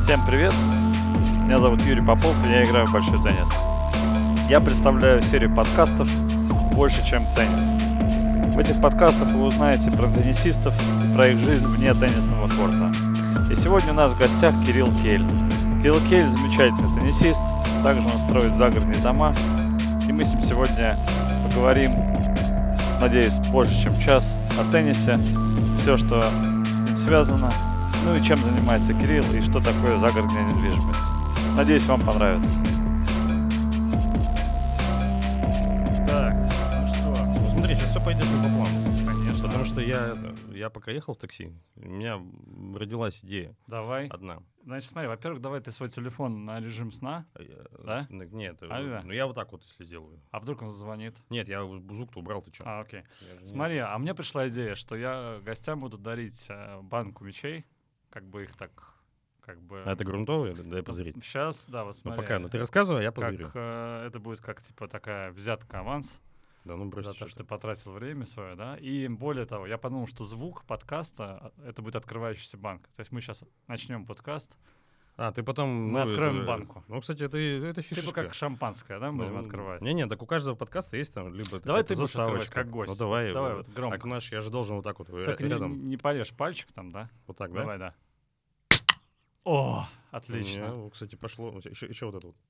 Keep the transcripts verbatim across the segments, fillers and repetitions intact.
Всем привет, меня зовут Юрий Попов, и я играю в большой теннис. Я представляю серию подкастов «Больше, чем теннис». В этих подкастах вы узнаете про теннисистов и про их жизнь вне теннисного корта. И сегодня у нас в гостях Кирилл Кель. Кирилл Кель замечательный теннисист, также он строит загородные дома. И мы с ним сегодня поговорим, надеюсь, больше, чем час о теннисе, все, что с ним связано, ну и чем занимается Кирилл и что такое загородная недвижимость. Надеюсь, вам понравится. Так, ну что, ну смотри, сейчас все пойдет не по плану. Конечно. Потому что я, я пока ехал в такси, у меня родилась идея Давай. одна. Значит, смотри, во-первых, давай ты свой телефон на режим сна. А я- Да? с- Нет, Авиа? ну я вот так вот если сделаю. А вдруг он зазвонит? Нет, я звук-то убрал, ты что? А, окей. Смотри, а мне пришла идея, что я гостям буду дарить э, банку мечей, как бы их так, как бы... А это грунтовые? Дай позырить. Сейчас, да, вот Ну смотри. пока, ну ты рассказывай, я как, позырю. э, это будет как, типа, такая взятка, аванс Да ну брось. за то, что что ты потратил время свое, да. И более того, я подумал, что звук подкаста — это будет открывающаяся банка. То есть мы сейчас начнем подкаст, А, ты потом... мы ну, откроем это- банку. Ну, кстати, это, это фишечка. Типа как шампанское, да, мы будем Ну, открывать. Не-не, так у каждого подкаста есть там либо Давай какая-то ты будешь открывать заставочка. как гость. Ну давай. Давай э, вот громко. Так, наш, я же должен вот так вот э, Так не, рядом. не порежь пальчик там, да? Вот так, да? Давай, да. О, отлично. Не, кстати, пошло. Еще, еще вот это вот.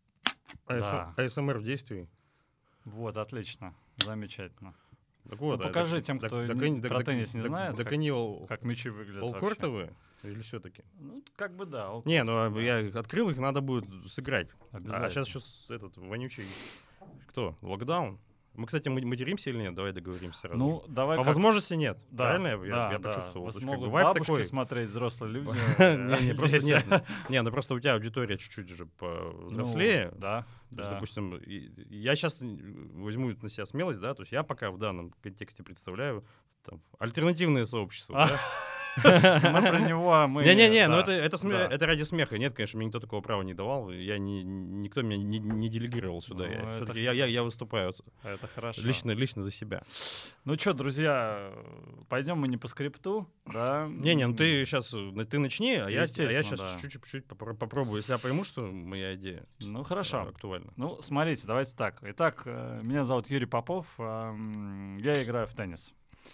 Да. эй эс эм ар в действии. Вот, отлично. Замечательно. Так вот, Ну, а, покажи так- тем, так- кто так не- они- про так- теннис не так- знает, Так как- они ол- Как мячи выглядят вообще. олкортовые или все-таки? Ну, как бы да. all Не, ну а court, да. я их открыл, их надо будет сыграть. Обязательно. А сейчас еще этот вонючий... Кто? Локдаун? Мы, кстати, мы материмся или нет? Давай договоримся сразу. Ну, давай По как- возможности нет. Да, Правильно я, да, я да. почувствовал? Вот То есть как бы смогут вайб бабушки такой. смотреть, взрослые люди. Не, не, просто дети. нет. Не, ну просто у тебя аудитория чуть-чуть же повзрослее. Ну, да, То есть, да. допустим, и- я сейчас возьму на себя смелость, да, то есть я пока в данном контексте представляю там, альтернативное сообщество, да. Мы про него, мы... Не-не-не, ну да, это, это, сме- да. это ради смеха. Нет, конечно, мне никто такого права не давал. Я не, никто меня не, не делегировал сюда. Ну, Я, это всё-таки я, я, я выступаю с- Это хорошо. лично, лично за себя. Ну что, друзья, пойдем мы не по скрипту, да? Не-не, ну ты сейчас ты начни, а я, а я Естественно, сейчас да. чуть-чуть попро- попробую. Если я пойму, что моя идея Ну, э, хорошо. актуальна. Ну, смотрите, давайте так. Итак, э, меня зовут Юрий Попов, ам, я играю в теннис.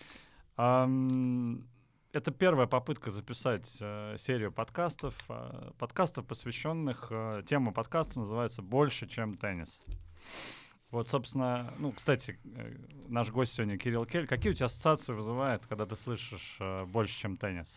Ам, Это первая попытка записать э, серию подкастов, э, подкастов, посвященных, э, тема подкаста называется «Больше, чем теннис». Вот, собственно, ну, кстати, э, наш гость сегодня Кирилл Кель. Какие у тебя ассоциации вызывает, когда ты слышишь э, «Больше, чем теннис»?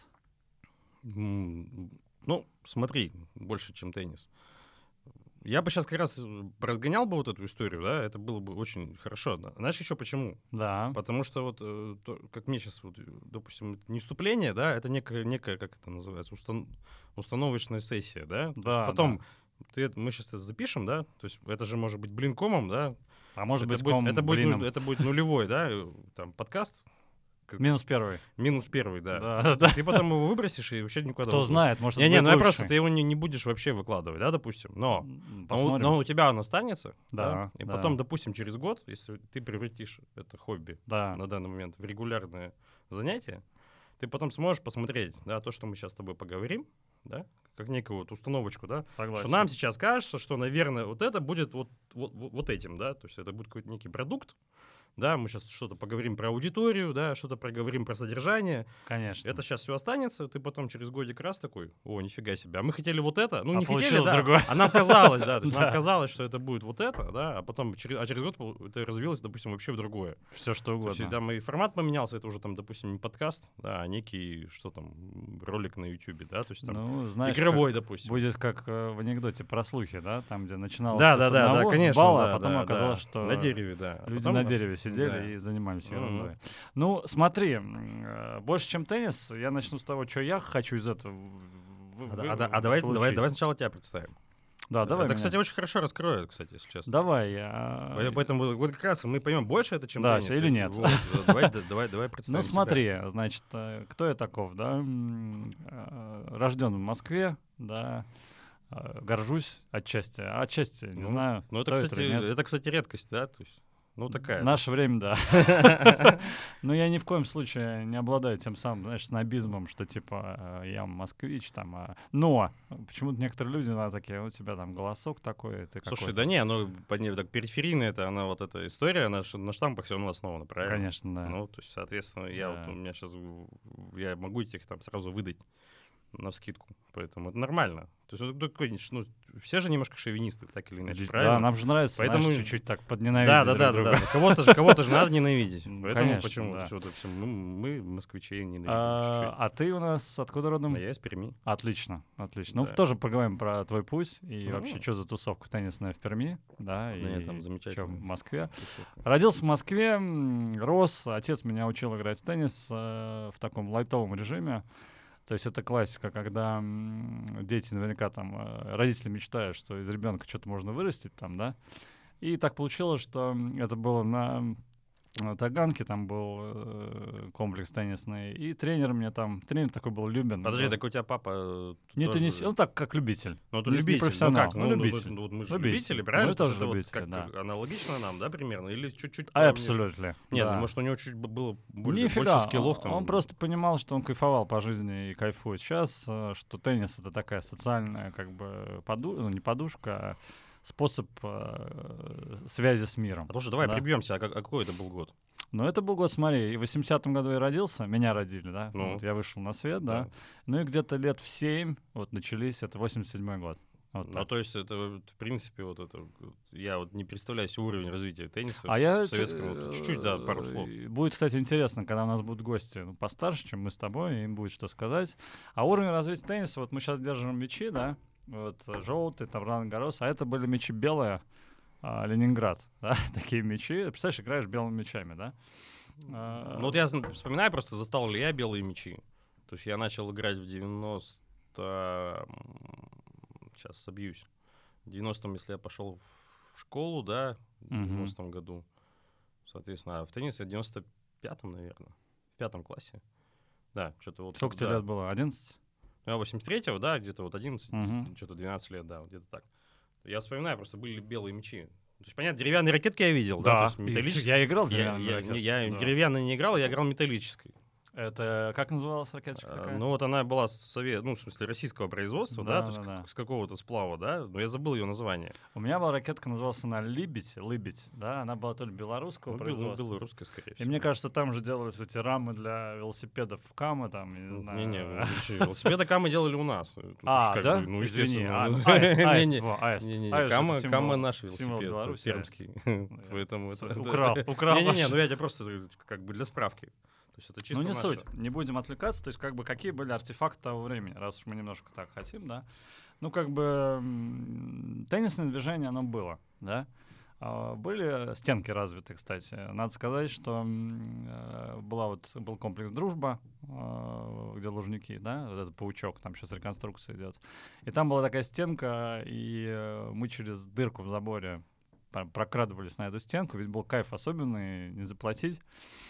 М, Ну, смотри, больше, чем теннис. Я бы сейчас как раз э, разгонял бы вот эту историю, да, это было бы очень хорошо. Да. Знаешь еще почему? Да. Потому что вот, э, то, как мне сейчас, вот, э, допустим, это не вступление, да, это некая, некая как это называется, устан- установочная сессия, да? То есть Да, потом ты, это- мы сейчас это запишем, да, то есть это же может быть блинкомом, да? А может это быть, будет, ком это, будет, блином. ну- это будет нулевой, да, э, там, подкаст, как- Минус первый. минус первый, да. Да, да. Ты потом его выбросишь и вообще никуда. Кто знает, может, Не-не, это ну я будет просто, лучше. ты его не, не будешь вообще выкладывать, да, допустим, но... М, Но, у- Посмотрим. но у тебя он останется, Да, и да. потом, допустим, через год, если ты превратишь это хобби Да. на данный момент в регулярное занятие, ты потом сможешь посмотреть, да, то, что мы сейчас с тобой поговорим, да, как некую вот установочку, да, Согласен. что нам сейчас кажется, что, наверное, вот это будет вот, вот, вот вот этим, да, то есть это будет какой-то некий продукт, да, мы сейчас что-то поговорим про аудиторию, да, что-то поговорим про содержание, Конечно. это сейчас все останется, ты потом через годик раз такой, о, нифига себе, а мы хотели вот это, ну А не хотели, получилось да, другое. а нам казалось, да, то есть Да. нам казалось, что это будет вот это, да, а потом через, а через год пол- это развилось, допустим, вообще в другое. Все что То угодно. есть там и формат поменялся, это уже там, допустим, не подкаст, да, а некий, что там, ролик на ютубе, да, то есть там Ну, знаешь, игровой, как- допустим. будет как э, в анекдоте про слухи, да, там, где начиналось Да, всё да, с да, да, одного, с конечно, балла, да, а потом да, оказалось, да. что на дереве, да. А люди потом- на дереве сидели да. и занимались Мгм. ерундой. Ну, смотри, м, э, больше, чем теннис, я начну с того, что я хочу из этого в- в- А, да- вы- а да- а давай, давай, получить. давай сначала тебя представим. Да, давай Это, меня. кстати, очень хорошо раскроет, кстати, если честно. Давай. я- По- Поэтому вот как раз мы поймем, больше это, чем Да, теннис. или нет. Вот, вот, давай, да, давай, давай представим Ну, тебя. смотри, значит, э, кто я таков, да? М, э, Рожден в Москве, да, э, горжусь отчасти, а отчасти, не Ну, знаю, Ну, это, стоит кстати, или нет. это, кстати, редкость, да? То есть Ну, такая. Наше время, да. Но я ни в коем случае не обладаю тем самым, знаешь, снобизмом, что типа я москвич там. Но почему-то некоторые люди, на такие, у тебя там голосок такой, ты какой-то. Слушай, да не, оно так периферийная, это она вот эта история, она на штампах все равно основана, правильно? Конечно, да. Ну, то есть, соответственно, я вот у меня сейчас, я могу их там сразу выдать навскидку, поэтому это нормально. То есть, вот такой, ну, все же немножко шовинисты, так или иначе, правильно? Да, нам же нравится, поэтому знаешь, чуть-чуть так подненавидеть да, да, друг да, друга. да, да. Кого-то же, кого-то же надо ненавидеть. Поэтому Конечно, почему? да. Вот, все, мы, мы москвичей ненавидим А, чуть-чуть. а ты у нас откуда родом? А я из Перми. Отлично, отлично. Да. Ну, тоже поговорим про твой путь и Ну. вообще, что за тусовка теннисная в Перми, да, Ну, я и там чё замечательно. в Москве. Тусовка. Родился в Москве, м, рос, отец меня учил играть в теннис э, в таком лайтовом режиме. То есть это классика, когда м, дети наверняка там, э, родители мечтают, что из ребенка что-то можно вырастить там, да. И так получилось, что м, это было на на Таганке, там был э, комплекс теннисный, и тренер мне там, тренер такой был Любин. Подожди, был. так у тебя папа Не тоже... теннис, ну так, как любитель. Ну, это не- не любитель. профессионал, Ну, как? ну, Ну, ну, любитель. ну, вот мы же Любитель. любители, правильно? Мы То есть тоже это вот любители, как- да. как аналогично нам, да, примерно? Или чуть-чуть... А, поровне- абсолютно. Нет, да. ну, может, у него чуть б- было более, Нифига, больше скиллов там. он просто понимал, что он кайфовал по жизни и кайфует сейчас, э, что теннис — это такая социальная, как бы, поду... ну, не подушка, а способ э, связи с миром. А слушай, давай да. прибьемся, а, как- а какой это был год? Ну, это был год, смотри, и в восьмидесятом году я родился, меня родили, да, Ну. вот я вышел на свет, да. Да. Ну и где-то лет в семь вот начались, это восемьдесят седьмой год. Вот Ну, так. то есть это, вот, в принципе, вот это... вот, я вот не представляю себе уровень развития тенниса А в, я... в советском... вот, чуть-чуть, да, пару слов. э, Будет, кстати, интересно, когда у нас будут гости ну, постарше, чем мы с тобой, им будет что сказать. А уровень развития тенниса, вот мы сейчас держим мячи, да, вот э, желтый, там, Ролан Гаррос, а это были мячи белые, а, Ленинград, да, такие мячи. Представляешь, играешь белыми мячами, да? А, Ну, вот я зн- вспоминаю просто, застал ли я белые мячи. То есть я начал играть в девяносто... Сейчас собьюсь. В девяностом, если я пошел в школу, да, в Мгм. девяностом году. Соответственно, а в теннис я в девяносто пятом, наверное. В пятом классе. Да, что-то вот... Сколько тебе да. лет было? одиннадцать? Я восемьдесят третьего, да, где-то вот одиннадцать, Мгм. что-то двенадцать лет, да, вот где-то так. Я вспоминаю, просто были белые мячи. То есть, понятно, деревянные ракетки я видел, да, то есть И металлические. Я играл в Я, деревянный я- ракет. я Да. деревянной не играл, я играл металлической. Это как называлась ракеточка А, такая? Ну вот она была с сове- ну, в смысле, российского производства, да, Да, то есть да, как- да. с какого-то сплава, да, но я забыл ее название. У меня была ракетка, называлась она Либедь, Лыбедь, да, она была то ли белорусского Ну, производства. белорусская, скорее И всего. мне кажется, там же делались эти рамы для велосипедов в Камы, там, я не знаю. Не-не, вы что, велосипеды мы делали у нас. Тут А, уж как да? бы, ну, Извини, естественно. а, ну, аист, аист, не-не. во, аист. Не-не-не, Аист — это Кама, символ- Кама наш символ велосипед, Беларуси, пермский. Поэтому это- это- Украл, это- украл Не-не-не, наш. ну я тебе просто как бы для справки. То есть это чисто Ну, не наше. суть, не будем отвлекаться, то есть как бы какие были артефакты того времени, раз уж мы немножко так хотим, да. Ну, как бы м, теннисное движение, оно было, да. А, Были стенки развиты, кстати. Надо сказать, что м, э, была вот, был комплекс «Дружба», э, где Лужники, да, вот этот паучок, там сейчас реконструкция идет. И там была такая стенка, и э, мы через дырку в заборе про- прокрадывались на эту стенку, ведь был кайф особенный, не заплатить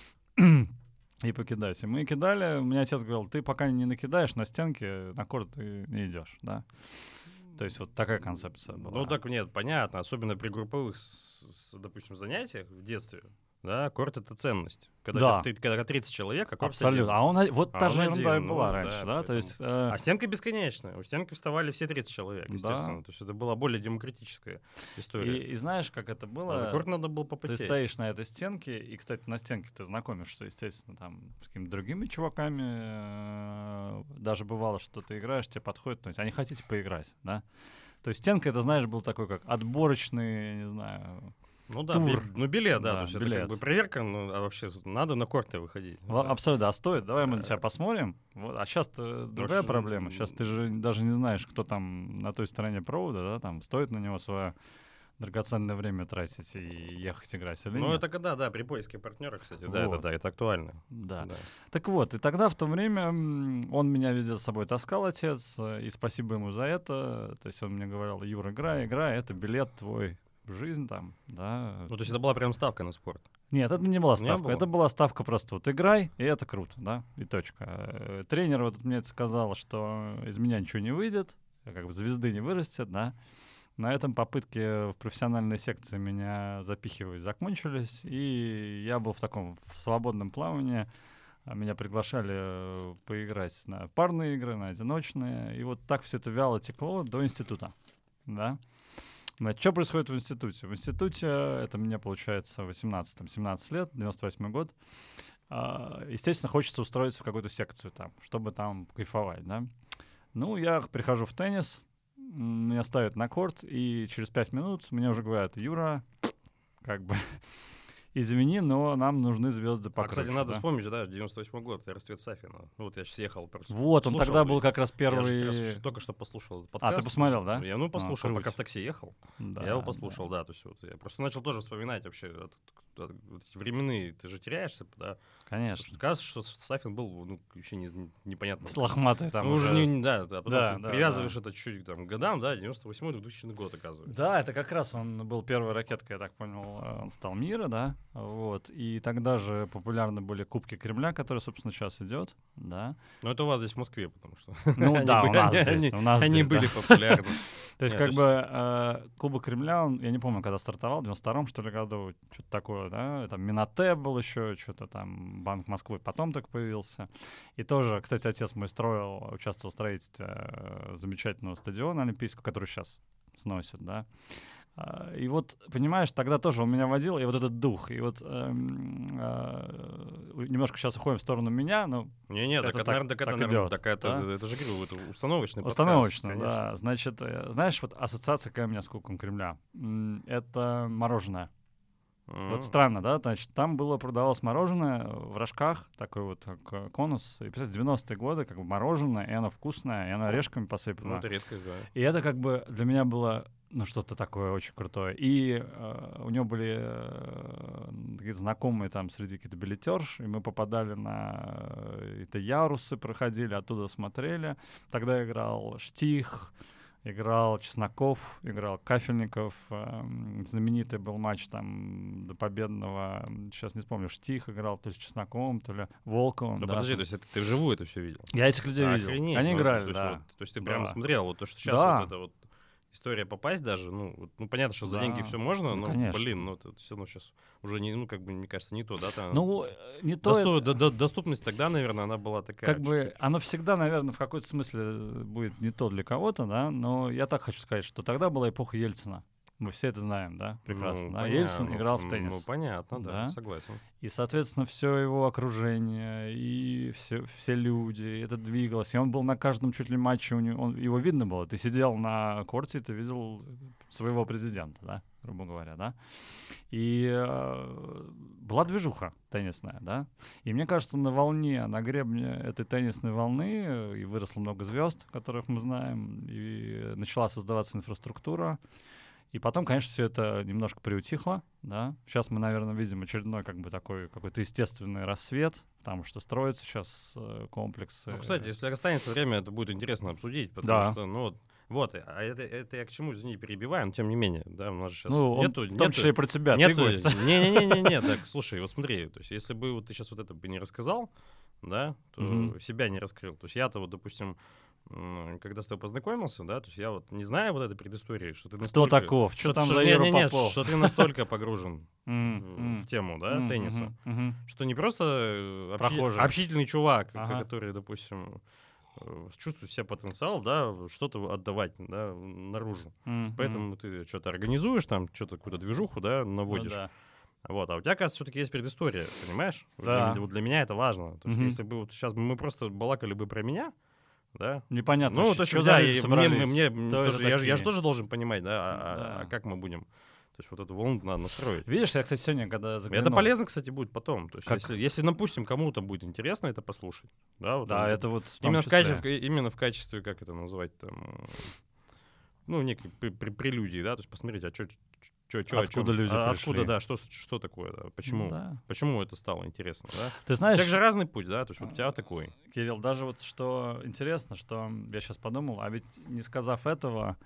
и покидать. И мы кидали, у меня отец говорил, ты пока не накидаешь на стенке, на корт ты не идешь, да. То есть вот такая концепция была. Ну так нет, понятно, особенно при групповых, с- с, допустим, занятиях в детстве, да, корт — это ценность. Когда, Да. ты, когда тридцать человек, а корт Абсолютно. один. А он, о- вот А та он же ерунда и один, была ну, раньше, да, да, то поэтому- есть... э, А стенка бесконечная. У стенки вставали все тридцать человек, Да. естественно. То есть это была более демократическая история. и, и знаешь, как это было? А за корт надо было Ты попотеть. стоишь на этой стенке, и, кстати, на стенке ты знакомишься, естественно, там, с какими-то другими чуваками. э, Даже бывало, что ты играешь, тебе подходят, ну, они хотите поиграть, да? То есть стенка, это, знаешь, был такой, как отборочный, не знаю... Ну да, тур. би- ну билет, да. Да, то есть это билет. как бы проверка, ну а вообще надо на корты выходить. Во- да. Абсолютно, а стоит? Давай мы на Э, тебя посмотрим. Вот, а сейчас другая ж, проблема. Сейчас ты же даже не знаешь, кто там на той стороне провода, да, там стоит на него свое драгоценное время тратить и ехать играть или Ну нет. это когда, да, при поиске партнера, кстати, да, это, Вот. да, это актуально. Да. Да. Так вот, и тогда в то время м, он меня везде с собой таскал, отец, э, и спасибо ему за это. То есть он мне говорил, Юра, играй, играй, это билет твой в жизнь там, да. Ну то есть это была прям ставка на спорт. Нет, это не была Не ставка. было? Это была ставка просто вот играй, и это круто, да, и точка. Э, Тренер вот мне это сказал, что из меня ничего не выйдет, как бы звезды не вырастет, да. На этом попытки в профессиональной секции меня запихивать закончились, и я был в таком в свободном плавании. Меня приглашали поиграть на парные игры, на одиночные, и вот так все это вяло текло до института, да. Значит, что происходит в институте? В институте, это мне получается восемнадцать-семнадцать лет, девяносто восьмой год. Естественно, хочется устроиться в какую-то секцию там, чтобы там кайфовать, да. Ну, я прихожу в теннис, меня ставят на корт, и через пять минут мне уже говорят: Юра, как бы, извини, но нам нужны звезды покруче. А, кстати, надо да? вспомнить, да, девяносто восьмой год, расцвет Сафина. Ну, вот я сейчас ехал просто. Вот, он слушал, тогда был и как раз первый... Я же как раз только что послушал этот подкаст. А, ты посмотрел, да? Я, ну, послушал, а, пока в такси ехал. Да, я его послушал, да. да. То есть вот я просто начал тоже вспоминать вообще от, от, от эти временные, ты же теряешься, да. Конечно. Что, кажется, что Сафин был, ну, вообще не, не, непонятно. Лохматый там ну, уже. Не, не, да, а потом да, ты да, привязываешь да. это чуть там к годам, да, девяносто восьмой две тысячный год, оказывается. Да, это как раз он был первой ракеткой, я так понял, он стал мира, да, вот, и тогда же популярны были Кубки Кремля, который, собственно, сейчас идет, да. Но это у вас здесь в Москве, потому что ну да, у нас здесь, у нас они были популярны. То есть как бы Кубок Кремля, он, я не помню, когда стартовал, в девяносто втором, что ли, году, что-то такое, да, там Минотэ был еще, что-то там Банк Москвы потом так появился. И тоже, кстати, отец мой строил, участвовал в строительстве замечательного стадиона олимпийского, который сейчас сносят, да. И вот, понимаешь, тогда тоже он меня водил, и вот этот дух, и вот эм, э, немножко сейчас уходим в сторону меня, но Не-не, так, это это, так, наверное, так, так это, наверное, идет, так это, да? это же, говорю, это установочный подкаст. Установочно, конечно. да. Значит, знаешь, вот ассоциация какая у меня с Кубком Кремля? Это мороженое. Mm-hmm. Вот странно, да? Значит, там было, продавалось мороженое в рожках, такой вот конус. И, представляете, девяностые годы, как бы мороженое, и оно вкусное, и оно орешками посыпано. Ну, это редкость, да. И это как бы для меня было, ну, что-то такое очень крутое. И э, у него были э, такие знакомые там среди каких-то билетерш, и мы попадали на э, это ярусы, проходили, оттуда смотрели. Тогда играл Штих, играл Чесноков, играл Кафельников. Э, знаменитый был матч там до победного, сейчас не вспомню, Штих играл то ли с Чесноковым, то ли Волковым. Да, да, подожди, там. то есть это, ты вживую это все видел? Я этих людей Охренеть, видел. Они ну, играли, то есть, да. Вот, то есть ты да. прямо смотрел, вот то, что сейчас да. вот это вот история попасть даже, ну, вот, ну понятно, что за да. деньги все можно, ну, но, конечно. блин, ну это все равно сейчас уже не, ну, как бы, мне кажется, не то, да? Там, ну, не то доступ, это... до, до, доступность тогда, наверное, она была такая. Как бы оно всегда, наверное, в какой-то смысле будет не то для кого-то, да, но я так хочу сказать, что тогда была эпоха Ельцина. Мы все это знаем, да, прекрасно. Ну, да? понятно, Ельцин играл в теннис. Ну, понятно, да, да, согласен. И, соответственно, все его окружение, и все, все люди, это двигалось. И он был на каждом чуть ли матче, у него, он, его видно было. Ты сидел на корте, ты видел своего президента, да, грубо говоря, да. И э, была движуха теннисная, да. И мне кажется, на волне, на гребне этой теннисной волны и выросло много звезд, которых мы знаем, и начала создаваться инфраструктура. И потом, конечно, все это немножко приутихло, да. Сейчас мы, наверное, видим очередной как бы такой какой-то естественный рассвет, потому что строятся сейчас э, комплексы. Ну, кстати, если останется время, это будет интересно обсудить, потому да. что, ну, вот, вот, а это, это я к чему, извини, перебиваю, но тем не менее, да, у нас же сейчас ну, нету... Он, в том числе и про тебя, нету, ты гость. Не-не-не, так, слушай, вот смотри, то есть если бы вот ты сейчас вот это бы не рассказал, да, то mm-hmm. себя не раскрыл. То есть я-то вот, допустим, когда с тобой познакомился, да, то есть я вот не знаю вот этой предыстории, что ты настолько... Кто таков? Что, что там что, за Юра не, не, Попов? Что ты настолько погружен mm-hmm. в тему, да, mm-hmm. тенниса, mm-hmm. что не просто общи... общительный чувак, ага. который, допустим, чувствует себя потенциал, да, что-то отдавать, да, наружу. Mm-hmm. Поэтому ты что-то организуешь, там, что-то какую-то движуху, да, наводишь. Ну, да. Вот, а у тебя, кажется, все-таки есть предыстория, понимаешь? Да. Для, вот для меня это важно. То есть, mm-hmm. если бы вот сейчас мы просто балакали бы про меня, да? Непонятно. Ну, то есть, что да, за мне, мне, мне тоже, я, я же тоже должен понимать, да, а, да. а, а как мы будем. То есть вот эту волну надо настроить. Видишь, я, кстати, сегодня, когда заглянул... Это полезно, кстати, будет потом. То есть, как... если, если, допустим, кому-то будет интересно это послушать, да, вот, да, вот, это вот в именно, в качестве, именно в качестве, как это назвать, там, ну, некой прелюдии, да, то есть посмотреть, а что... Чё, чё, откуда люди а, пришли? Откуда, да, что, что такое, да, почему, да. почему это стало интересно, да? Ты знаешь... У всех же разный путь, да, то есть вот у тебя такой. Кирилл, даже вот что интересно, что я сейчас подумал, а ведь не сказав этого,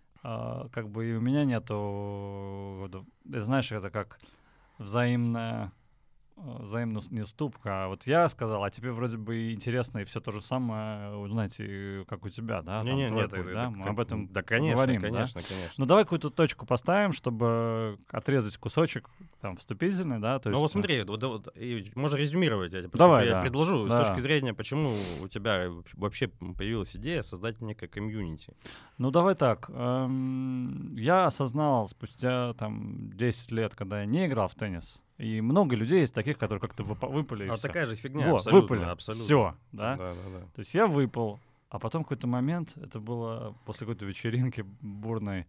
э, как бы и у меня нету... Знаешь, это как взаимное взаимная не уступка, а вот я сказал, а тебе вроде бы интересно и все то же самое узнать, как у тебя, да? Не, там, не, нет, путь, это, да? это, Мы как, об этом да, конечно, говорим, конечно, да? конечно. Ну давай какую-то точку поставим, чтобы отрезать кусочек там вступительный, да? То ну есть, вот смотри, вот, вот, можно резюмировать, я тебе давай, я да. предложу да. с точки зрения, почему у тебя вообще появилась идея создать некое комьюнити. Ну давай так, эм, я осознал спустя там десять лет, когда я не играл в теннис, и много людей есть таких, которые как-то вып- выпали. А всё. такая же фигня, Во, абсолютно, выпали, абсолютно. все, да? Да, да, да. То есть я выпал, а потом в какой-то момент, это было после какой-то вечеринки бурной,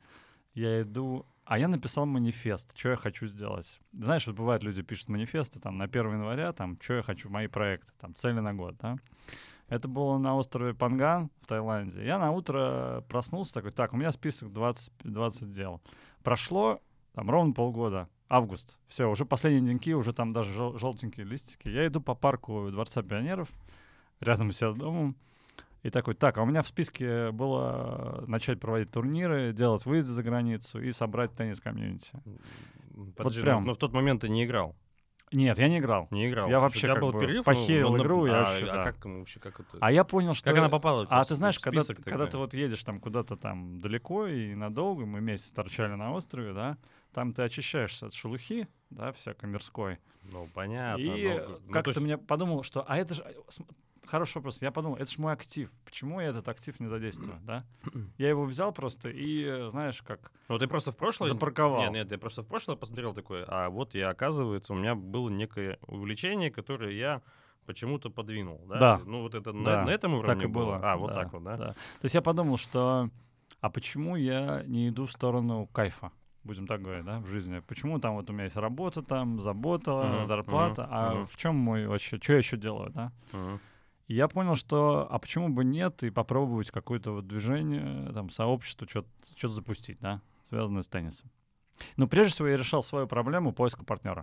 я иду, а я написал манифест, что я хочу сделать. Знаешь, вот бывает, люди пишут манифесты там на первого января, там, что я хочу, мои проекты, там, цели на год, да? Это было на острове Панган в Таиланде. Я на утро проснулся такой, так, у меня список двадцать, двадцать дел. Прошло там ровно полгода, август. Все, уже последние деньки, уже там даже жел- желтенькие листики. Я иду по парку Дворца пионеров, рядом у себя с домом. И такой, так, а у меня в списке было начать проводить турниры, делать выезды за границу и собрать теннис-комьюнити. Подожди, вот прям. но, но в тот момент ты не играл. Нет, я не играл. Не играл. Я У вообще тебя как был бы перерыв, похерил ну, ну, игру. а, я вообще, а да. как ну, вообще как это? А я понял, что... Как она попала? А в, ты знаешь, в когда, список когда ты вот едешь там куда-то там далеко и надолго, мы месяц торчали на острове, да, там ты очищаешься от шелухи, да, всякой мирской. Ну, понятно. И ну, ну, как-то есть... мне подумал, что... А это же... Хороший вопрос. Я подумал, это же мой актив. Почему я этот актив не задействую, да? Я его взял просто и, знаешь, как... Ну, ты просто в прошлое... Запарковал. Нет, нет, я просто в прошлое посмотрел такое, а вот я, оказывается, у меня было некое увлечение, которое я почему-то подвинул, да? Да. Ну, вот это да. на, на этом уровне так и было. А, вот да, так вот, да? да? То есть я подумал, что... А почему я не иду в сторону кайфа? Будем так говорить, да, в жизни. Почему там вот у меня есть работа, там, забота, uh-huh, зарплата, uh-huh, а uh-huh. в чем мой вообще... Что я еще делаю, да? Uh-huh. И я понял, что а почему бы нет и попробовать какое-то вот движение, там, сообщество, что-то запустить, да, связанное с теннисом. Но прежде всего я решал свою проблему поиска партнера.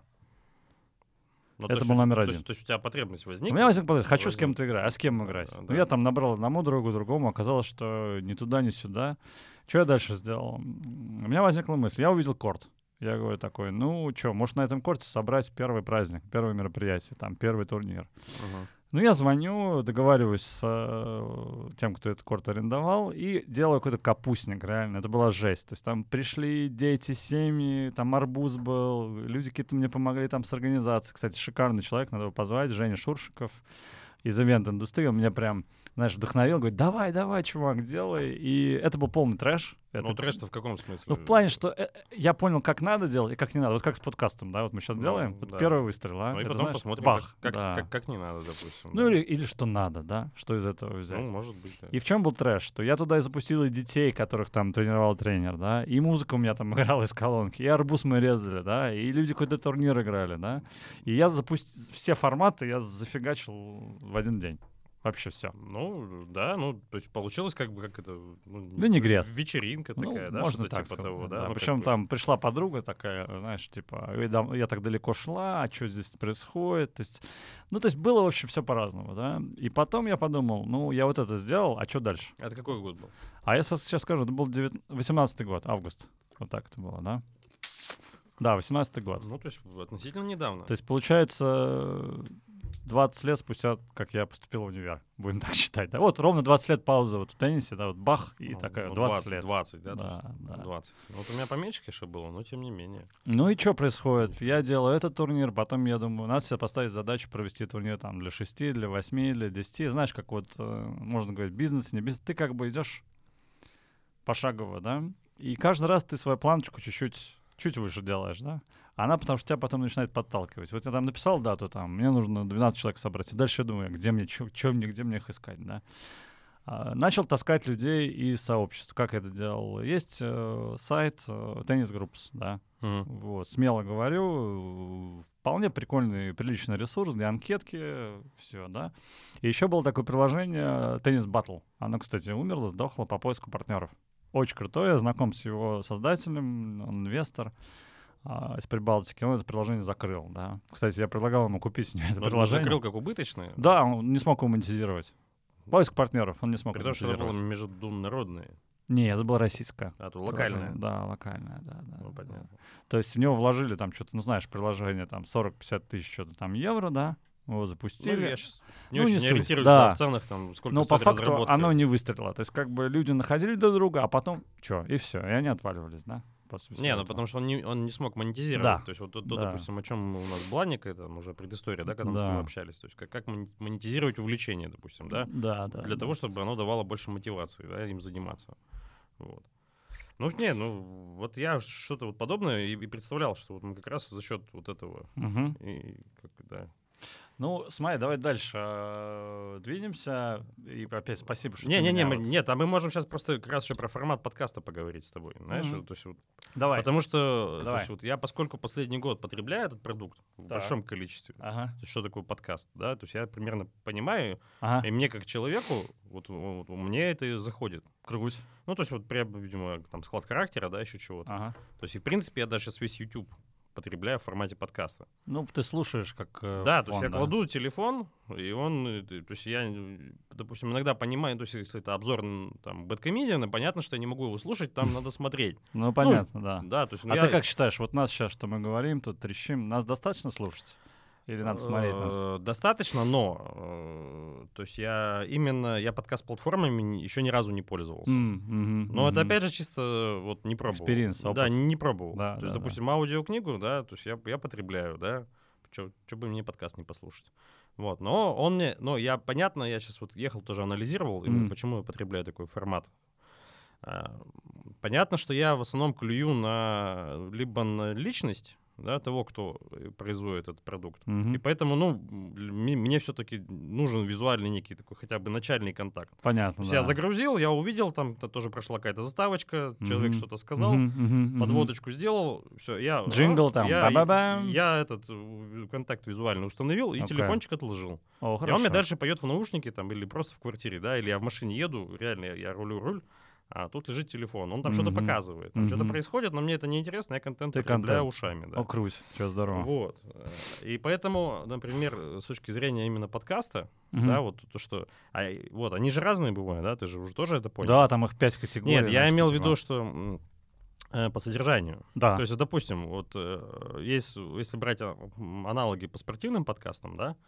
Ну, это то был есть, номер то один. есть, то есть у тебя потребность возникла? У меня возник потребность, хочу возник. с кем-то играть, а с кем играть? Да, ну, да. я там набрал одному другу, другому, оказалось, что ни туда, ни сюда. Что я дальше сделал? У меня возникла мысль, я увидел корт. Я говорю такой, ну что, может на этом корте собрать первый праздник, первое мероприятие, там, первый турнир. Uh-huh. Ну, я звоню, договариваюсь с э, тем, кто этот корт арендовал, и делаю какой-то капустник, реально. Это была жесть. То есть там пришли дети, семьи, там арбуз был, люди какие-то мне помогли там с организацией. Кстати, шикарный человек, надо его позвать, Женя Шуршиков из ивент-индустрии. Он меня прям, знаешь, вдохновил, говорит, давай, давай, чувак, делай. И это был полный трэш. Ну, это... трэш-то в каком смысле? Ну, в плане, что э, я понял, как надо делать и как не надо. Вот как с подкастом, да, вот мы сейчас Ну, делаем. Вот да. первый выстрел, а? Ну, и это, потом знаешь, посмотрим, бах, как, да. как, как, как не надо, допустим. Ну, да. или, или что надо, да, что из этого взять. Ну, может быть, да. И в чем был трэш? Что я туда и запустил и детей, которых там тренировал тренер, да, и музыка у меня там играла из колонки, и арбуз мы резали, да, и люди какой-то турнир играли, да. И я запустил все форматы, я зафигачил в один день. Вообще все. Ну, да, ну, то есть получилось как бы, как это... Ну, Винегрет. Вечеринка Ну, такая, да, можно что-то так типа сказать, того, да. да? Ну, Причем как бы- там пришла подруга такая, знаешь, типа, «Ой, да, я так далеко шла, а что здесь происходит? То есть, ну, то есть было вообще все по-разному, да. И потом я подумал, ну, я вот это сделал, а что дальше? Это какой год был? А я со- сейчас скажу, это был восемнадцатый год, август. Вот так это было, да? Да, восемнадцатый год. Ну, то есть относительно недавно. То есть, получается, двадцать лет спустя, как я поступил в универ, будем так считать. Да? Вот ровно двадцать лет паузы вот в теннисе, да, вот бах, и Ну, такая ну, двадцать лет. двадцать, да? то Да, есть да. двадцать. Ну, вот у меня поменьше, конечно, было, но тем не менее. Ну и что происходит? Я делаю этот турнир, потом я думаю, надо себе поставить задачу провести турнир там для шести, для восьми, для десяти. Знаешь, как вот, э, можно говорить, бизнес, не бизнес. Ты как бы идешь пошагово, да, и каждый раз ты свою планочку чуть-чуть чуть выше делаешь, да. Она потому что тебя потом начинает подталкивать. Вот я там написал дату, там, мне нужно двенадцать человек собрать. И дальше я думаю, где мне, что мне, где мне их искать, да. А, начал таскать людей из сообщества. Как я это делал? Есть э, сайт э, Tennis Groups, да. Мгм. Вот, смело говорю, вполне прикольный, приличный ресурс для анкетки, все, да. И еще было такое приложение Tennis Battle. Оно, кстати, умерло, сдохло по поиску партнеров. Очень крутое, я знаком с его создателем, он инвестор а, из Прибалтики, он это приложение закрыл, да. Кстати, я предлагал ему купить у него это Ну, приложение. закрыл как убыточное? Да, он не смог его монетизировать. Поиск партнеров он не смог При том, что это было монетизировать. международное. Не, это была российская. А, то локальная? Да, локальная, да. да ну, да. понятно. То есть в него вложили там что-то, ну знаешь, приложение там сорок-пятьдесят тысяч что-то там евро, да, его запустили. Ну, я сейчас не ну, очень не не суть. ориентируюсь Да. да, в ценах, там, сколько Но стоит по факту разработка. оно не выстрелило. То есть как бы люди находили друг друга, а потом что, и все, и они отваливались, да? После Не, ну этого. потому что он не, он не смог монетизировать. Да. То есть вот то, то, Да. допустим, о чем у нас была некая там уже предыстория, да, когда мы Да. с тобой общались. То есть как, как мон- монетизировать увлечение, допустим, да? Да, да. Для да. того, чтобы оно давало больше мотивации, да, им заниматься. Вот. Ну, не, ну, вот я что-то вот подобное и, и представлял, что вот мы как раз за счет вот этого Мгм. и, как, да. Ну, смотри, давай дальше э, двинемся. И опять спасибо, что ты Не-не-не, меня мы- вот- нет, а мы можем сейчас просто как раз еще про формат подкаста поговорить с тобой, знаешь, Мгм. вот, то есть вот, Давай. потому что, то Давай. есть вот я, поскольку последний год потребляю этот продукт в Так. большом количестве, Ага. то есть что такое подкаст, да, то есть я примерно понимаю, Ага. и мне как человеку, вот, вот мне это и заходит. Круть. Ну, то есть вот прям, видимо, там склад характера, да, еще чего-то. Ага. То есть и в принципе я даже сейчас весь YouTube потребляю в формате подкаста. Ну, ты слушаешь, как э, Да, то фон, есть я да. кладу телефон, и он, э, то есть я, э, допустим, иногда понимаю, то есть если это обзор м, там Бэдкомедиана, понятно, что я не могу его слушать, там надо смотреть. Ну, понятно, да. Да, то есть ну, А я- ты как считаешь, вот нас сейчас, что мы говорим, тут трещим, нас достаточно слушать? Или надо смотреть нас? Э, Достаточно, но э, то есть я именно я подкаст-платформами еще ни разу не пользовался. М, мгм, Но это мгм. опять же чисто вот не пробовал. Experience, Да, опыт. не пробовал. Да, то есть, да, допустим, аудиокнигу, да, то есть я, я потребляю, да. Что бы мне подкаст не послушать. Вот, но он мне, ну, я, понятно, я сейчас вот ехал, тоже анализировал, именно Мгм. почему я потребляю такой формат. А, Понятно, что я в основном клюю на либо на личность, да, того, кто э, производит этот продукт. Мгм. И поэтому, ну, м- мне все-таки нужен визуальный некий такой хотя бы начальный контакт. Понятно, То есть да. я загрузил, я увидел, там т- тоже прошла какая-то заставочка, человек Мгм. что-то сказал, Мгм, мгм, мгм. подводочку сделал, все, я... Джингл а, там, я, ба-ба-бам. я этот э, контакт визуально установил и Окей. телефончик отложил. О, И хорошо. он мне дальше поет в наушнике там или просто в квартире, да, или я в машине еду, реально, я, я рулю руль, а тут лежит телефон, он там что-то Мгм. показывает, там что-то Мгм. происходит, но мне это не интересно, я контент Ты потребляю контент. ушами, да. О, круть, все здорово. Вот. Э, И поэтому, например, с точки зрения именно подкаста, Мгм. да, вот то, что... а, и вот, они же разные бывают, да, ты же уже тоже это понял? Да, там их пять категорий. Нет, я значит, имел в типа. виду, что м, э, по содержанию. Да. То есть, допустим, вот э, есть, если брать а, м, аналоги по спортивным подкастам, да,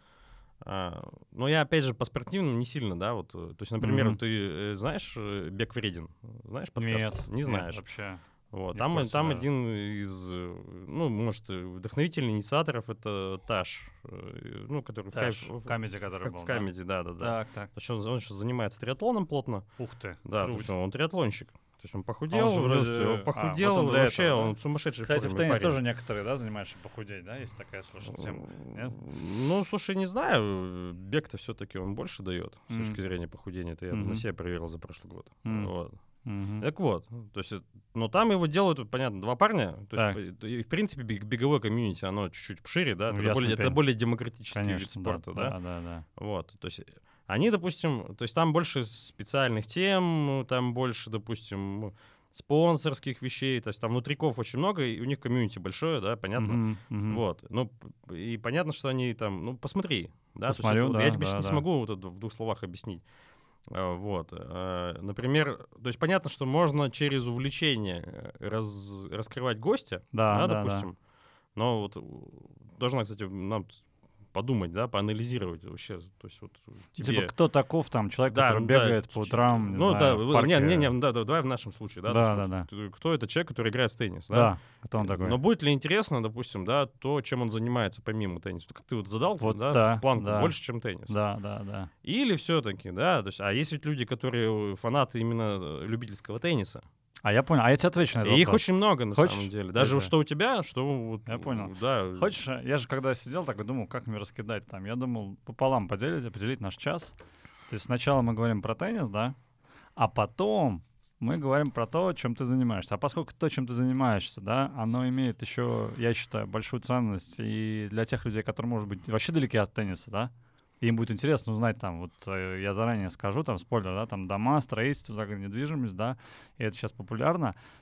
а, но я, опять же, по спортивным не сильно, да, вот, э, то есть, например, Мгм. ты э, знаешь э, «Бег вреден»? Знаешь подкаст? Нет, Не нет, знаешь. вообще. Вот, Не в там, курсе там даже. один из, э, ну, может, э, вдохновительных инициаторов — это Таш, э, ну, который Таш, в, кай- в Камеди, который в, был, в да? Камеди, да, да, да. Так, так. То есть он, он сейчас занимается триатлоном плотно, Ух ты. да, то круть. есть он, он триатлонщик. То есть он похудел, А он же вроде- вроде, а, похудел, вот он для вообще этого, да? он в сумасшедшей Кстати, в форме теннис парень. тоже некоторые, да, занимаешься похудеть, да? Есть такая, слушай, тема. Нет? Ну, слушай, не знаю, бег-то все-таки он больше дает с Мгм. точки зрения похудения. Это я Мгм. на себе проверил за прошлый год. Мгм. Вот. Мгм. Так вот, то есть, э, но там его делают, понятно, два парня. То Так. есть, п- и, в принципе, бег- беговое комьюнити, оно чуть-чуть шире, да, Ну, это, ясно, более, это пень. более демократический вид Конечно, да, спорта, да. да, да, да. Вот, то есть они, допустим, то есть там больше специальных тем, там больше, допустим, спонсорских вещей, то есть там внутриков очень много, и у них комьюнити большое, да, понятно. Мгм, мгм. Вот, ну, п- и понятно, что они там, ну, посмотри, да, то есть Посмотрю, это вот да, я тебе да, щас не да. смогу вот это в двух словах объяснить. А, Вот, э, например, то есть понятно, что можно через увлечение э, раз- раскрывать гостя, Да, да, да, допустим, но вот э, должна, кстати, нам подумать, да, поанализировать вообще, то есть вот тебе... Типа, кто таков там, человек, Да, который да, бегает по ч- утрам, не ну знаю, да, в вы- парке. не, не, не, да, да, давай в нашем случае, да, Да, то есть да, вот да. т- кто это человек, который играет в теннис, да? Да, кто он такой? Но будет ли интересно, допустим, да, то, чем он занимается помимо тенниса? Как ты вот задал, Вот да, да, планку да. больше, чем теннис. Да, да, да. Или все-таки, да, то есть, а есть ведь люди, которые фанаты именно э, любительского тенниса. А я понял, а я тебе отвечу на этот И их вопрос. очень много, на Хочешь? самом деле. Даже Давай. что у тебя, что вот, Я понял. Да. Хочешь, я же когда сидел, так и думал, как мне раскидать там. Я думал, пополам поделить, поделить наш час. То есть сначала мы говорим про теннис, да, а потом мы говорим про то, чем ты занимаешься. А поскольку то, чем ты занимаешься, да, оно имеет еще, я считаю, большую ценность и для тех людей, которые, может быть, вообще далеки от тенниса, да, и им будет интересно узнать там, вот э, я заранее скажу, там, спойлер, да, там дома, строительство, загородная недвижимость, да, и это сейчас популярно,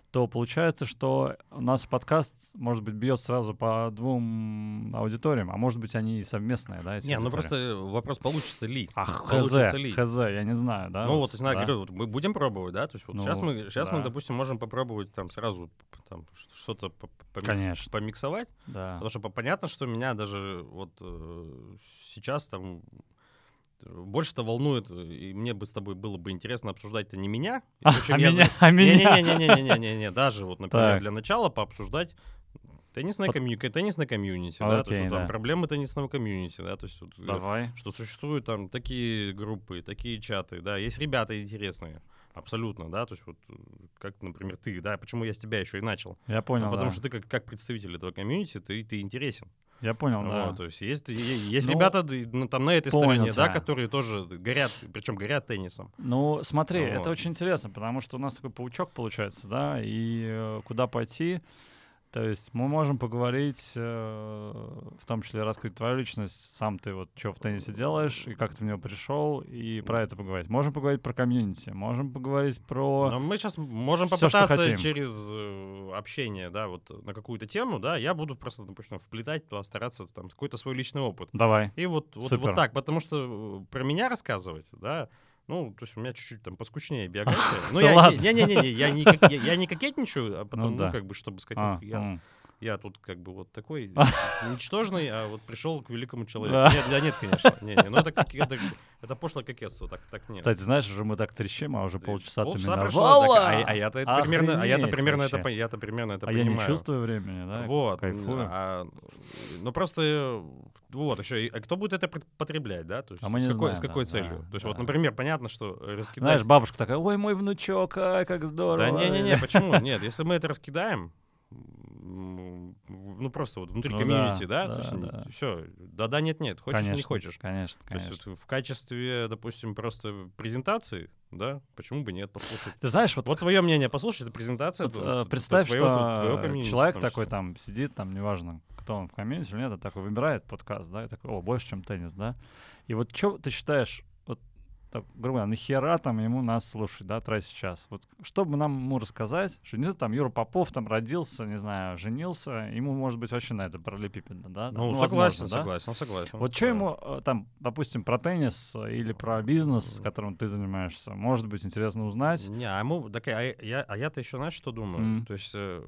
то получается, что у нас подкаст, может быть, бьет сразу по двум аудиториям, а может быть, они и совместные, да? Не, ну просто вопрос, получится ли. Ах, получится хз, ли. хз, я не знаю, да? Ну вот, вот, я да? говорю, вот мы будем пробовать, да? То есть вот Ну, сейчас, мы, сейчас да. мы, допустим, можем попробовать там сразу там, что-то помикс, Конечно. помиксовать. Да. Потому что понятно, что меня даже вот э, сейчас там больше-то волнует, и мне бы с тобой было бы интересно обсуждать-то не меня. А, то, чем а я меня? за- А меня? Не-не-не-не-не-не-не, даже вот, например, Так. для начала пообсуждать теннисное, Вот. комью... теннисное комьюнити, да, то есть Окей, вот, там, да. проблемы теннисного комьюнити, да, то есть вот, э, Давай. что существуют там такие группы, такие чаты, да, есть ребята интересные, абсолютно, да, то есть вот как, например, ты, да, почему я с тебя еще и начал, Я понял, а потому да. что ты как, как представитель этого комьюнити, ты, ты интересен. Я понял, да. Вот, то есть есть, есть Ну, ребята ну, там на этой понял стороне, да, тебя. которые тоже горят, причем горят теннисом. Ну, смотри, Вот. это очень интересно, потому что у нас такой паучок получается, да, и э, куда пойти. То есть мы можем поговорить, э, в том числе раскрыть твою личность, сам ты вот что в теннисе делаешь, и как ты в него пришел, и про это поговорить. Можем поговорить про комьюнити, можем поговорить про... Но мы сейчас можем Всё, что попытаться хотим. через э, общение, да, вот на какую-то тему, да, я буду просто, допустим, вплетать, постараться там какой-то свой личный опыт. Давай. И вот, вот, Супер. вот так, потому что э, про меня рассказывать, да, ну, то есть у меня чуть-чуть там поскучнее биография. Ну, Да я ладно. не-не-не, я не кок- я- я не кокетничаю, а потом, да. ну, как бы, чтобы сказать, А, ух, я м. я тут как бы вот такой ничтожный, а вот пришел к великому Да. человеку. Нет, да нет, конечно. Не, не, ну это, как, это, это пошлое кокетство, так, так нет. Кстати, знаешь, уже мы так трещим, а уже полчаса ты Полчаса меня прошло, навала. так, а, а я-то это примерно, а я-то Охренеть примерно это, вообще. по- я-то примерно это А я понимаю. не чувствую времени, да? Вот, Кайфую. а, ну просто, э, вот еще, и- а кто будет это пот- потреблять, да? То есть А мы не с какой, знаем, с какой да, целью? да, То есть да. вот, например, понятно, что раскидать. Знаешь, бабушка такая, ой, мой внучок, ай, как здорово. Да не-не-не, почему? Нет, если мы это раскидаем, м, в- ну просто вот внутри Ну комьюнити, да, да, то да, есть да. все, да-да, нет-нет, хочешь, Конечно, не хочешь. Конечно, То есть конечно. вот в качестве, допустим, просто презентации, да, почему бы нет, послушать. Ты знаешь, вот, Вот твое мнение послушать, это презентация. вот, т- э, т- представь, твоего- что твоего э, комьюнити, человек в том такой числе. там сидит, там, неважно, кто он в комьюнити или нет, а такой выбирает подкаст, да, и такой, о, больше, чем теннис, да. И вот что ты считаешь, вот, так, грубо говоря, нахера там ему нас слушать, да, тратить час? Вот что бы нам ему рассказать, что не там Юра Попов там родился, не знаю, женился, ему, может быть, вообще на это параллелепипедно, да? Ну, возможно, согласен, да? согласен, согласен. Вот что Да. ему, э, там, допустим, про теннис э, или про бизнес, которым ты занимаешься, может быть, интересно узнать? Не, а ему, так, а я, а я-то еще, знаешь, что думаю? М. То есть, э,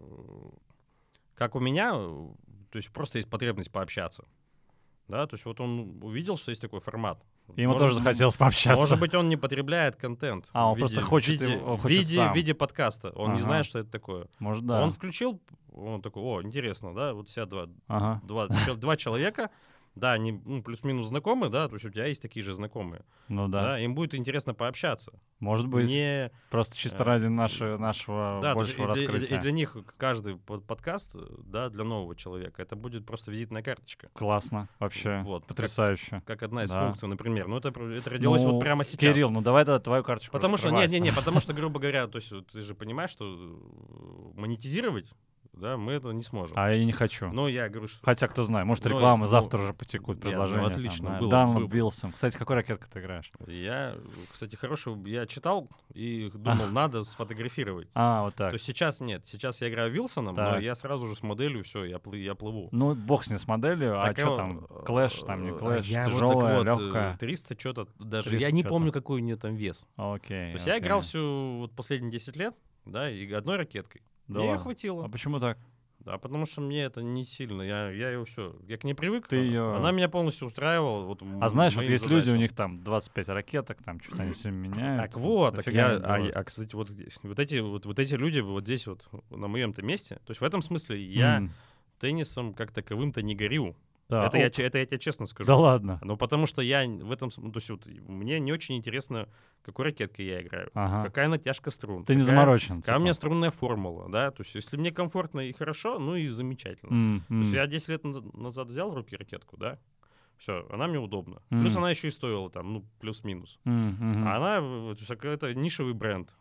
как у меня, э, то есть просто есть потребность пообщаться. Да, то есть вот он увидел, что есть такой формат. И ему Может, тоже захотелось пообщаться. Может быть, он не потребляет контент. А, он в виде- просто хочет в виде, его- он в хочет виде, сам. в виде подкаста. Он не Ага. знает, что это такое. Может, да. Он включил, он такой, о, интересно, да, вот себя два, Ага. два, чел- два человека, да, они ну, плюс-минус знакомы, да, то есть у тебя есть такие же знакомые, Ну да. да, им будет интересно пообщаться. Может быть. Не, Просто чисто э, ради наши, нашего да, то есть большего и, для- и- раскрытия. и для них каждый под- подкаст, да, для нового человека, это будет просто визитная карточка. Классно. Вообще. Вот, как- Потрясающе. Как одна из Да. функций, например. Ну, это, это родилось Ну, вот прямо сейчас. Кирилл, ну давай тогда твою карточку Потому что, раскрывай. не, не, не, потому что, грубо говоря, то есть вот ты же понимаешь, что э, монетизировать, да, мы это не сможем. А я не хочу. Но я говорю, что... Хотя, кто знает, может, Ну, рекламы ну, завтра уже потекут, нет, ну, предложения. отлично, там, да. было- Данлоп, было. Вилсон. Кстати, какой ракеткой ты играешь? Я, кстати, хороший, я читал и думал, надо сфотографировать. А, вот То так. есть сейчас нет, сейчас я играю Вилсоном, но Так. я сразу же с моделью, все, я, плы- я плыву. Ну, бог с ней с моделью, а Так, что э, там? Клэш, там не э, клэш, я вот тяжелая, так вот, э, легкая. триста что-то даже, триста я не чё-то. помню, какой у нее там вес. Окей. То есть я окей. играл всю вот последние десять лет, да, и одной ракеткой. Да Мне ее ладно? хватило. А почему так? Да, потому что мне это не сильно. Я, я ее все. Я к ней привык. Ты а- её- Она меня полностью устраивала. Вот А знаешь, вот моим есть люди, у задачам. них там двадцать пять ракеток, там что-то они все меняют. Так вот, так дофига я, они а, делают. а, кстати, вот, вот, эти, вот, вот эти люди вот здесь вот на моем-то месте, то есть в этом смысле я М, теннисом как таковым-то не горю. да. это, О, я, че- это я тебе честно скажу. Да ладно. Ну, потому что я в этом... см- ну, то есть вот мне не очень интересно, какой ракеткой я играю, Ага. какая натяжка струн. Ты не какая- заморочен. Какая у типа. меня струнная формула, да, то есть если мне комфортно и хорошо, ну и замечательно. М, То есть м. я десять лет наз- назад взял в руки ракетку, да, все, она мне удобна. Мгм. Плюс она еще и стоила там, ну, плюс-минус. М, мгм. А она, э, то есть это нишевый бренд.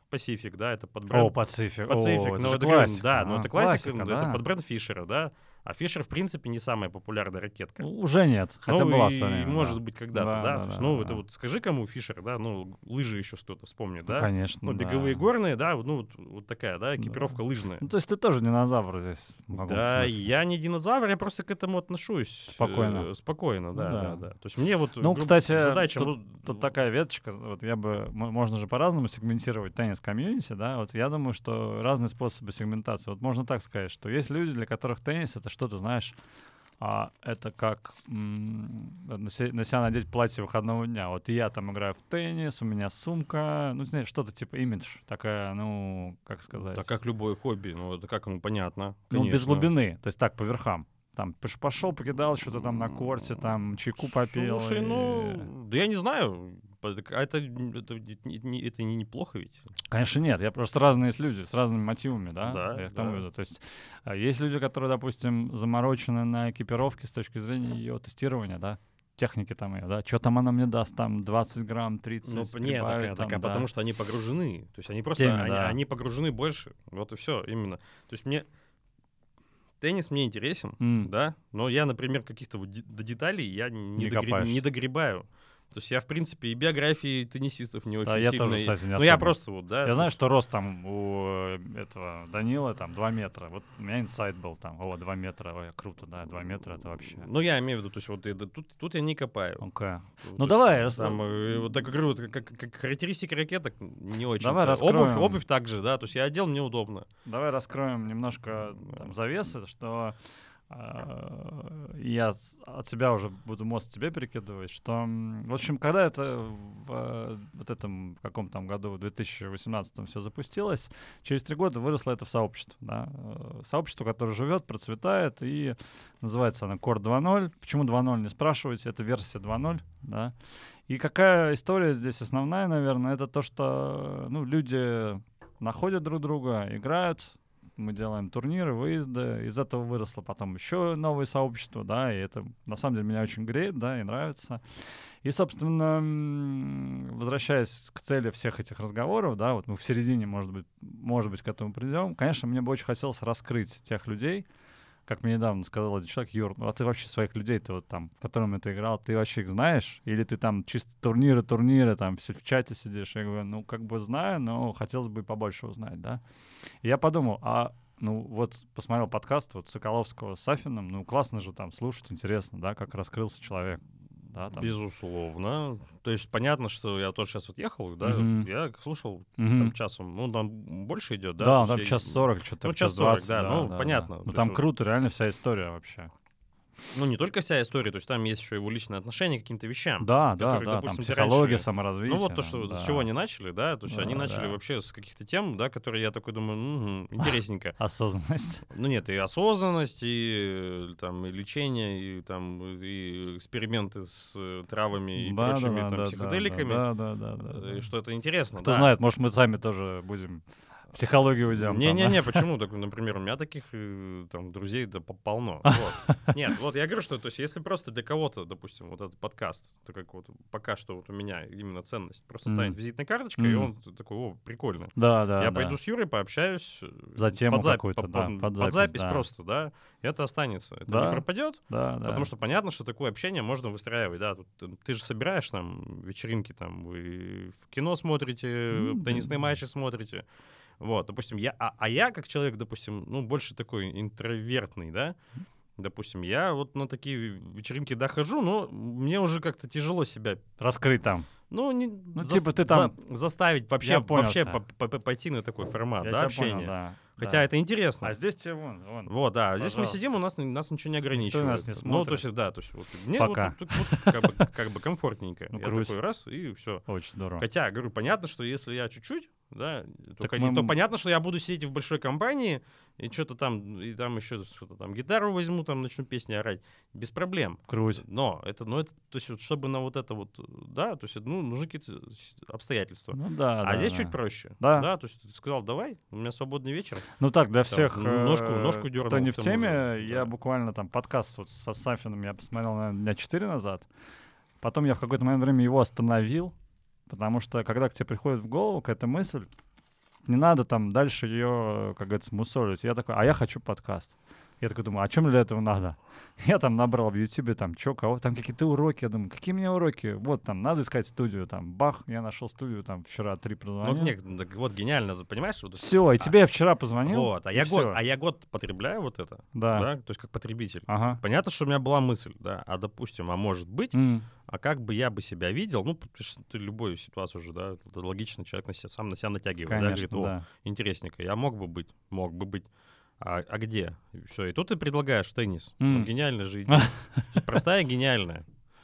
Pacific, да, это под бренд... О, Pacific. Pacific, О, ну, это это, классика. да, ну а, это классика, классика, это да. под бренд Фишера, да. А Фишер, в принципе, не самая популярная ракетка. Ну, уже нет, хотя ну, была и в свое время, может да. быть когда-то, Да, да. да, То есть, да, ну, да. это вот скажи кому Фишер, да, ну, лыжи еще кто-то вспомнит, Ну, да. конечно, Ну, да. беговые горные, да, ну, вот, вот такая, да, экипировка Да. лыжная. Ну, то есть ты тоже динозавр здесь в каком-то Да, смысле. я не динозавр, я просто к этому отношусь. Спокойно. э, спокойно, Ну да, да. да, да. То есть мне вот Ну, грубо, кстати, задача... тут, ну, тут такая веточка, вот я бы, м- можно же по-разному сегментировать теннис-комьюнити, да, вот я думаю, что разные способы сегментации. Вот можно так сказать, что есть люди, для которых теннис — это что-то, знаешь, а это как м, на, се- на себя надеть платье выходного дня. Вот я там играю в теннис, у меня сумка, ну, знаешь, что-то типа имидж, такая, ну, как сказать... Да как любое хобби, ну, это как, ну, понятно. Ну, без конечно. глубины, то есть так, по верхам. Там пош- пошел, покидал что-то там на корте, там чайку попил. Слушай, и- ну, да я не знаю. По- А это, это, не- не- это не неплохо ведь. Конечно, нет. Я просто разные есть люди с разными мотивами, да? Да, Я к тому да. веду. То есть а, есть люди, которые, допустим, заморочены на экипировке с точки зрения ее тестирования, да? Техники там ее, да? Что там она мне даст? Там двадцать грамм, тридцать, Ну, нет, прибавить так, там, так, а да. потому что они погружены. То есть они просто, Теме, они, да. они погружены больше. Вот и все, именно. То есть мне теннис мне интересен, М. да, но я, например, каких-то вот де- до деталей я не, Не догреб- копаешься. не догребаю. То есть я, в принципе, и биографии теннисистов не очень Да, я сильно... тоже, кстати, не Ну, я особо. просто вот, да. Я то знаю, есть- что рост там у э, этого Данила там два метра. Вот у меня инсайт был там, о, два метра, ой, круто, да, два метра это вообще. Ну, я имею в виду, то есть вот это- тут, тут я не копаю. Окей. То Ну, есть давай, рас- Там, э, вот так говорю, вот как, как характеристики ракеток не очень. Давай обувь, раскроем. обувь также, да, то есть я одел неудобно. Давай раскроем немножко там, завесы, что э, я с- от себя уже буду мост тебе перекидывать, что, м, в общем, когда это в э, вот этом в каком там году, в две тысячи восемнадцатом все запустилось, через три года выросло это в сообщество, да, э, сообщество, которое живет, процветает, и называется оно Core два ноль. Почему два ноль, не спрашивайте, это версия два ноль, да. И какая история здесь основная, наверное, это то, что, ну, люди находят друг друга, играют, мы делаем турниры, выезды, из этого выросло потом еще новое сообщество, да, и это на самом деле меня очень греет, да, и нравится. И, собственно, м, возвращаясь к цели всех этих разговоров, да, вот мы в середине, может быть, может быть, к этому придем, конечно, мне бы очень хотелось раскрыть тех людей, как мне недавно сказал один человек: Юр, ну а ты вообще своих людей-то вот там, в которыми ты играл, ты вообще их знаешь? Или ты там чисто турниры, турниры, там все в чате сидишь? Я говорю, ну как бы знаю, но хотелось бы побольше узнать, да? И я подумал, а ну вот посмотрел подкаст вот Соколовского с Сафиным, ну классно же там слушать, интересно, да, как раскрылся человек. Да, там. Безусловно. То есть понятно, что я тоже сейчас вот ехал, да, Мгм. я слушал Мгм. там часом, ну там больше идет, да? Да, то он там есть я- час сорок, что-то Ну, час час сорок, двадцать, да, ну, понятно. Ну То там есть вот- круто, реально вся история вообще. Ну, не только вся история, то есть там есть еще его личное отношение к каким-то вещам. Да, да, которые, да, там допустим, ты психология, раньше- саморазвитие. Ну вот то, что, да. с чего они начали, да, то есть Да, они начали да. вообще с каких-то тем, да, которые я такой думаю, «Мгм, интересненько». Осознанность. Ну нет, и осознанность, и э, там и лечение, и там и эксперименты с э, травами и Да, да, прочими да, там да, психоделиками. Да, да, да, да, э, да. И что это интересно, Кто да. знает, может, мы сами тоже будем психологию уйдем. там, да? Не-не-не, почему? Так, например, у меня таких э, там друзей да, по- полно. Вот. Нет, вот я говорю, что то есть, если просто для кого-то, допустим, вот этот подкаст, то как вот пока что вот у меня именно ценность, просто Мгм. станет визитной карточкой, и Мгм. он такой, о, прикольно. Да, да, Я да. пойду с Юрой, пообщаюсь. э, За тему под запись- какую-то, по- да, по- под под запись, запись да. просто, да. И это останется. Это Да. не пропадет. Да, да. Потому что понятно, что такое общение можно выстраивать, да. Тут, ты, ты же собираешь там вечеринки, там вы в кино смотрите, М, теннисные да. матчи смотрите. Вот, допустим, я, а, а я как человек, допустим, ну, больше такой интровертный, да, допустим, я вот на такие вечеринки дохожу, но мне уже как-то тяжело себя, Раскрыть там. ну, не, Ну, зас- типа ты там- за- заставить вообще, Я понял вообще тебя. по- по- пойти на такой формат, Я да, тебя общения. понял, да. Хотя да. это интересно. А здесь тебе вон, вон. Вот, да. Здесь мы Пожалуйста. сидим, у нас, нас ничего не ограничивает. нас не Ну, то смотрит. есть, да, то есть, вот, мне Пока. вот тут, тут как, бы, как бы комфортненько. Ну, Я круть. такой раз, и все. Очень здорово. Хотя, говорю, понятно, что если я чуть-чуть, да, то, Так кон- мы- то понятно, что я буду сидеть в большой компании, и что-то там, и там еще что-то там, гитару возьму, там начну песни орать. Без проблем. Круть. Но это, ну, это, то есть, вот, чтобы на вот это вот, да, то есть, ну, нужны какие-то обстоятельства. Ну да, а да, здесь да. чуть проще. Да. то есть ты сказал, давай, у меня свободный вечер. Ну так, для Там, всех, ножку- э, ножку дёрнул кто не в к тому теме, же, я да. буквально там подкаст вот со Сафиным я посмотрел, наверное, дня четыре назад. Потом я в какой-то момент времени его остановил, потому что когда к тебе приходит в голову какая-то мысль, не надо там дальше ее, как говорится, мусолить. Я такой, а я хочу подкаст. Я такой думаю, а чем для этого надо? Я там набрал в Ютубе, там, чё, кого, там какие-то уроки. Я думаю, какие мне уроки? Вот, там, надо искать студию, там, бах, я нашел студию, там, вчера три прозвонил. Ну, нет, так вот гениально, ты понимаешь? Вот, Все, и а, тебе я вчера позвонил. Вот, а и я, год, всё. а я год потребляю вот это, Да. да, то есть как потребитель. Ага. Понятно, что у меня была мысль, да, а допустим, а может быть, М. а как бы я бы себя видел, ну, потому что ты любую ситуацию уже, да, это логично, человек на себя, сам на себя натягивает, да, Конечно, говорит, о, да. интересненько, я мог бы быть, мог бы быть. А, а где? Все, и тут ты предлагаешь теннис. М. Ну, гениальная же идея. То есть простая, гениальная.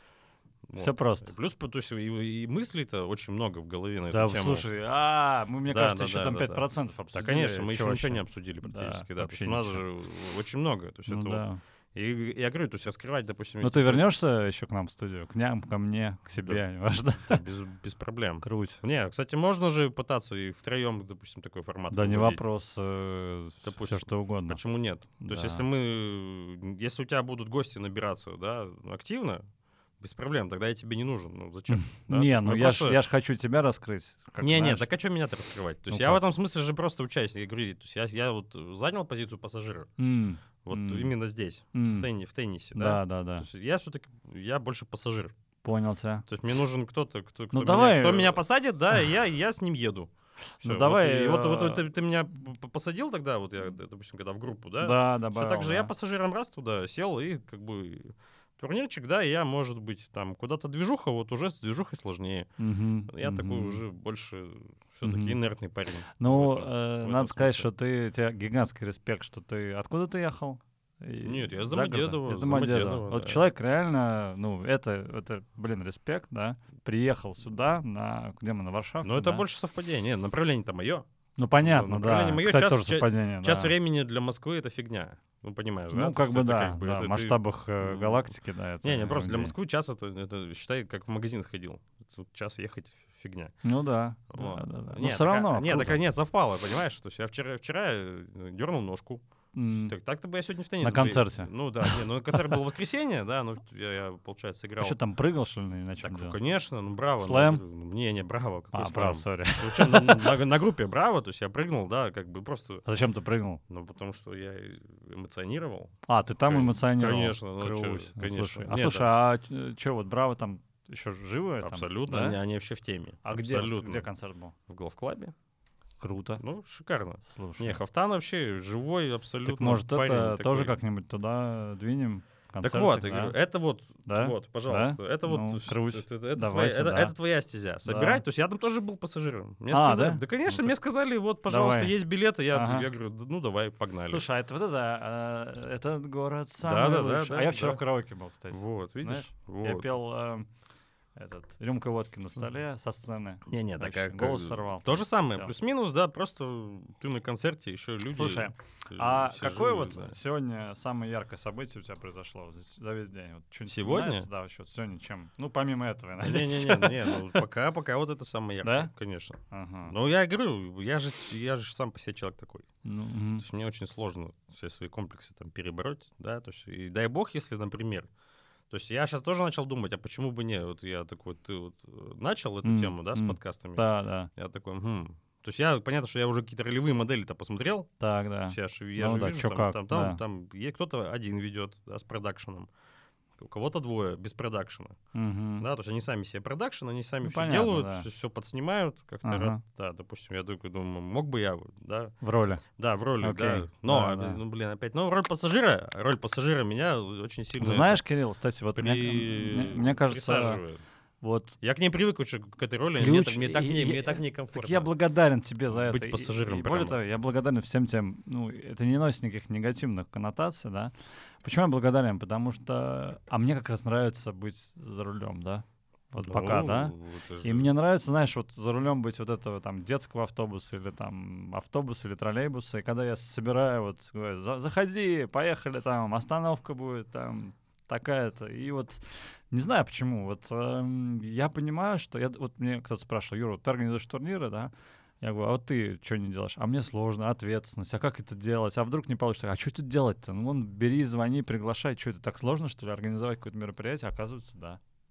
Всё просто. Плюс, то есть, и, и мыслей-то очень много в голове на Да, эту тему. слушай, а, мы, мне Да, кажется, да, еще да, там да, пять да. процентов Да, обсудили. конечно, мы еще Чё ничего не вообще? обсудили Да, практически, да. То есть вообще у нас ничего. же очень много. То есть Ну это вот- да. И я говорю, то есть раскрывать, допустим... Ну если ты вернешься еще к нам в студию? К ням, ко мне, к Да. себе, неважно. Да, без, без проблем. Круть. Не, кстати, можно же пытаться и втроем, допустим, такой формат Да не выводить. вопрос, все Допустим. что угодно. Почему нет? То есть Да. если мы... Если у тебя будут гости набираться, да, активно, без проблем, тогда я тебе не нужен. Ну, зачем? Да? Не, То есть ну мы я ж просто- я ж хочу тебя раскрыть. как Не, не, знаешь. так а что меня-то раскрывать? То есть Ну я в как? этом смысле же просто участник. Я говорю, то есть я, я вот занял позицию пассажира. М, Вот м, именно здесь, м. в, тенни- в теннисе, да? Да, да, да. То есть я все-таки, я больше пассажир. Понял тебя. То есть мне нужен кто-то, кто, кто, Ну меня, давай, кто э, меня посадит, да, и я, и я с ним еду. Ну Всё, давай, Вот, и вот, вот, э, вот ты, ты меня п- посадил тогда, вот я, допустим, когда в группу, да? Да, Все добавил. так же я да. пассажиром раз туда сел, и как бы турнирчик, да, и я, может быть, там куда-то движуха, вот уже с движухой сложнее. Мгм, Я такой мгм. уже больше все-таки Мгм. инертный парень. Ну, в этом- э, в этом надо сказать, смысле. что ты, тебе гигантский респект, что ты... Откуда ты ехал? И Нет, я из за городом? Домодедово, Из из Домодедово. Домодедово, Вот да. человек реально, ну, это, это, блин, респект, да, приехал сюда, на, где мы, на Варшавку, Но это да? больше совпадение. Направление-то мое. Ну, понятно, направление да. моё, Кстати, час- тоже ча- совпадение, Час да. времени для Москвы — это фигня. Ну, понимаешь, да? Ну, То как есть бы это да, как бы да, это в ты- масштабах э, м, галактики, да, это... Не, не, просто для ерунде. Москвы час это, это, считай, как в магазин ходил. Тут час ехать — фигня. Ну да, Вот. да, да, да. Но Нет, все так, а- равно Нет, круто. так нет, совпало, понимаешь? То есть я вчера, вчера дернул ножку. М. Так, так-то бы я сегодня в теннис На бы- концерте? Ну да, не, ну концерт был в воскресенье, да, ну я, я, получается, А играл. что, там прыгал, что ли, или на чем Так, делал? конечно, ну браво. ну, Слэм? ну, Не, не, браво. Какой А, слэм? прав, сори. Ну, чё, на, на- на группе браво, то есть я прыгнул, да, как бы просто, А зачем ты прыгнул? ну, потому что я эмоционировал. А, ты там Кон- эмоционировал? конечно, ну, чё, Круть. Ну, конечно. слушай, а Нет, слушай, а что, вот Браво там еще живое? там, Абсолютно, да? они, они вообще в теме. А где, Абсолютно. где концерт был? В главклабе. Круто. Ну, шикарно. Слушай. Не, Хафтан вообще живой абсолютно. так может парень это тоже такой. как-нибудь туда двинем? Так Концертик, вот, я да? говорю, это вот, Да? вот, пожалуйста, Да? это вот, Ну, то есть круть. это, это Давайте, твоя, это, да. это твоя стезя. Собирать, то есть я там тоже был пассажиром. Мне А, сказали, да? да, конечно, Ну, мне так сказали, вот, пожалуйста, давай. есть билеты, я, Ага. я говорю, «Да ну давай, погнали. Слушай, а это вот это, а, этот город самый Да-да-да, лучший. да, а я вчера да. в караоке был, кстати. Вот, видишь? Знаешь, Вот. Я пел э, этот, рюмка водки на столе со сцены. Не-не, так Вообще, как... голос сорвал. То же самое, Всё. плюс-минус, да, просто ты на концерте, еще люди... Слушай, э, А все какое живые, вот да. сегодня самое яркое событие у тебя произошло вот за весь день? Вот что-нибудь Сегодня? вспоминается? Да, вообще, вот сегодня чем? Ну, помимо этого, я надеюсь. Не-не-не, не, ну пока, пока вот это самое яркое, Да? конечно. Ага. Ну, я говорю, я же, я же сам по себе человек такой. Ну, То мгм. есть мне очень сложно все свои комплексы там перебороть, да, то есть, и дай бог, если, например, то есть я сейчас тоже начал думать, а почему бы не, вот я такой, ты вот э, начал эту М, тему, да, с м. подкастами, Да, да. я такой, хм. То есть я, понятно, что я уже какие-то ролевые модели-то посмотрел, Так, да. то есть я, ж- я Ну же да, вижу, чё там, как, там, там, да. там е- кто-то один ведет, да, с продакшеном, у кого-то двое без продакшена, Мгм. да, то есть они сами себе продакшн, они сами Ну, все понятно, делают, да. все, подснимают, как-то, Ага. ра- да, допустим, я такой думаю, мог бы я, да, В роли. да, в роли, Окей. да. Но, Да, а, да. ну, блин, опять, ну, роль пассажира, роль пассажира меня очень сильно... Ты это знаешь, Кирилл, кстати, вот мне, при- мне- мне кажется, присаживает. вот Я к ней привык уже, к этой роли, мне, ключ, так- мне так, и- не, и- мне так некомфортно. так я благодарен тебе за Быть это. И- пассажиром И, более прямо. того, я благодарен всем тем, ну, это не носит никаких негативных коннотаций, да. Почему я благодарен? Потому что, а мне как раз нравится быть за рулем, да. Вот Ну, пока, да. это И же- мне нравится, знаешь, вот за рулем быть вот этого там детского автобуса или там автобуса или троллейбуса. И когда я собираю, вот, говорю, «За- заходи, поехали там, остановка будет там такая-то. И вот не знаю почему. Вот эм, я понимаю, что я вот мне кто-то спрашивал, Юра, вот ты организуешь турниры, да? Я говорю, а вот ты что не делаешь? А мне сложно, ответственность, а как это делать? А вдруг не получится? А что тут делать-то? Ну, вон, бери, звони, приглашай. Что, это так сложно, что ли, организовать какое-то мероприятие? Оказывается, да.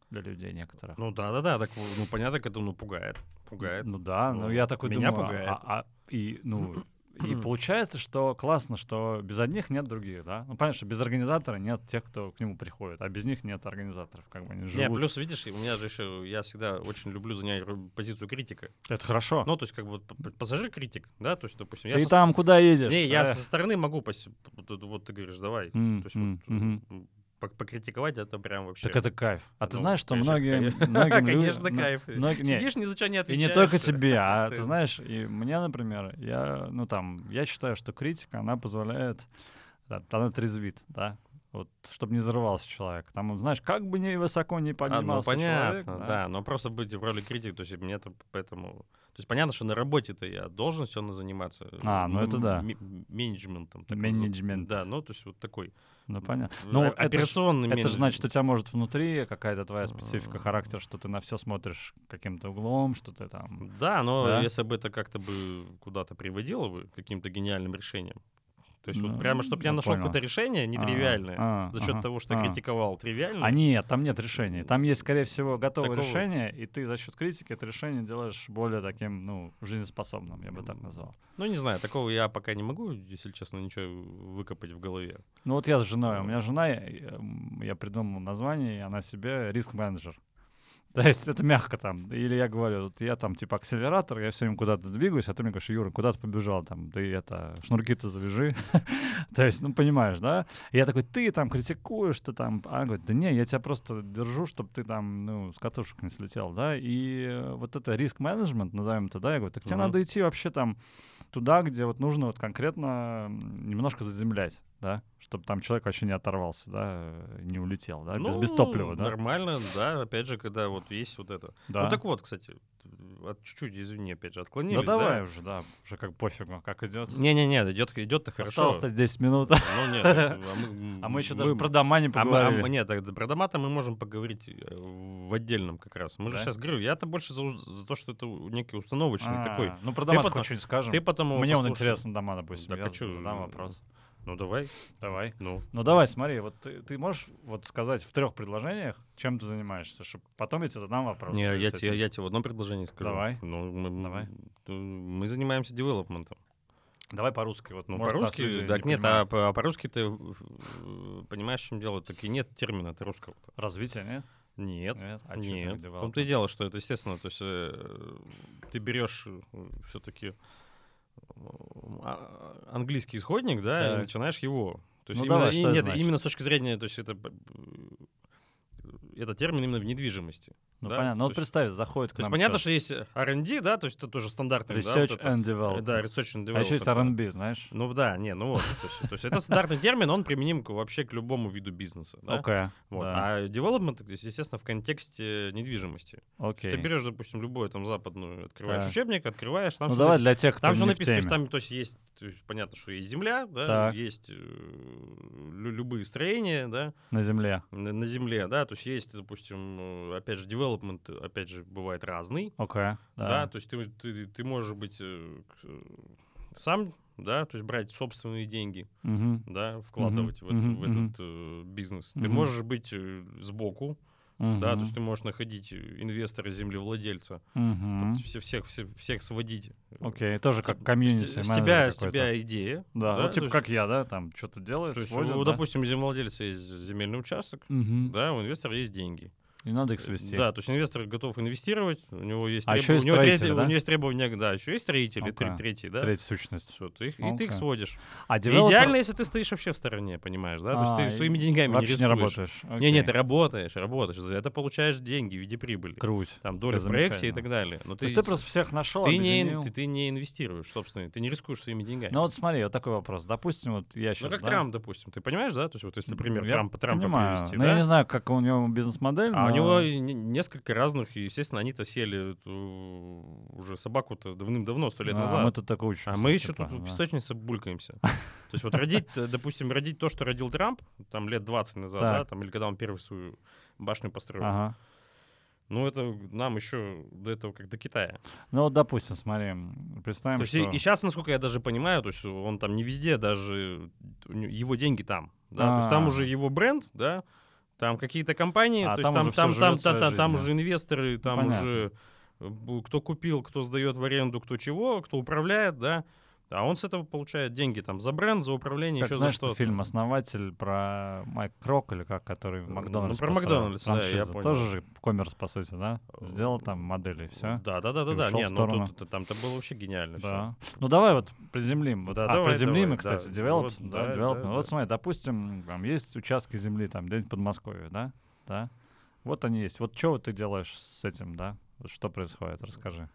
для людей некоторых. Ну да-да-да, так, ну понятно, это ну, пугает. Пугает. Ну да, но Ну, я такой меня думаю, пугает. а- а- и, ну, и получается, что классно, что без одних нет других, да? Ну, понятно, что без организатора нет тех, кто к нему приходит, а без них нет организаторов, как бы они живут. Не, плюс, видишь, у меня же еще, я всегда очень люблю занять ру- позицию критика. Это хорошо. Ну, то есть, как бы вот п- п- пассажир-критик, да, то есть, допустим, я Ты со- там куда едешь? Не, я Э. со стороны могу, пос- вот, вот ты говоришь, давай. М, То есть, м, вот, мгм. м, пок- покритиковать это прям вообще. Так это кайф. А ты Ну, знаешь, что конечно, многие, конечно. многим людям- Конечно, ну, кайф. многие- не, Сидишь, ни за что не и отвечаешь. не только тебе, а Ты- ты знаешь, и мне, например, я, ну там, я считаю, что критика, она позволяет, да, она трезвит, да, вот, чтобы не взорвался человек. Там, знаешь, как бы ни высоко не А, ну поднимался понятно, человек, да. но просто быть в роли критика, то есть мне это поэтому... То есть понятно, что на работе-то я должен все заниматься. А, ну м- это да. м- Менеджментом. так Менеджмент. назов- Да, ну то есть вот такой. Ну, понятно. э, Ну, о- это ж- операционный Это же менеджмент. значит, у тебя может внутри какая-то твоя специфика характера, что ты на все смотришь каким-то углом, что ты там... Да, но Да? если бы это как-то бы куда-то приводило бы к каким-то гениальным решениям. То есть Ну, вот прямо, чтобы я я нашел понял. какое-то решение нетривиальное, А, за счет ага, того, что а. критиковал тривиально. А нет, там нет решения. Там есть, скорее всего, готовое Такого- решение, и ты за счет критики это решение делаешь более таким, ну, жизнеспособным, я бы так назвал. Ну, не знаю, такого я пока не могу, если честно, ничего выкопать в голове. Ну вот я с женой, у меня жена, я, я придумал название, и она себе риск-менеджер. То есть это мягко там. Или я говорю, вот я там типа акселератор, я все время куда-то двигаюсь, а ты мне говоришь, Юра, куда ты побежал там? Ты это, шнурки-то завяжи. То есть, ну понимаешь, да? И я такой, ты там критикуешь, ты там... А она говорит, да не, я тебя просто держу, чтобы ты там, ну, с катушек не слетел, да? И э, вот это риск-менеджмент, назовем это, да? Я говорю, так тебе Мгм. надо идти вообще там туда, где вот нужно вот конкретно м, немножко заземлять, да? Чтобы там человек вообще не оторвался, да, э, не улетел, да? Без, без топлива, да? Ну, Нормально, да, опять же, когда вот есть вот это. Да. Ну так вот, кстати, от, чуть-чуть, извини, опять же, Да отклонились. давай уже, да, уже как пофигу, как идет. Не-не-не, идет, идет-то хорошо. Осталось-то десять минут. Ну нет, а мы, А мы еще мы- даже про дома не а мы- а поговорили. мы- нет, так, про дома-то мы можем поговорить э, в отдельном как раз. Мы же Да? сейчас говорю, я-то больше за, у- за то, что это некий установочный А, такой. Ну, про дома потом- хоть что-нибудь скажем. Ты потом его Мне он послушай. интересен дома, допустим. Так Я а чё, задам э, вопрос. Ну давай, Давай. ну. Ну давай, смотри, вот ты, ты можешь вот сказать в трех предложениях, чем ты занимаешься, чтобы потом я тебе задам вопрос. Не, в связи я с тебе, этим. я тебе в одном предложении скажу. Давай. Ну, мы, Давай. э, Мы занимаемся девелопментом. Давай по-русски. Вот, Ну, может, нас по-русски, люди так не нет, а, понимают. по- а по-русски ты э, понимаешь, в чем дело? Так и нет термина-то русского-то. Развитие, нет? Нет. Нет? А чё Нет. тогда В том-то и дело, что это естественно. То есть э, ты берешь все-таки английский исходник, да, и Так. начинаешь его. То есть Ну, именно, давай, и- что это нет, значит? именно с точки зрения, то есть это э, это термин именно в недвижимости. Ну да? понятно. Ну То вот есть- представь, заходит к То есть нам понятно, человек. что есть ар энд ди, да, то есть это тоже стандартный. да, Research вот это. and Development. Да, research and А еще есть development. ар энд би, знаешь? Ну да, не, ну вот. То есть, то есть это стандартный термин, он применим к- вообще к любому виду бизнеса. Да? Окей. Вот. да, А development, то есть, естественно, в контексте недвижимости. То есть Окей. ты берешь, допустим, любой там западную, открываешь Так. учебник, открываешь, там Ну всё давай напи- для тех, кто там все не в написано, теме. там, то есть есть, то есть, понятно, что есть земля, да, Так. есть э, лю- любые строения, да, На земле. на, на земле, да, то есть есть, допустим, э, опять же, development, опять же, бывает разный, Окей. да, Да. то есть ты, ты, ты можешь быть э, к- сам, да, то есть брать собственные деньги, Мгм. да, вкладывать в, это- мгм, в мгм. этот э, бизнес. Ты Мгм. можешь быть э, сбоку, да, то Мгм. есть ты можешь находить инвестора, землевладельца, Мгм. все, всех, всех, всех сводить. Окей, тоже С- как комьюнити. с- менеджер себя, какой-то. себя идея. Да, вот то типа есть- как я, да, там что-то делает, То есть, сводит, у, да? допустим, у землевладельца есть земельный участок, Мгм. да, у инвестора есть деньги. И надо их свести. Да, то есть инвестор готов инвестировать, у него есть, А треб- еще есть у него строители, третий- да? у него есть требования, да, еще есть строители, Окей. тре- третий, да. Третья сущность. Всё, ты их- И ты их Окей. сводишь. А И девелопер- идеально, если ты стоишь вообще в стороне, понимаешь, да? То есть А, ты своими деньгами вообще не не рискуешь. работаешь. Не, не, Окей. ты работаешь, работаешь. За это получаешь деньги в виде прибыли. Круть. Там доля в Это проекте и замечательно. так далее. Но То есть ты просто всех нашел, ты не, объединил. ты, ты не инвестируешь, собственно, ты не рискуешь своими деньгами. Ну вот смотри, вот такой вопрос. Допустим, вот я сейчас... Ну, как Трамп, допустим, ты понимаешь, да? То есть вот если, например, Я Трампа, Трампа понимаю. привести, Но да? я не знаю, как у него бизнес-модель, А у но- него и не- несколько разных, и, естественно, они-то съели эту уже собаку-то давным-давно, сто лет А, назад. мы тут только учимся. А мы еще типа, тут в да. песочнице булькаемся. То есть вот родить, э, допустим, родить то, что родил Трамп, там лет двадцать назад, Так. да, там, или когда он первую свою башню построил, Ага. ну это нам еще до этого как до Китая. Ну вот, допустим, смотри, представим, То есть что... и, сейчас, насколько я даже понимаю, то есть он там не везде, даже у него- его деньги там, да, то есть там А. уже его бренд, да, Там какие-то компании, А то там есть там, уже всё там, живет там, своей та- та- там жизнью. уже инвесторы, там понятно. уже э, бу- кто купил, кто сдает в аренду, кто чего, кто управляет, да. А он с этого получает деньги там за бренд, за управление, Как еще знаешь, за что-то. фильм «Основатель» про Майк Крок или как, который Ну, Макдональдс про построил, Макдональдс, да, я франшиза. понял. Тоже же коммерс, по сути, да? Сделал там модели, все. Да, да, да, да, И да. ушёл Не, в ну сторону. тут, тут- там-то было вообще гениально. Да. Ну давай вот приземлим. Вот, Да, а, давай, приземлим, давай, и, кстати, да. девелоп, Вот, да, да, development. да, Вот да. смотри, допустим, там есть участки земли там где-нибудь в Подмосковье, да? Да. Вот они есть. Вот что вот ты делаешь с этим, да? Вот что происходит, расскажи.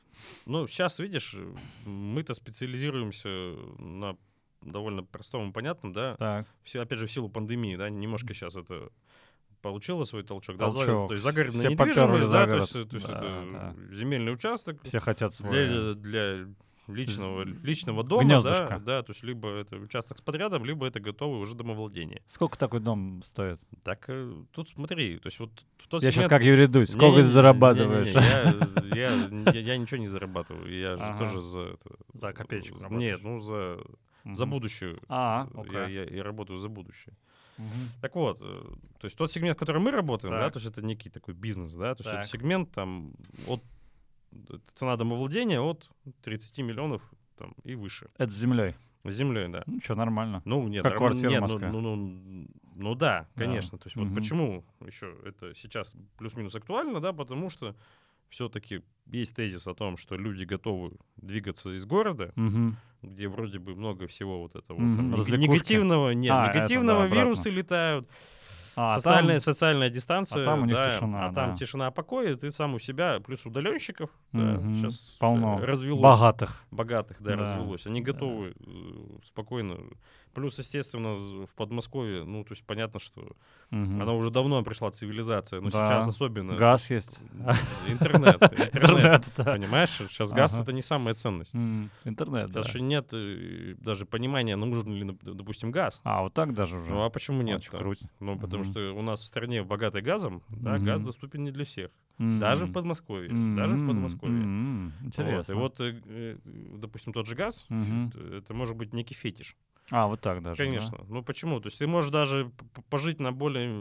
Ну, сейчас, видишь, мы-то специализируемся на довольно простом и понятном, да. Так. Все, опять же, в силу пандемии, да, немножко сейчас это получило свой толчок. Да, за- Толчок. то есть загородная Все попёрли недвижимость, за да, то город. есть, то есть Да, это да. земельный участок Все хотят свой. для, для личного, личного дома, Гнездышко. да, да, то есть либо это участок с подрядом, либо это готовый уже домовладение. Сколько такой дом стоит? Так э, тут смотри, то есть вот в тот Я сейчас сегмент- как Юрий Дудь. Сколько Не-не-не, ты зарабатываешь? не-не-не, Я, я, я, я ничего не зарабатываю. Я же Ага. тоже за это. За копеечку Нет, работаешь. ну за, за Мгм. будущее. А, я, окей. я, я работаю за будущее. Мгм. Так вот, э, то есть тот сегмент, в котором мы работаем, да, Так. то есть это некий такой бизнес, да, то есть Так. это сегмент там от это цена домовладения от тридцати миллионов там, и выше. Это с землей. С землей, да. Ну что, нормально. Ну, нет, Как норм- квартира в нет, ну, Москве. ну, ну, ну да, Да. конечно. То есть вот Мгм. почему еще это сейчас плюс-минус актуально, да, потому что все-таки есть тезис о том, что люди готовы двигаться из города, Мгм. где вроде бы много всего вот этого Мгм, там, нег- развлекушки. негативного, нет, А, это, негативного, да, вирусы летают, А, социальная, там- социальная дистанция, а там у них да, тишина, а там да. тишина, покой, ты сам у себя, плюс удаленщиков, Мгм. сейчас Полно. развелось. Богатых. Богатых, да, Да. развелось. Они Да. готовы э, спокойно. Плюс, естественно, з- в Подмосковье, ну, то есть понятно, что Мгм. она уже давно пришла цивилизация, но Да. сейчас особенно. Газ есть. Интернет. Интернет. Интернет, да. Понимаешь, сейчас газ Ага. это не самая ценность. М, Интернет, да. Сейчас еще нет э, даже понимания, нужен ли, нап- допустим, газ. А, вот так даже уже. Ну а почему нет? Очень круть. Ну, потому Мгм. что у нас в стране богатой газом, да, газ Мгм. доступен не для всех. Даже в М. Подмосковье. Даже в М, Подмосковье. м, Вот. Интересно. И вот, э, э, допустим, тот же газ, Мгм. это- это может быть некий фетиш. А, вот так даже. да? Конечно. Ну почему? То есть ты можешь даже п- п- пожить на более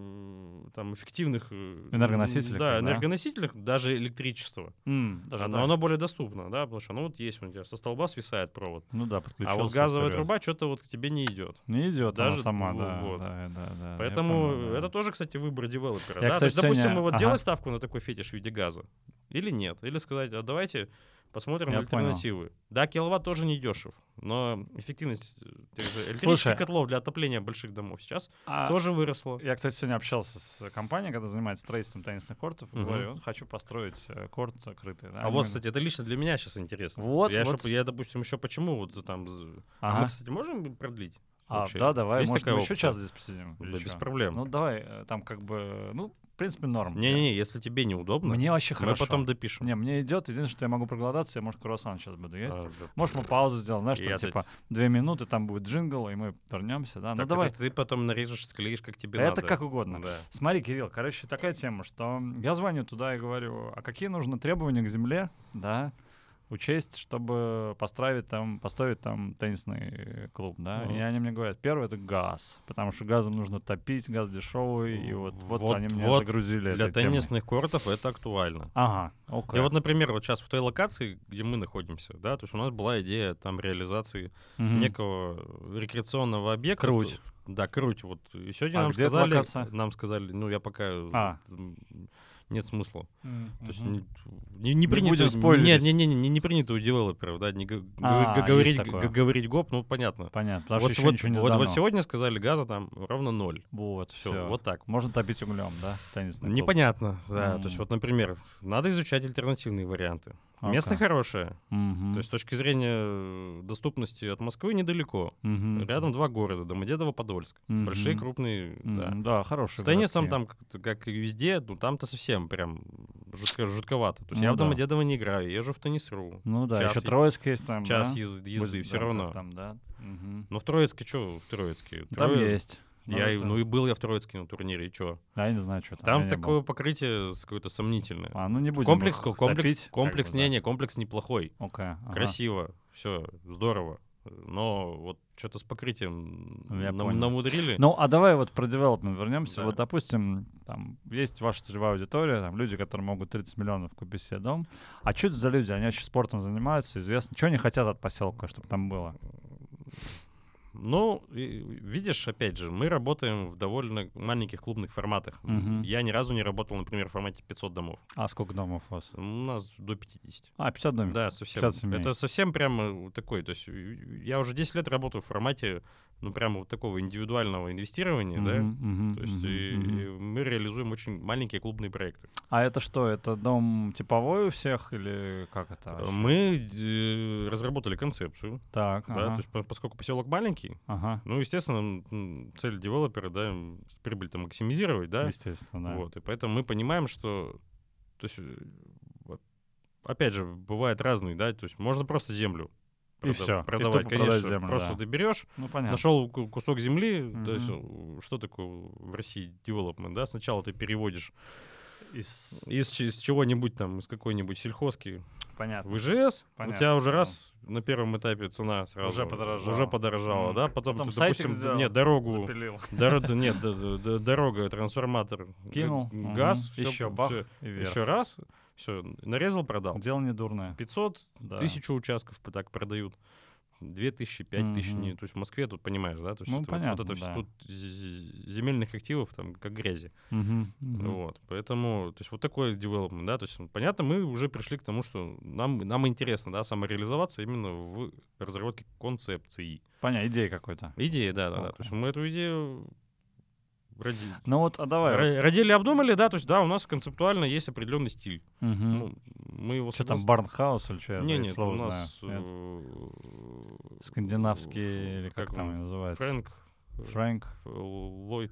э, там эффективных э, Энергоносителях, Да, да? энергоносителях, даже электричество. М, даже Оно, так. оно более доступно, да, потому что оно вот есть, у тебя со столба свисает провод. Ну да, А подключился. вот газовая вперед. труба что-то вот к тебе не идет. Не идет даже- она сама, ну, да, вот. да, да, да. я Поэтому понял, да. это тоже, кстати, выбор девелопера. Я, да? То кстати, есть, допустим, сегодня- мы вот ага. делать ставку на такой фетиш в виде газа или нет? Или сказать, а давайте посмотрим Я альтернативы. Да, киловатт тоже не дешев, но эффективность э, тех же электрических Слушай, котлов для отопления больших домов сейчас А, тоже выросла. Я, кстати, сегодня общался с компанией, которая занимается строительством теннисных кортов. и Мгм. Говорю, вот хочу построить э, корт закрытый. да. А Они вот, говорят, кстати, это лично для меня сейчас интересно. Вот, я, вот. ещё- я, допустим, еще почему вот там... з- А ага. мы, кстати, можем продлить? А, вообще? да, давай, Есть может, такая мы еще опция? час здесь посидим. или Да, без чё? проблем. Ну, давай, э, там как бы, ну, в принципе, норм. Не-не-не, если тебе неудобно, Мне вообще мы хорошо. потом допишем. Не, мне идет. Единственное, что я могу проголодаться, я, может, круассан сейчас буду есть. А, да. Может, мы паузу сделаем, знаешь, там, Я типа, две минуты, там будет джингл, и мы вернемся, да? Ну, Так давай. это ты потом нарежешь, склеишь, как тебе Это надо. как угодно. Да. Смотри, Кирилл, короче, такая тема, что я звоню туда и говорю, а какие нужны требования к земле, да, учесть, чтобы построить там, построить там теннисный клуб, да, Мгм. и они мне говорят, первое — это газ, потому что газом нужно топить, газ дешевый, и вот, вот, Вот- они меня вот загрузили Для этой темой. теннисных кортов это актуально. Ага, окей. И вот, например, вот сейчас в той локации, где мы находимся, да, то есть у нас была идея там реализации Мгм. некого рекреационного объекта. Круть. Да, круть. Вот. И сегодня А нам где эта сказали, локация? нам сказали, ну я пока А. м, нет смысла. М, То есть мгм. не, не, не принято, будем спойлерить. нет, не, не, не, не принято у девелоперов, да, не г- г- А, г- говорить, есть такое. г- говорить гоп, ну понятно. Понятно, потому Вот, что еще вот, ничего не вот, сдано. вот сегодня сказали газа там ровно ноль. Вот, Все, всё. вот так. Можно топить углем, да, теннисный клуб? Непонятно, да. М. То есть вот, например, надо изучать альтернативные варианты. Место Окей. хорошее. Мгм. То есть с точки зрения э, доступности от Москвы недалеко. Мгм. Рядом два города, Домодедово, Подольск. Мгм. Большие, крупные, да. Мгм, Да, хорошие С теннисом городские. там, как, как и везде, ну там-то совсем прям жутко, жутковато. То есть Ну я в да. Домодедово не играю, езжу в Теннис.ру. Ну да, час еще е- Троицк есть там, Час да? ез- езды, Будь- все да, равно. как там, да? Мгм. Ну в Троицке, что в Троицке? Там Трое- есть. Ну, Я, и- это- ну и был я в Троицке на турнире, и что? Да, я не знаю, что там. Там я не был. такое покрытие с какое-то сомнительное. А, ну не будем Комплекс, их комплекс, топить, комплекс, как бы, не, да. не, комплекс неплохой. Окей, ага. Красиво, все, здорово. Но вот что-то с покрытием Я нам- понял. намудрили. Ну, а давай вот про девелопмент вернемся. Да. Вот, допустим, там есть ваша целевая аудитория, там люди, которые могут тридцать миллионов купить себе дом. А что это за люди? Они вообще спортом занимаются, известно. Что они хотят от поселка, чтобы там было? Ну, и- видишь, опять же, мы работаем в довольно маленьких клубных форматах. Мгм. Я ни разу не работал, например, в формате пятьсот домов. А сколько домов у вас? У нас до пятидесяти. А, пятьдесят домов? Да, совсем. пятьдесят семей. Это совсем прямо такой. То есть я уже десять лет работаю в формате, ну, прямо вот такого индивидуального инвестирования, да. Мгм, мгм, То есть мгм, и- мгм. и мы реализуем очень маленькие клубные проекты. А это что, это дом типовой у всех или как это вообще? Мы э, разработали концепцию, Так, да, ага, то есть по- поскольку поселок маленький, ага, ну, естественно, м, цель девелопера, да, м, прибыль-то максимизировать, да, естественно, да. вот, и поэтому мы понимаем, что, то есть, э, вот, опять же, бывают разные, да, то есть можно просто землю И прода- всё, и продавать, тупо продать конечно, землю, просто да. ты берешь, Ну, понятно. нашел ку- кусок земли, то есть, Мгм. э, что такое в России development, да, сначала ты переводишь Из- из, ч- из чего-нибудь там, из какой-нибудь сельхозки Понятно. в ИЖС, у Понятно, тебя уже понял. раз на первом этапе цена сразу Уже подорожала. уже подорожала, Мгм. да, потом, Потом ты, сайтик допустим, сделал, нет, дорогу, Запилил. доро- нет, д- д- д- дорога, трансформатор, г- Кинул. газ, Мгм. Еще бах и вверх. еще раз, все, нарезал, продал. Дело не дурное. пятьсот, Да. тысячу участков п- так продают. Две тысячи, пять тысяч, Мгм. не- то есть в Москве тут понимаешь, да, то есть Ну, это вот- понятно, вот это всё да. тут з- з- земельных активов там как грязи. Мгм, мгм. Вот, поэтому, то есть вот такой девелопмент, да, то есть, ну, понятно, мы уже пришли к тому, что нам, нам интересно, да, самореализоваться именно в разработке концепции. Понятно, идея какой-то. Идеи, да, да, да, то Окей. есть мы эту идею роди- Ну вот, а давай. ро- родили, обдумали, да, то есть, да, у нас концептуально есть определенный стиль. вот. Мгм. Ну, мы его Что там, соглас- Барнхаус или что? я Не, это нет, слово у знаю. нас Нет? э, Скандинавский, или как там он? называется? Фрэнк, э, Фрэнк. Ф- Ллойд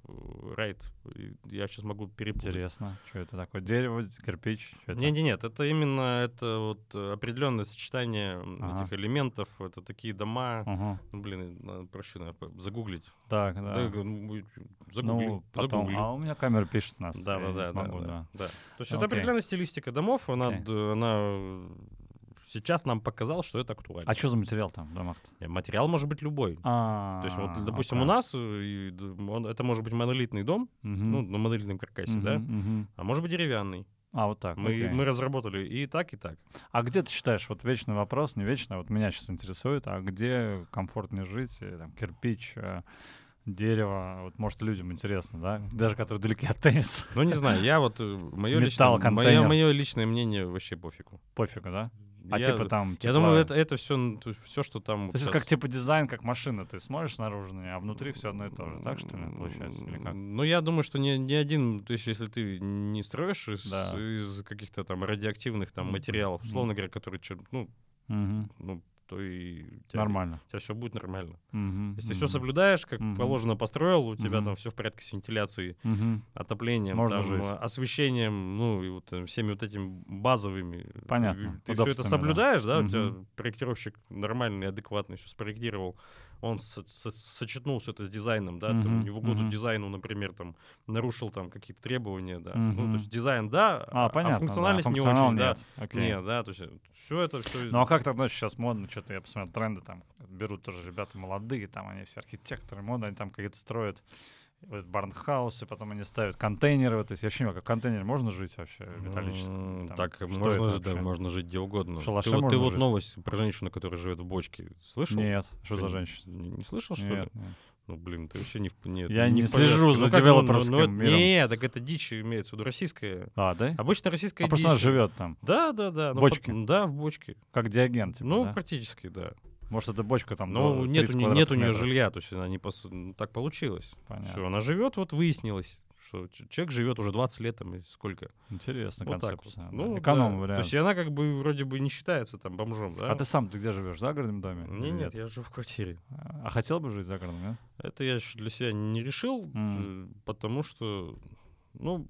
э, Райт. И Я сейчас могу перепутать. Интересно. Что это такое? Дерево, кирпич? Чё это? Нет, нет, нет, это именно это вот э, определенное сочетание м, Ага. этих элементов. Это такие дома. Ага. Ну, блин, надо, проще надо по- загуглить. Так, Да, да. г- м, загугли, Ну, потом, загугли. а у меня камера пишет нас. Да, я да, не да, смогу, да, да. да, да. То есть Окей. это определенная стилистика домов. Она, Окей. д- она э, сейчас нам показала, что это актуально. А что за материал там в домах-то? Э, Материал может быть любой. А, То есть вот, допустим, окей. у нас э, и д- он- это может быть монолитный дом, Мгм. ну, на монолитном каркасе, да, Мгм, мгм. а может быть деревянный. А, вот так, Мы, окей. мы разработали и так, и так. А где ты считаешь, вот вечный вопрос, не вечный, вот меня сейчас интересует, а где комфортнее жить, э, там, кирпич, э, дерево, вот может людям интересно, да, даже которые далеки от тенниса, Ну, не знаю, я вот, мое Металл, личное, мое, контейнер. мое личное мнение вообще пофигу. пофигу, да? А я, типа там, я тепла- думаю, это, это все, все, что там... То есть это как типа дизайн, как машина, ты смотришь снаружи, на неё, а внутри все одно и то же, так что ли, получается, или как? Ну, я думаю, что ни, ни один, то есть если ты не строишь из, Да. из каких-то там радиоактивных там Мгм. материалов, Мгм. условно говоря, которые, чё- ну, Мгм. ну, то и у тебя, Нормально. у тебя все будет нормально. Мгм, Если мгм, все соблюдаешь, как Мгм. положено построил, у тебя Мгм. там все в порядке с вентиляцией, мгм. отоплением, Можно там, жить. э, освещением, ну и вот э, всеми вот этими базовыми. Понятно, Ты все это удобствами, да. соблюдаешь, да, у тебя Мгм. проектировщик нормальный, адекватный, все спроектировал, он со- со- сочетнул все это с дизайном, да, Мгм, там, не в угоду мгм. дизайну, например, там нарушил там какие-то требования, да, ну Мгм. то есть дизайн, да, А, понятно, да, функциональность не функционал очень, да, нет, окей. нет, да, то есть все это все. Ну а как так, значит, сейчас модно, что-то я посмотрел, тренды там, берут тоже ребята молодые, там они все архитекторы, модно, они там какие-то строят вот барнхаусы, потом они ставят контейнеры, вот, то есть я вообще не знаю, как в контейнере можно жить вообще металлическом? Там, Так, что можно, это жить, да, вообще? можно жить где угодно. В шалаше ты вот, ты можно вот жить? новость про женщину, которая живет в бочке, слышал? Нет, что за не- женщина? Не, не слышал, что ли? Нет, нет. Ну, блин, ты вообще не в... Нет, Я не в слежу повестке. за Ну, как, ну, девелоперским ну, это- миром. Не, так это дичь имеется в виду, российская. А, да? Обычно российская А просто дичь. она живет там, Да, да, да. ну, бочке? пот- Да, в бочке. как Диоген, типа, ну, да? практически, да. Может, это бочка там Ну, до нет, у тридцать нее, нет у квадратных нее метров? жилья, то есть она не пос... ну, так получилось. Понятно. Все, она живет, вот выяснилось, что ч- человек живет уже двадцать лет, там, и сколько. Интересная Вот так вот. концепция. да. Ну, Эконом да. вариант. То есть она как бы вроде бы не считается там бомжом, да? А ты сам ты где живешь? В загородном доме? Не, или нет, я живу в квартире. А хотел бы жить в загородном, нет? Это я ещё для себя не решил, Мгм. э, потому что, ну,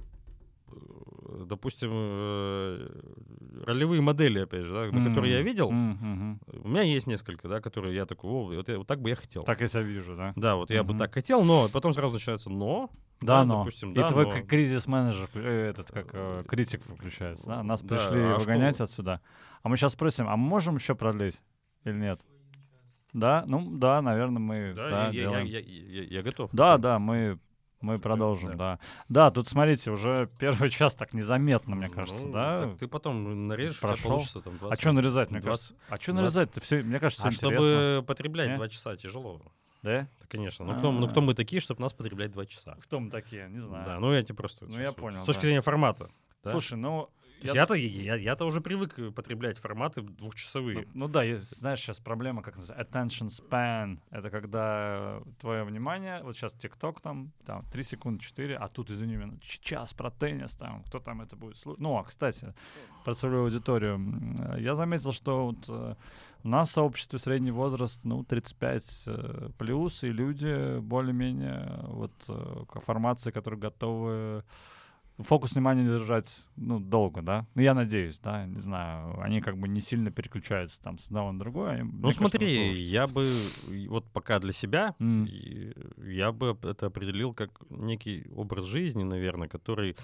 э, допустим, э, ролевые модели, опять же, да, на которые я М, видел, м, мгм. у меня есть несколько, да, которые я такой, о, вот, я- вот так бы я хотел. Так я себя вижу, да? Да, вот я бы Мгм. так хотел, но потом сразу начинается но. Да, но. допустим, И да, твой но. к- кризис-менеджер, э, этот, как э, критик включается, да? Нас Да, пришли а что выгонять вы? отсюда. А мы сейчас спросим, а мы можем еще продлить или нет? Да, ну да, наверное, мы Да, да, я, я, делаем. я, я, я готов. Да, да, мы, мы продолжим, да. Да, тут, смотрите, уже первый час так незаметно, мне кажется, Ну, да? Так ты потом нарежешь, у тебя Прошел. получится там А двадцать. что нарезать, мне двадцать, кажется? А что двадцать. нарезать-то? Все, мне кажется, А всё интересно. чтобы потреблять Не? два часа тяжело. Да? Да, конечно. Ну кто, ну кто А. мы такие, чтобы нас потреблять два часа? Кто мы такие? Не знаю. Да, ну я тебе просто... Ну, сейчас я вот понял, С точки да. зрения формата. Да? Слушай, ну... То есть Я-то, я, я-то уже привык потреблять форматы двухчасовые. Ну, ну да, есть, знаешь, сейчас проблема, как называется, attention span. Это когда твое внимание, вот сейчас TikTok там, там три секунды, четыре, а тут, извини меня, ч- час про теннис, там, кто там это будет слушать. Ну, а, кстати, про целевую аудиторию. М, Я заметил, что вот э, у нас в сообществе средний возраст, ну, тридцать пять э, плюс, и люди более-менее вот э, к формации, которые готовы фокус внимания держать, ну, долго, да? Ну, я надеюсь, да, не знаю, они как бы не сильно переключаются там с одного на другое. Они, Ну мне кажется, смотри, слушают. я бы и вот пока для себя, М. и я бы это определил как некий образ жизни, наверное, который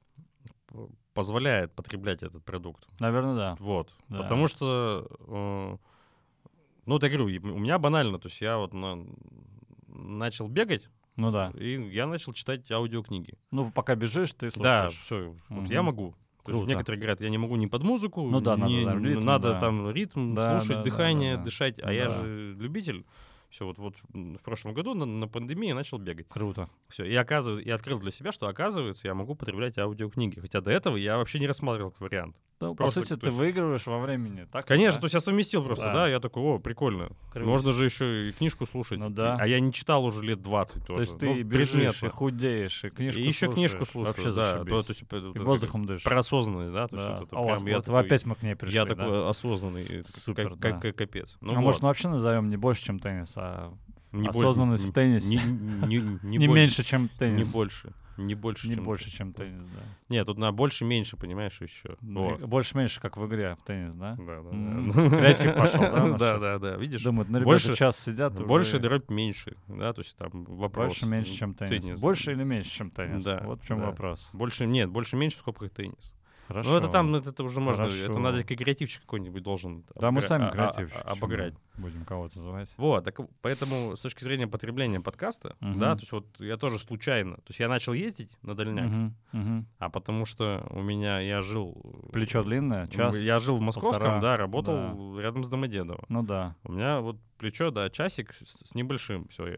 п- позволяет потреблять этот продукт. Наверное, да. Вот. Да. Потому что, э, ну, вот я говорю, и у меня банально, то есть я вот на- начал бегать, Ну да. и я начал читать аудиокниги. Ну, пока бежишь, ты Да, слушаешь. все, вот Мгм. я могу. То есть Круто. некоторые говорят, я не могу ни под музыку, Ну да, надо ни- там ритм, надо да. там ритм, Да, слушать, да, да, дыхание, да, да. дышать. А я Да. же любитель. Все, вот, вот м, в прошлом году на, на пандемии я начал бегать. Круто. Все, и оказывается, я открыл для себя, что оказывается, я могу потреблять аудиокниги. Хотя до этого я вообще не рассматривал этот вариант. Ну, по Просто, сути, то ты есть- выигрываешь во времени, так? Конечно, да? то есть я совместил просто, Да. да, я такой, о, прикольно. Круто. Можно же еще и книжку слушать. Ну да. А я не читал уже лет двадцать тоже. То есть ты Ну, и бежишь, и предметно. худеешь, и книжку И еще слушаешь. книжку слушаю, Вообще да. зашибись. То, то есть, это- И это воздухом дышишь. про осознанность, да, то есть Да. вот это А у вас прям я вот вы такой- опять мы к ней пришли, Я да? такой осознанный, э, Супер, как, да. как- как капец. Ну а вот. может, мы вообще назовем не больше, чем теннис, а Не боль- осознанность не- в теннисе? Не, не- не- не не боль- меньше, чем теннис. Не больше. Не больше, Не чем... больше, чем теннис, да. Нет, тут на больше-меньше, понимаешь, еще. Ну, и больше-меньше, как в игре, в теннис, да? Да, да, М, да. креатив пошел, да, у нас Да, щас? да, да. Видишь, Думают, ну, ребята больше- час сидят, больше уже дробь меньше, да, то есть там вопрос. больше, меньше, чем теннис. Теннис. Больше или меньше, чем теннис? Да, Вот в чем да. вопрос. Больше, нет, больше-меньше в скобках теннис. Хорошо. Ну это там, это, это уже можно, Хорошо. это надо как креативчик какой-нибудь должен Да, мы обыгра- сами а- а- креативщики. а- обыграть. чё мы Будем кого-то звать. Вот, так, поэтому с точки зрения потребления подкаста, Мгм. да, то есть вот я тоже случайно, то есть я начал ездить на дальняк, Мгм, мгм. а потому что у меня, я жил... Плечо длинное, час. Я жил в Московском, полтора, да, работал рядом с Домодедово. Ну да. У меня вот плечо, да, часик с, с небольшим, все.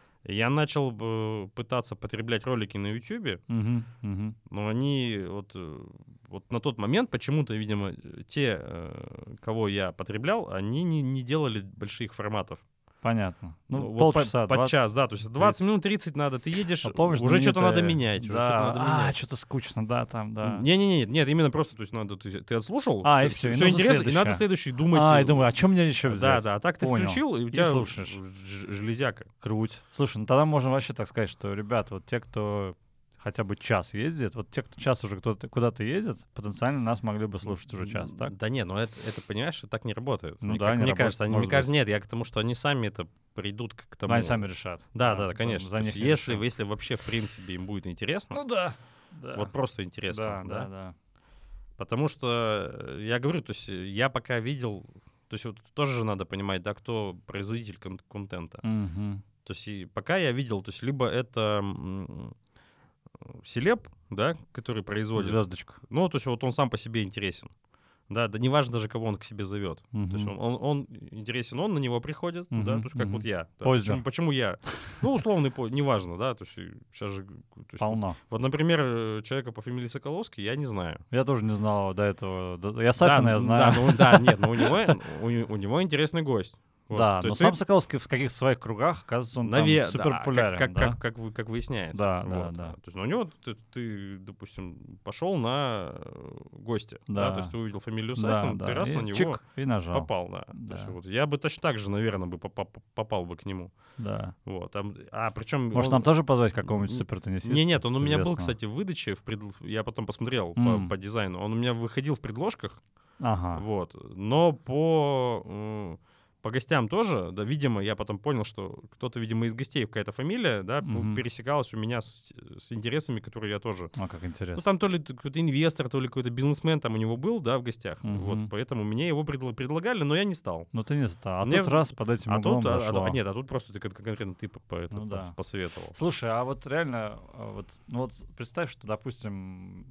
Я начал э, пытаться потреблять ролики на Ютубе, Мгм, мгм. но они вот, э, вот на тот момент почему-то, видимо, те, э, кого я потреблял, они не, не делали больших форматов. Понятно. Ну, вот полчаса, по- под двадцать. час, да, то есть двадцать тридцать. минут тридцать надо, ты едешь, А помнишь, уже что-то надо знаменитое- менять, уже Да. что-то надо А, менять. что-то скучно, да, там, да. Не-не-не, нет, именно просто, то есть надо, ты, ты отслушал, А, и всё- всё, и всё нужно интересно, и надо следующее. следующий думать. А, э, и думаю, а что мне еще Да, взять? да, а так ты Понял. включил, и у И тебя слушаешь. ж- железяка. Круть. Слушай, ну тогда можно вообще так сказать, что, ребят, вот те, кто хотя бы час ездит, вот те, кто час уже кто-то куда-то едет, потенциально нас могли бы слушать уже час, так? Да нет, ну это, это понимаешь, это так не работает. Ну мне да, как- не мне работает, кажется, они, мне может кажется, нет, я к тому, что они сами это придут к тому. Ну, они сами решат. Да, да, да, за- конечно. За То них есть не если, решим. если вообще в принципе им будет интересно, Ну да. да. вот просто интересно, Да, да, да, да. потому что э, я говорю, то есть э, я пока видел, то есть вот тоже же надо понимать, да, кто производитель кон- контента. Мгм. То есть и пока я видел, то есть либо это м, селеб, да, который производит, Звездочка. ну, то есть вот он сам по себе интересен. Да, да, неважно даже, кого он к себе зовет. То есть Мгм. он, он, он интересен, он на него приходит, да, Мгм, то есть как мгм. вот я. Да. Поздно. Почему, почему я? Ну, условный, по- неважно, да, то есть сейчас же... то есть вот, Полно. вот, например, э, человека по фамилии Соколовский я не знаю. Я тоже не знал до этого. Да, Я Сафина, да, я знаю. Да, ну, да, нет, но у него, у, не- у него интересный гость. Вот, Да, то но есть сам ты- Соколовский в каких-то своих кругах, оказывается, он там Наве- супер да, популярен, как, да? как, как, вы- как выясняется. Да, да, Вот. да. То есть ну, у него ты, ты, допустим, пошел на э, гостя, да. Да. то есть ты увидел фамилию Да, Сафина, да. ты раз и на него чик, и нажал. попал, да. То Да. есть вот я бы точно так же, наверное, бы попа- попал бы к нему. Да. Вот. А, а причем Может, он- нам тоже позвать какого-нибудь Н- супертеннисиста? Не, нет, он у меня был, известного? кстати, в выдаче, в пред... я потом посмотрел М. по, по дизайну, он у меня выходил в предложках, Ага. вот, но по, м, по гостям тоже, да, видимо, я потом понял, что кто-то, видимо, из гостей, какая-то фамилия, да, Мгм. пересекалась у меня с, с интересами, которые я тоже... А, как интересно. Ну, там то ли какой-то инвестор, то ли какой-то бизнесмен там у него был, да, в гостях. Мгм. Вот, поэтому мне его предла- предлагали, но я не стал. Ну ты не стал. А Мне- тут раз под этим А углом тут, а- зашло. а, нет, а тут просто ты кон- конкретно ты по, по- это, Ну по- да. посоветовал. Слушай, а вот реально, а вот, ну вот представь, что, допустим,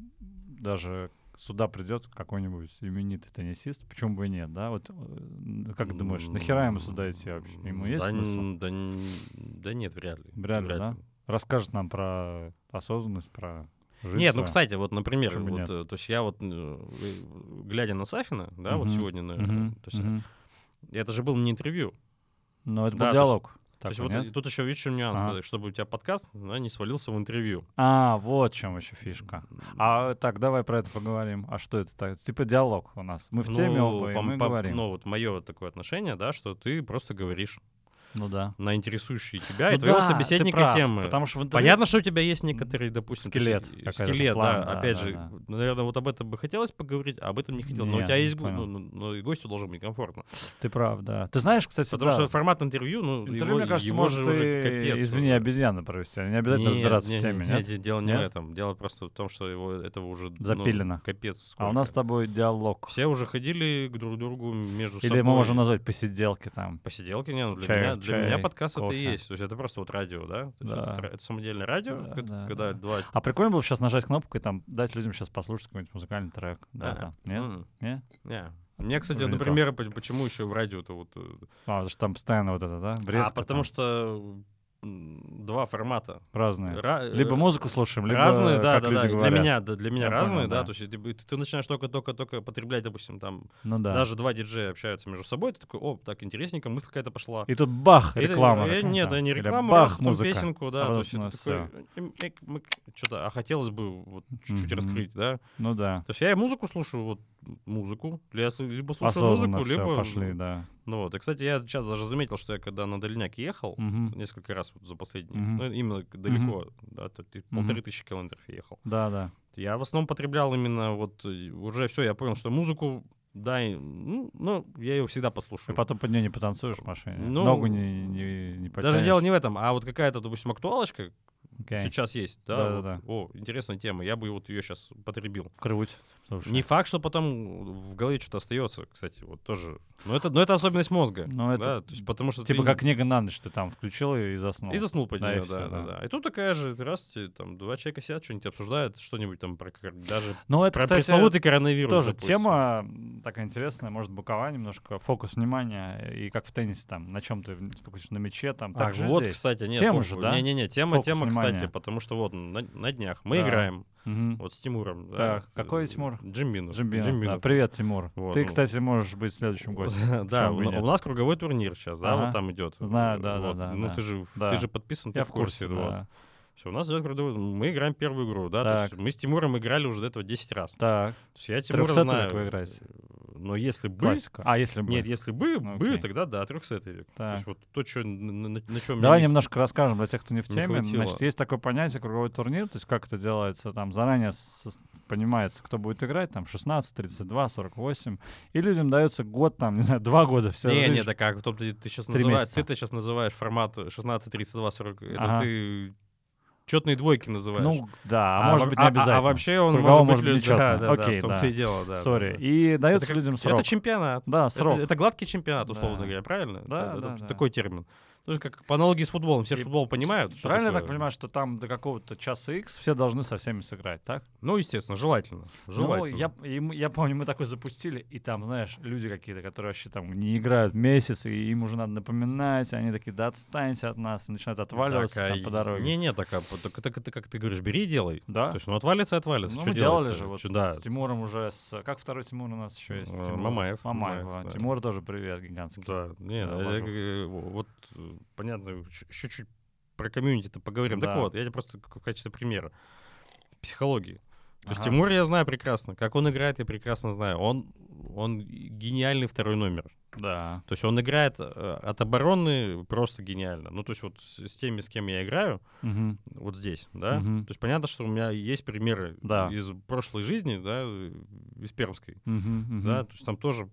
даже сюда придет какой-нибудь именитый теннисист, почему бы и нет, да? Вот э, как думаешь, нахера ему сюда идти вообще? Ему есть да, смысл? н- да, н- да нет, вряд ли. Вряд ли, да? Расскажет нам про осознанность, про жизнь Нет, ну, свою. кстати, вот, например, Почему бы вот, нет? э, то есть я вот, э, глядя на Сафина, да, вот Мгм. сегодня, на, Мгм, то есть, мгм. это же было не интервью. Но это да, был то диалог. То есть такой, вот нет? тут еще, видишь, нюанс, Ага. э, чтобы у тебя подкаст да, не свалился в интервью. А, вот в чем еще фишка. А так, давай про это поговорим. А что это так? Типа диалог у нас. Мы в теме Ну, оба, и по- мы по- говорим. Ну, вот мое такое отношение, да, что ты просто говоришь Ну да. на интересующие тебя и Ну твоего да, ты собеседника прав, темы. Потому что в интервью- Понятно, что у тебя есть некоторые, допустим, то Скелет есть, какой-то, скелет, план, да, да, опять да, же, да. наверное, вот об этом бы хотелось поговорить, а об этом не хотел. Но у Не, тебя не есть, го- понял. ну, ну, ну, и гостю должен быть комфортно. Ты прав, да. Ты знаешь, кстати, Потому да. что формат интервью, ну, Интервью, его, мне кажется, его может же уже и, капец. извини, уже. обезьяны провести. Не обязательно Нет, разбираться не- в теме, не- нет? не, дело не Нет? в этом. Дело просто в том, что его этого уже ну, Запилено. капец. А у нас с сколько. тобой диалог. Все уже ходили к друг другу между собой. Или мы можем назвать посиделки там. Посиделки, не, ну, для, Чай- меня, для чай, меня подкаст это кофе. и есть. То есть это просто вот радио, да? То есть Да. это, это самодельное радио, Да, ко- да, когда да. два... А прикольно было сейчас нажать кнопку и там дать людям сейчас послушать какой-нибудь музыкальный трек. Да, А, там. Нет? м, Нет? не. Мне, кстати, Уже не то. например, по- почему еще в радио-то вот... э, А, потому что там постоянно вот это, да? Врезка а потому там. что м, два формата. Разные. Ра- Либо э, музыку слушаем, либо разные, да, как да, люди да. Для говорят. меня, да, для меня Я разные, понял, да. да. То есть ты, ты- ты начинаешь только-только-только потреблять, допустим, там Ну да. даже два диджея общаются между собой, ты такой, о, так интересненько, мысль какая-то пошла. И тут бах, И ты- реклама. э, такая, Нет, да, не Или реклама, бах, потом музыка. песенку, да. А То потом есть это снова такой, что-то, а хотелось бы вот чуть-чуть Мгм. раскрыть, да. Ну да. То есть я и музыку слушаю, вот музыку, я с- либо слушаю Осознанно музыку, всё, либо... пошли, да. Ну вот, и, кстати, я сейчас даже заметил, что я когда на дальняк ехал, Мгм. несколько раз вот за последние, Мгм. ну, именно далеко, да, то ты Мгм. полторы тысячи километров я ехал. Да, да. Я в основном потреблял именно вот, э, уже все, я понял, что музыку, да, и, ну, ну, я ее всегда Ты послушаю. потом под нее не потанцуешь в машине. Ну, Ногу не, не, не Даже потянешь. дело не в этом, а вот какая-то, допустим, актуалочка Окей. сейчас есть, да, Да-да-да. вот, о, интересная тема, я бы вот ее сейчас потребил. Круть. Слушай. Не факт, что потом в голове что-то остается, кстати, вот тоже. Но это, но это особенность мозга. Ну, это да, то есть потому что Типа ты как книга на ночь, ты там включил ее и заснул. и заснул под Да, и нее, всё, да, да, да. да. И тут такая же, ты раз, тебе, там, два человека сидят, что-нибудь обсуждают, что-нибудь там про кор- даже Ну, это, про кстати, пресловутый коронавирус. тоже допустим. тема м, такая интересная, может, боковая немножко, фокус внимания, и как в теннисе, там, на чем ты фокусишь, на мяче, там, так Ах, же вот, здесь. кстати, нет. Тема фокус- же, да? Не-не-не, тема, Фокус тема, кстати, внимания. потому что вот на, на днях мы Да. играем Мгм. вот с Тимуром. да, Так, какой э, Тимур? Джимбинов. Джимбинов, Джимбинов. да. Привет, Тимур. Вот, Ты, ну. кстати, можешь быть следующим гостем. Да, Почему бы и у нет? у нас круговой турнир сейчас, да, Ага. вот там идет. Знаю, да, да, Вот, да, Ну, да. ты же Да. ты же подписан, ты Я в курсе. вот. да. Все, у нас идет круговой. Мы играем первую игру, да. То Так. есть мы с Тимуром играли уже до этого десять раз. Так, То есть я Тимура трехсетовик знаю. вы играете? Но если бы... классика. А, если бы. Нет, если бы, Ну, бы, окей. тогда да, трехсетовик. То Так. есть вот то, что, на, на, на чем Давай немножко расскажем для тех, кто не в не теме. хватило. Значит, есть такое понятие круговой турнир, то есть как это делается, там заранее с- понимается, кто будет играть, там шестнадцать, тридцать два, сорок восемь, и людям дается год, там, не знаю, два года, все. Не, не, так как в том ты, ты сейчас Три называешь, месяца. ты, ты сейчас называешь формат шестнадцать, тридцать два, сорок. Это Ага. ты четные двойки называешь. Ну, да, а, может во- быть, не а- обязательно. А, вообще он Круговой может быть... может быть лю- да, нечётно. да, да, Окей, в том да. все и дело, да. Сори. да, да. И Это, дается как- людям срок. это чемпионат. Да, Это, срок. это гладкий чемпионат, условно Да. говоря, правильно? Да, это, да, это да. такой термин. Ну, как по аналогии с футболом. Все И же футбол понимают. что Правильно я такое. так понимаю, что там до какого-то часа X все должны со всеми сыграть, так? Ну, естественно, желательно. Желательно. Ну, я, и мы- я помню, мы такой запустили, и там, знаешь, люди какие-то, которые вообще там не играют месяц, и им уже надо напоминать, и они такие, да отстаньте от нас, и начинают отваливаться Так, а там по дороге. Не-не, так, а, так, так, это как ты говоришь, бери и делай. Да? То есть, ну, отвалится и отвалится. Ну, Чё мы делали делать-то? же вот Чё, да. с Тимуром уже, с... Как второй Тимур у нас еще есть? Э, Тимур? Мамаев. Мамаев, Мамаев, а. да. Тимур тоже привет гигантский. Да, не, Да, э, ложу. э, вот, э, понятно, ч- чуть-чуть про комьюнити-то поговорим. Да. Так вот, я тебе просто к- в качестве примера. Психологии. То есть Ага. Тимура я знаю прекрасно. Как он играет, я прекрасно знаю. Он, он гениальный второй номер. Да. То есть он играет э, от обороны просто гениально. Ну, то есть вот с, с теми, с кем я играю, Мгм. вот здесь, да. Мгм. То есть понятно, что у меня есть примеры Да. из прошлой жизни, да, из пермской, Мгм, мгм. да. То есть там тоже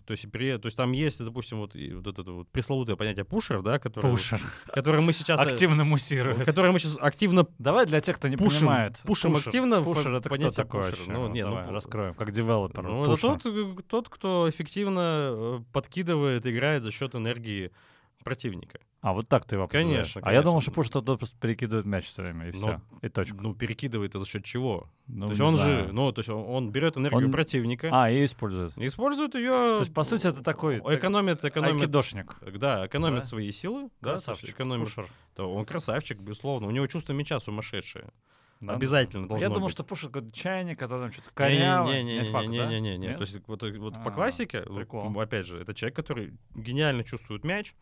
То есть, при, то есть там есть, допустим, вот, и вот это вот пресловутое понятие пушер, да, которое, Пушер. которое мы сейчас... Активно муссирует. Которое мы сейчас активно Давай для тех, кто не пушим, понимает. пушим активно в Пушер — это кто понятие такой пушер. вообще? Ну, Вот не, давай, ну, раскроем. Как девелопер. Ну, это тот, тот, кто эффективно э, подкидывает, играет за счет энергии противника. А, вот так ты его определяешь. Конечно, А я думал, конечно. что пушер тот просто перекидывает мяч все время, и все. И точка. Ну, перекидывает за счет чего? Ну, то есть не он знаю. же, ну, то есть он, он берет энергию Он- противника, А, и использует. и использует ее... То есть, по сути, это такой Экономит, экономит... айкидошник. Да, экономит Да? свои силы. Да, то есть Красавчик. экономит. Пушер. То он красавчик, безусловно. У него чувство мяча сумасшедшее. Да, Обязательно да. должно Я думал, быть. что пушер какой-то чайник, который там что-то корявый. Не факт, да? Не-не-не-не-не-не. Нет? То есть вот, вот по А, классике, вот, прикол. м, опять же, это человек, который гениально чувствует мяч.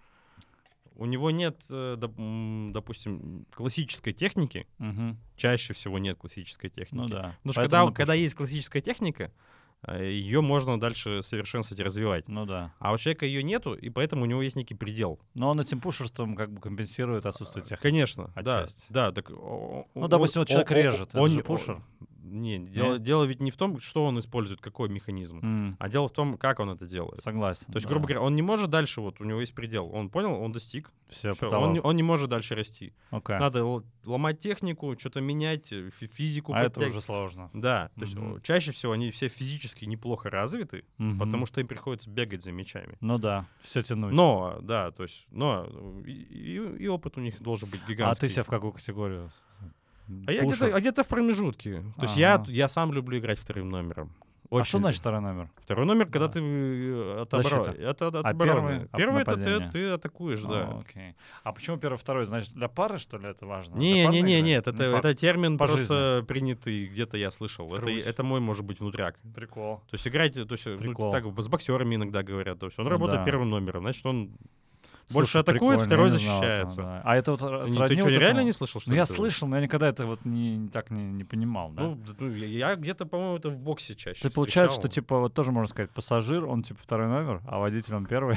У него нет, э, доп- м, допустим, классической техники. Мгм. Чаще всего нет классической техники. Ну да. Потому что Поэтому когда, на когда пушер. есть классическая техника, ее можно дальше совершенствовать и развивать. Ну да. А у человека ее нету, и поэтому у него есть некий предел. Но он этим пушерством как бы компенсирует отсутствие техники. Конечно, да, Отчасти. да. Так, о- Ну, о- допустим, вот о- человек о- режет, это он- же о- пушер. Не, дело, дело ведь не в том, что он использует, какой механизм, М, а дело в том, как он это делает. Согласен. То есть, да. грубо говоря, он не может дальше, вот у него есть предел. Он понял, он достиг. Всё, Всё, потолок. он, не, он не может дальше расти. Окей. Надо л- ломать технику, что-то менять, э, фи- физику А это подтяг- уже сложно. Да, то есть Мгм. о, чаще всего они все физически неплохо развиты, Мгм. потому что им приходится бегать за мячами. Ну да, все тянуть. Но, да, то есть, но э, и, и- и опыт у них должен быть А гигантский. ты себя в какую категорию? А я Пушер? где-то, а где-то в промежутке. То есть Ага. я, я сам люблю играть вторым номером. А Очень что люблю. значит второй номер? Второй номер, когда Да. ты э, от, оборо- Защита. это от А обороны. первый от Первый это ты, нападения. ты атакуешь, да. А, окей. А почему первый, второй? Значит, для пары, что ли, это важно? Для Не, парной не, не, игры? нет, это, Не факт. это термин По просто принятый, где-то я слышал. Это, Круть. это мой, может быть, внутряк. Прикол. То есть играть, то есть, ну, Прикол. так с боксерами иногда говорят. То есть он Ну работает да. первым номером, значит, он Слушай, больше атакует, прикольно, второй я не знал этого, защищается. да. А это вот Ты, сродни ты что, вот реально этому? не слышал, что Ну, я это? слышал, но я никогда это вот не, не так не, не понимал, да? Ну, д- ну, я, я где-то, по-моему, это в боксе чаще Ты получается, встречал. что типа вот тоже можно сказать пассажир, он типа второй номер, а водитель он первый.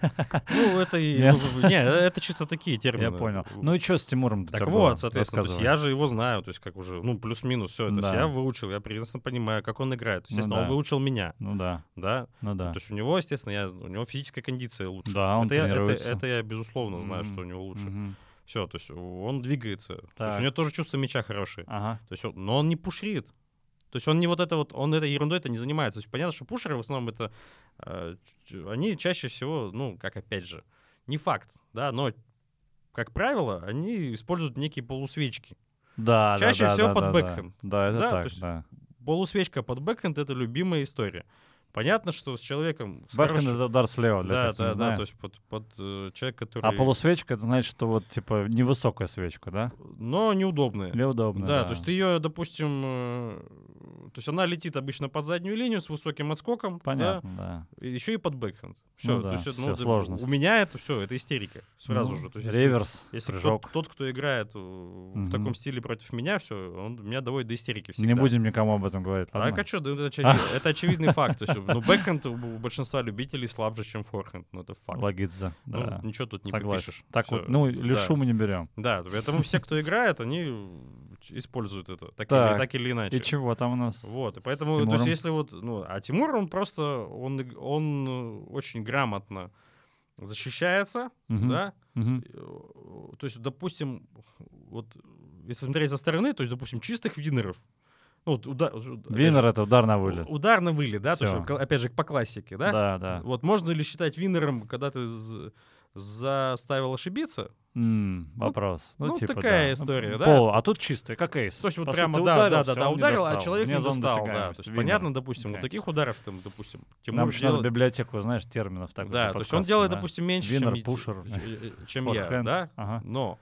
Ну, это и... Нет? ну, не, это чисто такие термины. Я понял. Ну и что с Тимуром? Так вот, соответственно, то есть я же его знаю, то есть как уже, ну, плюс-минус все. То есть Да. я выучил, я прекрасно понимаю, как он играет. Естественно, Ну он да. выучил меня, Ну да, да. ну да. То есть у него, естественно, я, у него физическая кондиция лучше. Да, он это, я, это, тренируется. это я, безусловно, знаю, Мгм. что у него лучше. Мгм. Все, то есть он двигается. То Так. есть у него тоже чувство мяча хорошее. Ага. То есть он- но он не пушрит. То есть он не вот это вот, он этой ерундой это не занимается. То есть понятно, что пушеры в основном это, э, ч- они чаще всего, ну, как опять же, не факт, да, но, как правило, они используют некие полусвечки. Да, Чаще да, да, всего да, под да, бэкхенд. Да, да, это Да, то так, есть да. Полусвечка под бэкхенд — это любимая история. Понятно, что с человеком... с Бэкхенд — хорошим- это удар слева, для Да, тех, кто да, не да, знает. то есть под, под э, человек, который... А полусвечка — это значит, что вот типа невысокая свечка, да? Но неудобная. Или удобно, Да, да. то есть ты ее, допустим, э, то есть она летит обычно под заднюю линию с высоким отскоком, Понятно, да. да, еще и под бэкхенд. Все, Ну то да, есть это, всё, ну, сложность. у меня это все, это истерика сразу Ну, же. То есть, если- реверс, Если кто, прыжок. тот, кто играет э, в Мгм. таком стиле против меня, все, он меня доводит до истерики всегда. Не будем никому об этом говорить, А ладно? а что, это, очевид- это очевидный факт. То есть, ну, бэкхенд у большинства любителей слабже, чем форхенд, ну, это факт. Лагидзе, Ну, да. ничего тут не Согласен. попишешь. Так Всё, вот, ну, да. левшу мы не берем. Да, поэтому все, кто играет, они используют это так, Так, или, так или иначе. И чего там у нас? Вот, и с поэтому, то есть, Тимуром? если вот, ну, а Тимур, он просто, он, иг- он э, очень грамотно защищается, Мгм, да, мгм. Э, то есть, допустим, вот, если смотреть со стороны, то есть, допустим, чистых виннеров, ну, вот уда- опять Винер же, — это удар на вылет. удар на вылет, да, то Всё. есть, к- опять же, по классике, да? Да, да. Вот можно ли считать виннером, когда ты з- заставил ошибиться? М, Вопрос. ну, типа, такая да. история, Ну, да. пол, а тут чистый, как эйс. То есть вот По прямо, сути, да, ударил, да, да, всё, да, он не ударил, а достал. человек Вне не зоны достал, да. досягаемости. То есть, Винер. понятно, допустим, Окей. вот таких ударов, там, допустим, Тимур Нам еще делает- надо библиотеку, знаешь, терминов. Так, Да, для то есть он подкаста, делает, да. допустим, меньше, Винер, чем, пушер, э, э, чем я, форхенд. да, Ага. но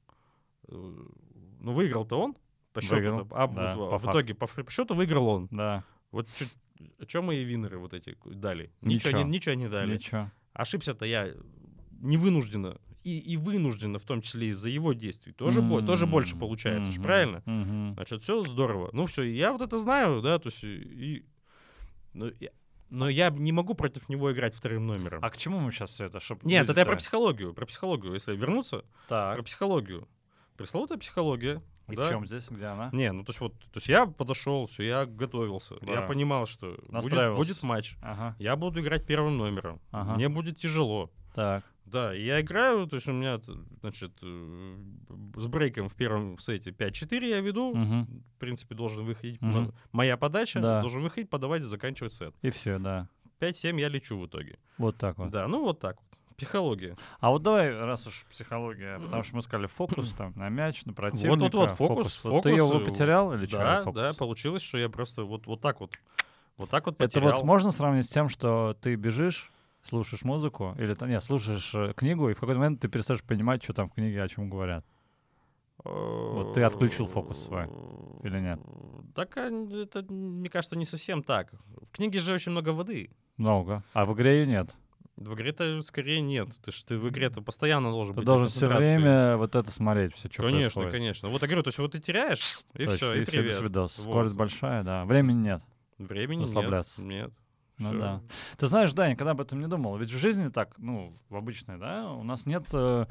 э, ну, выиграл-то он по счету, Выиграл, а да, вот, по в итоге по фри- счету выиграл он. Да, Вот что мы и винеры вот эти дали? Ничего. Ничего, не, ничего не дали. ничего. Ошибся-то я не вынужденно. И, и вынужденно, в том числе из-за его действий. Тоже, бо- тоже больше М, получается, ж мгм, правильно? мгм. Значит, все здорово. Ну все, я вот это знаю, да, то есть и... ну, я- но я не могу против него играть вторым номером. А к чему мы сейчас все это? Чтоб Нет, это я люди-то- про психологию, про психологию. Если вернуться, Так. про психологию. Пресловутая психология И да. в чем здесь, где она? Не, ну то есть вот, то есть я подошел, все, я готовился, Да. я понимал, что будет, Настраивался. будет матч, Ага, я буду играть первым номером, Ага. мне будет тяжело. так. Да, и я играю, то есть у меня, значит, э, с брейком в первом сете пять-четыре я веду, Мгм. в принципе, должен выходить, Мгм. на- моя подача, Да. должен выходить, подавать, заканчивать сет. И все, да. пять-семь я лечу в итоге. Вот так вот. Да, ну вот так вот. Психология. А вот давай, раз уж психология, потому что мы сказали фокус там на мяч, на противника. Вот, вот, вот, фокус, Вот ты фокус, его э, потерял или что? Да, фокус? да, получилось, что я просто вот, вот так вот, вот так вот Это потерял. вот можно сравнить с тем, что ты бежишь, слушаешь музыку, или ты, нет, слушаешь э, книгу, и в какой-то момент ты перестаешь понимать, что там в книге, о чем говорят. Вот ты отключил фокус свой, или нет? Так, а, это, мне кажется, не совсем так. В книге же очень много воды. Много. А в игре ее нет. В игре-то скорее нет. Ты, ж, ты в игре-то постоянно должен Ты быть. должен на все концентрации. время вот это смотреть, все, что Конечно, происходит. конечно. Вот я говорю, то есть вот ты теряешь, и Точно, все, и, всё, привет. до свидос. Вот. Скорость большая, да. Времени нет. Времени расслабляться. нет. Нет. Ну Всё. да. Ты знаешь, да, я никогда об этом не думал. Ведь в жизни так, ну, в обычной, да, у нас нет э,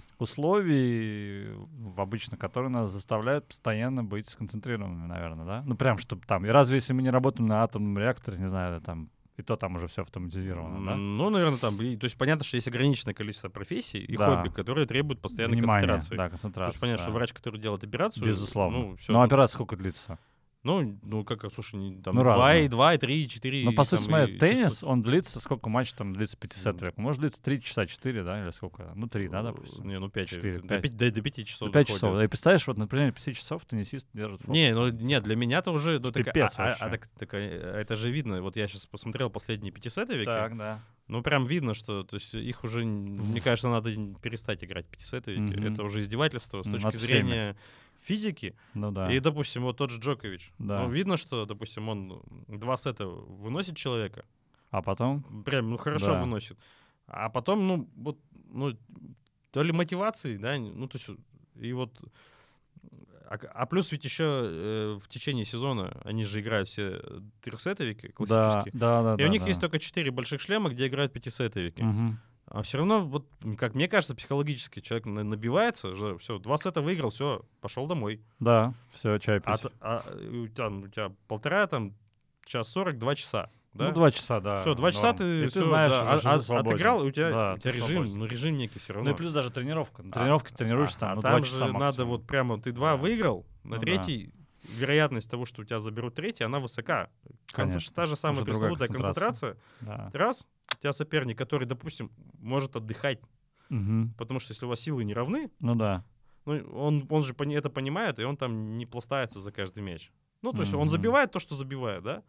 условий, в обычно, которые нас заставляют постоянно быть сконцентрированными, наверное, да? Ну, прям, чтобы там... И разве если мы не работаем на атомном реакторе, не знаю, там... И то там уже все автоматизировано, да? Ну, наверное, там. и- То есть понятно, что есть ограниченное количество профессий и Да. хобби, которые требуют постоянной Внимание, концентрации. да, То есть концентрация. понятно, да. что врач, который делает операцию, Безусловно. ну, всё, Но ну, операция сколько длится? Ну, ну как, слушай, не- там Ну, два разные. и два, и три, и четыре. Ну, по и сути, там, смотри, и теннис, часов- он длится, сколько матч там длится пятисетовик? Может длиться три часа, четыре, да, или сколько? Ну, три, да, допустим? Не, ну пять. Четыре, до, пять. пяти- до, до пяти часов. До пять доходит. часов. Да, и представляешь, вот, например, пяти часов теннисист держит фокус. Не, ну нет, для меня-то уже... Ну, так, Пипец а, а- вообще. а так, так, а, это же видно. Вот я сейчас посмотрел последние пятисетовики. Так, да. Ну, прям видно, что то есть, их уже, мне кажется, надо перестать играть пятисетовики. Мгм. Это уже издевательство с М, точки над всеми. зрения физики. Ну да. И, допустим, вот тот же Джокович. Да. Ну, видно, что, допустим, он два сета выносит человека. А потом? Прям, ну, хорошо Да. выносит. А потом, ну, вот, ну, то ли мотивации, да, ну, то есть, и вот... А, а плюс ведь еще э, в течение сезона они же играют все трехсетовики Да, классические. да, да. И да, у них да. есть только четыре больших шлема, где играют пятисетовики. Мгм. А все равно, вот, как мне кажется, психологически человек на- набивается, все, два сета выиграл, все, пошел домой. Да, все, чай пить. А, т- а у, тебя, у тебя полтора, там, час сорок, два часа. Да? Ну, два часа, да. Все, два часа норм. ты, И всё, знаешь, да, уже, а- что а- ты свободен. отыграл, и у тебя, Да, у тебя ты режим, свободен. ну режим некий все равно. Ну и плюс даже тренировка. На А- тренировке тренируешься а, там, ну, там два же часа надо максимум. вот прямо, ты два Да. выиграл, на Ну да. третий вероятность того, что у тебя заберут третий, она высока. Конце- Конечно. Та же самая Уже другая пресловутая концентрация. концентрация. Да. Раз, у тебя соперник, который, допустим, может отдыхать, Мгм. потому что если у вас силы не равны, Ну да. ну, он, он же пони- это понимает, и он там не пластается за каждый мяч. Ну, то есть он Мгм. забивает то, что забивает, да?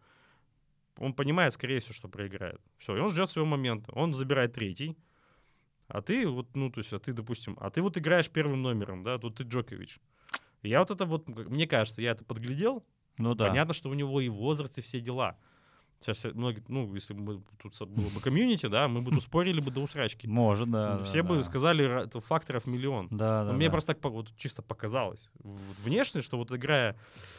Он понимает, скорее всего, что проиграет. Все, и он ждет своего момента. Он забирает третий, а ты вот, ну, то есть, а ты, допустим, а ты вот играешь первым номером, да, тут ты Джокович. И я вот это вот, как- мне кажется, я это подглядел. Ну да. Понятно, что у него и возраст, и все дела. Сейчас все- многие, ну, если бы тут со- было бы комьюнити, да, мы бы тут спорили бы до усрачки. Может, да. да, Все бы да. сказали, ра- это факторов миллион. Да, Но да. мне да. просто так по- вот чисто показалось. Вот внешне, что вот играя...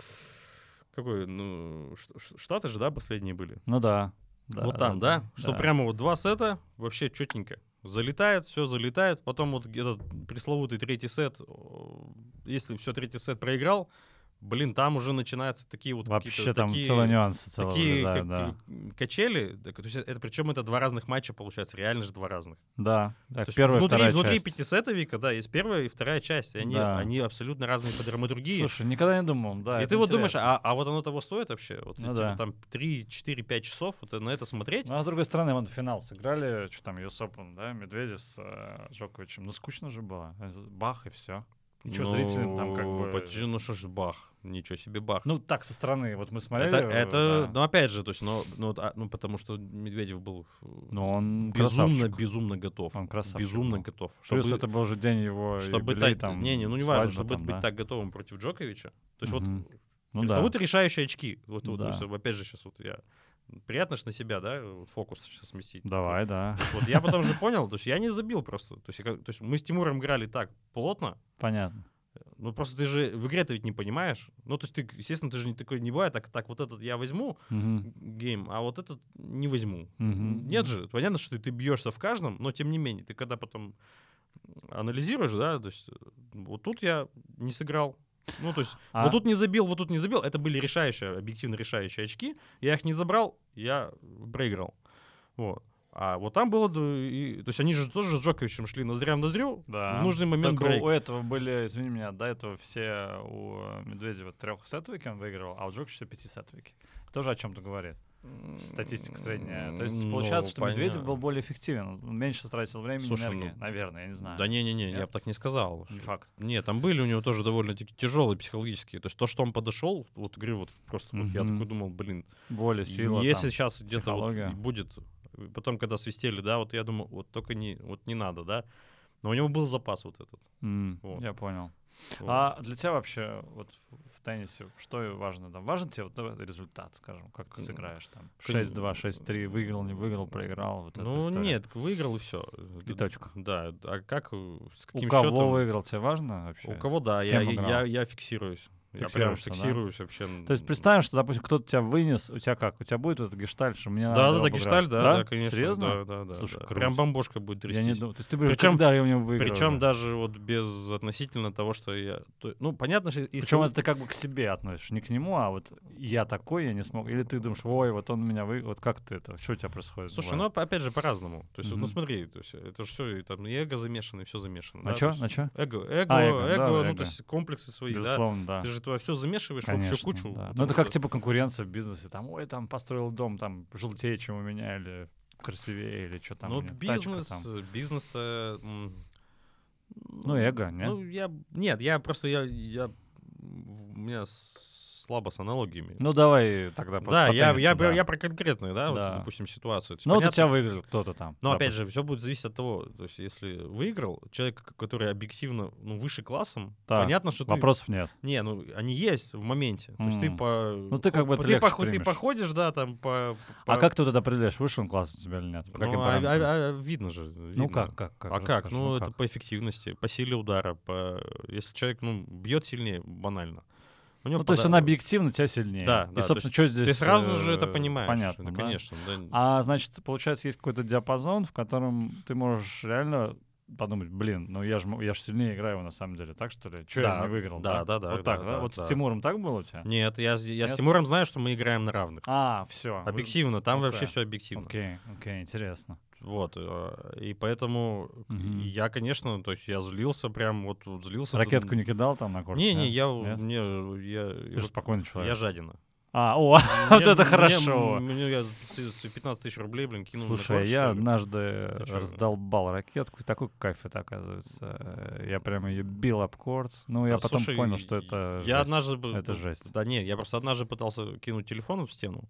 Какой, ну, Ш- Ш- Штаты же, да, последние были? Ну да. да вот там, да? Что да. прямо вот два сета вообще четенько. Залетает, все залетает. Потом вот этот пресловутый третий сет, о, если все третий сет проиграл, блин, там уже начинаются такие вот Вообще какие-то там такие, целые нюансы целые такие вылезают, как- да. качели. Так, то есть это, причем это два разных матча получается, реально же два разных. Да. То Так, есть первая, внутри, вторая внутри часть. пятисетовика, да, есть первая и вторая часть. И они, Да. они абсолютно разные по драматургии. Слушай, никогда не думал, да. и это ты вот думаешь, интересно. а, а вот оно того стоит вообще? Вот Ну типа, да. там три, четыре, пять часов вот на это смотреть? Ну, а с другой стороны, вон финал сыграли, что там, ю эс Open, да, Медведев с э, Джоковичем. Ну, скучно же было. Бах, и все. Ничего, зрителям там как бы... Подожди, ну что ж, бах, ничего себе бах. Ну, так, со стороны, вот мы смотрели. это, это да. ну опять же, то есть, ну, ну, вот, а, ну, потому что Медведев был э, Но он безумно, красавчик. безумно готов. Он красавчик безумно был. готов. Плюс Чтобы, это был же день его чтобы юбилей, так, там, не, не, ну не важно, свадьба чтобы там, быть да. так готовым против Джоковича. То есть Мгм. вот Ну да. пресловутые решающие очки. Вот, вот, Да. вот, опять же, сейчас вот я... Приятно ж на себя, да, фокус сейчас сместить. Давай, да. Вот я потом же понял, то есть я не забил просто. То есть, я как- то есть мы с Тимуром играли так плотно, Понятно. ну просто ты же в игре-то ведь не понимаешь. Ну то есть ты, естественно, ты же не такой не бывает, так, так вот этот я возьму Мгм. гейм, а вот этот не возьму. Мгм. Нет же, понятно, что ты, ты бьешься в каждом, но тем не менее, ты когда потом анализируешь, да, то есть э, вот тут я не сыграл, Ну, то есть, А- вот тут не забил, вот тут не забил. Это были решающие, объективно решающие очки. Я их не забрал, я проиграл. Вот. А вот там было... д- и- то есть они же тоже с Джоковичем шли ноздря в ноздрю. Да. В нужный момент Только брейк. у этого были, извини меня, до этого все у Медведева трехсетовики он выигрывал, а у Джоковича пятисетовики. Тоже о чем-то говорит. Статистика средняя. То есть Ну, получается, что Медведев понятно. был более эффективен. Он меньше тратил времени и Слушай, энергии. ну, Наверное, я не знаю. Да не-не-не, Нет? я бы так не сказал. Не что- факт. Нет, там были у него тоже довольно-таки тяжелые психологические. То есть то, что он подошел, вот говорю, вот просто вот я Мгм. такой думал, блин, Воля, сила. если там. сейчас где-то вот психология. и будет, потом, когда свистели, да, вот я думаю, вот только не, вот не надо, да. Но у него был запас вот этот. М, Вот. Я понял. Вот. А для тебя вообще вот в в теннисе что важно? Там важен тебе вот ну, результат, скажем, как Кон- сыграешь там? кон- шесть-два, шесть-три, выиграл, не выиграл, проиграл. Вот эта Ну история. нет, выиграл и все. И точка. Да, а как, э, с У каким кого счетом? выиграл, тебе важно вообще? У кого, да, С я, кем я, играл? я, я фиксируюсь. Я прям Фиксируешься, да? фиксируюсь вообще. То есть представим, что, допустим, кто-то тебя вынес, у тебя как? У тебя будет вот этот гештальт, что мне надо Да, да, его да, обыграть? гештальт, да, да, конечно. Серьезно? Да, да, да. Слушай, да. круто. Прям бомбошка будет Я трястись. не думаю. То есть ты говоришь, Причем- когда я у него выиграл? Причем уже? даже вот без относительно того, что я... то- ну, понятно, что... если Причем вы- это ты как бы к себе относишь, не к нему, а вот я такой, я не смог. Или ты думаешь, ой, вот он меня вы... Вот как ты это? Что у тебя происходит? Слушай, бывает? ну, опять же, по-разному. То есть, вот, ну, Мгм. смотри, то есть, это же все, там, и эго замешано, и все замешано. На да, чё? то есть На чё? Эго, эго, А, эго, эго, да, ну, эго. то есть комплексы свои, да. Безусловно, да. Ты же туда все замешиваешь в Конечно, общую кучу. да. потому Ну это как что- типа конкуренция в бизнесе. Там, ой, там построил дом, там желтее, чем у меня, или красивее, или что там. Ну, у него, тачка бизнес, там. бизнес-то... м, Ну, эго, нет? Ну, я... Нет, я просто... Я, я... У меня слабо с аналогиями. Ну давай тогда по, да, по я, теннису, я, да. я про конкретные, да, вот, Да. допустим, ситуацию. То есть Ну вот у понятно- тебя выиграл кто-то там. Но опять допустим. же, все будет зависеть от того, то есть если выиграл человек, к- который объективно ну, выше классом, Так, понятно, что Вопросов нет. ты... Не, ну они есть в моменте. То есть ты М. по... Ну, ты как бы по- это ты, легче поход- ты примешь. походишь, да, там по... А по- как ты вот это определяешь, выше он класс у тебя или нет? По Ну, каким а- параметрам? а- а видно же. Ну видно. как, как, как? А как? расскажи, Ну, это как? по эффективности, по силе удара, по... если человек ну, бьет сильнее, банально. У него Ну, то есть пода- он объективно тебя сильнее. Да, И, да, то собственно, есть что здесь... Ты сразу же э, это понимаешь. Понятно, да, да? конечно. да. А, значит, получается, есть какой-то диапазон, в котором ты можешь реально подумать, блин, ну я же я ж сильнее играю на самом деле, так что ли? Че я Да, не выиграл? да, да, да, Вот так, да, да? да, Вот да. с Тимуром так было у тебя? Нет, я, с- я с Нет? Тимуром знаю, что мы играем на равных. А, все. Объективно, там Окей. вообще все объективно. Окей, окей, интересно. Вот, э, и поэтому Мгм. я, конечно, то есть я злился прям, вот, вот злился. Ракетку не кидал там на корте? Не, не, нет? я, Нет? мне, я, Ты же вот спокойный человек. я жадина. А, о, вот Мне- это мне- хорошо. Мне я с с пятнадцать тысяч рублей, блин, кинул на Слушай, корт, я что ли. однажды Ты чё? раздолбал ракетку, и такой кайф это оказывается. Я прямо ее бил об корт. Ну, я Да, потом слушай, понял, что это Я жесть. однажды... бы- Это ну, жесть. Да не, я просто однажды пытался кинуть телефон в стену.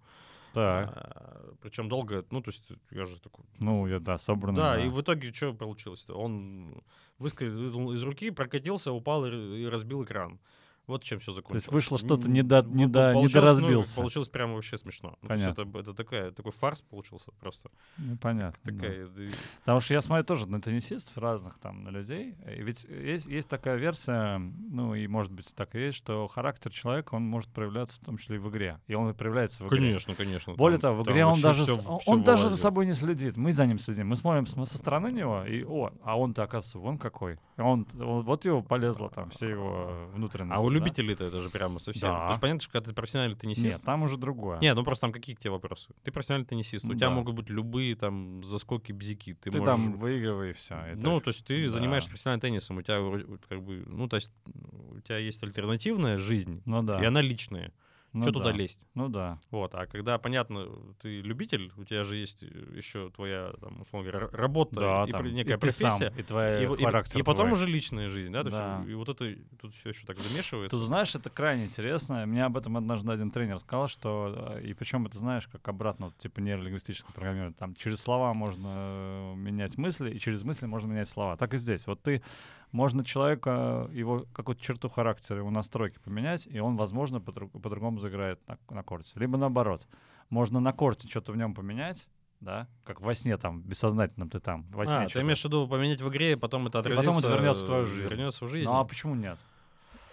Так, Причем долго, ну, то есть я же такой... ну, я, да, собранный. Да, и в итоге что получилось? Он выскользнул из руки, прокатился, упал и и разбил экран. Вот чем все закончилось. вышло что-то М, не до- ну, не до- не получилось, доразбился. Ну, получилось прямо вообще смешно. Ну, то есть Понятно. это, это такая, такой фарс получился просто. Ну, понятно. да. Такая, да. Потому что я смотрю тоже на теннисистов разных там, на людей. И ведь есть, есть такая версия, ну и может быть так и есть, что характер человека, он может проявляться в том числе и в игре. И он и проявляется в игре. Конечно, конечно. Более там- того, в там игре он вообще даже, всё- с- он, всё он даже за вылазит. собой не следит. Мы за ним следим. Мы смотрим с- со стороны него, и о, а он-то, оказывается, вон какой. И Он, он- вот его полезло там, все его внутренности. А у да? любителей-то это же прямо совсем. Да. То есть понятно, что когда ты профессиональный теннисист... Нет, там уже другое. Нет, ну просто там какие к тебе вопросы? Ты профессиональный теннисист, у Ну тебя да. могут быть любые там заскоки, бзики. Ты, Ты можешь... там выигрывай, и все. Ну, то есть ты да. занимаешься профессиональным теннисом, у тебя вроде вот как бы, ну, то есть у тебя есть альтернативная жизнь, Ну да. и она личная. Ну Что да. туда лезть? Ну да. Вот, а когда, понятно, ты любитель, у тебя же есть еще твоя, там, условно говоря, р- работа Да, и там, пр- и некая ты сам, профессия. и твой и, и- характер и потом твой. уже личная жизнь, да? То есть, Да. и вот это тут все еще так замешивается. Тут, знаешь, это крайне интересно. Мне об этом однажды один тренер сказал, что... э, И причем это, знаешь, как обратно, вот, типа нейролингвистическое программирование. Там через слова можно э, менять мысли, и через мысли можно менять слова. Так и здесь. Вот ты... Можно человека, его какую-то черту характера, его настройки поменять, и он, возможно, по-друг- по-другому заиграет на, на корте. Либо наоборот. Можно на корте что-то в нем поменять, да, как во сне там, бессознательном ты там. Во сне А, ты что-то. имеешь в виду поменять в игре, и потом это И отразится... потом это вернется в твою жизнь. Вернется в жизнь. Ну а почему нет?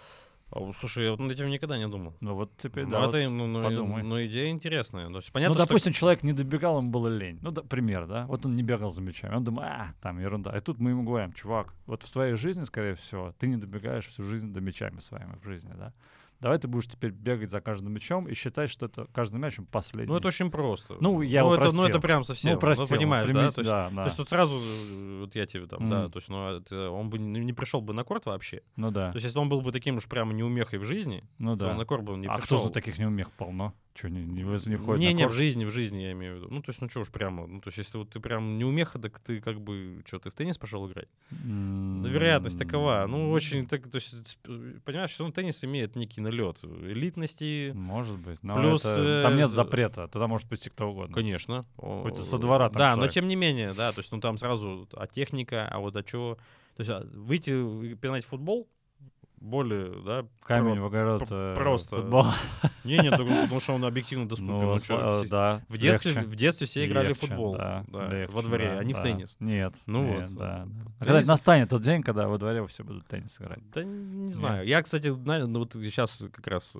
А, Слушай, я вот над этим никогда не думал. Ну вот теперь, Ну, да, это, вот ну, ну, подумай. ну, идея интересная. То есть, понятно, Ну, что- допустим, человек не добегал, ему было лень. Ну, да, пример, да? Вот он не бегал за мячами. Он думает, а, там ерунда. И тут мы ему говорим, чувак, вот в твоей жизни, скорее всего, ты не добегаешь всю жизнь до мячами своими в жизни, да? Давай ты будешь теперь бегать за каждым мячом и считать, что это каждым мячом последний. Ну, это очень просто. Ну, я ну, это, упростил. ну, это прям совсем. Ну, упростил, Ну, понимаешь, да? примите- То есть, да, да. то есть тут сразу, э, вот я тебе там, да, Мгм. то есть, ну, это он бы не, не пришел бы на корт вообще. Ну да, То есть, если он был бы таким уж прямо неумехой в жизни, ну то да. он на корт бы не А пришел. кто за таких неумех полно? Что, не, не, вы- не входит не, на не, в корт? жизни, в жизни я имею в виду. Ну, то есть, ну, что уж прямо. Ну, то есть, если вот ты прям неумеха, так ты как бы, что, ты в теннис пошел играть? Ну, вероятность такова. Ну, очень, так, то есть, сп- понимаешь, что ну, теннис имеет некий налет элитности. Может быть. Но Плюс, это- там нет э, запрета. Туда может прийти кто угодно. Конечно. Хоть О, со двора там Да, но человек. тем не менее, да, то есть, ну, там сразу, а техника, а вот а чё. То есть, а, выйти и пинать футбол более, да, Камень про- в огород. пр- э, просто. Футбол. Не, не, так, потому что он объективно доступен. Ну, Ну, с- чё, э, все- да. в, детстве, легче. в детстве все играли Легче, в футбол да, да, легче, во дворе, да, а не в да. теннис. Нет. Ну нет, вот. да, да. Теннис- А когда настанет тот день, когда во дворе все будут в теннис играть. Да не знаю. Я, кстати, знаю, ну, вот сейчас как раз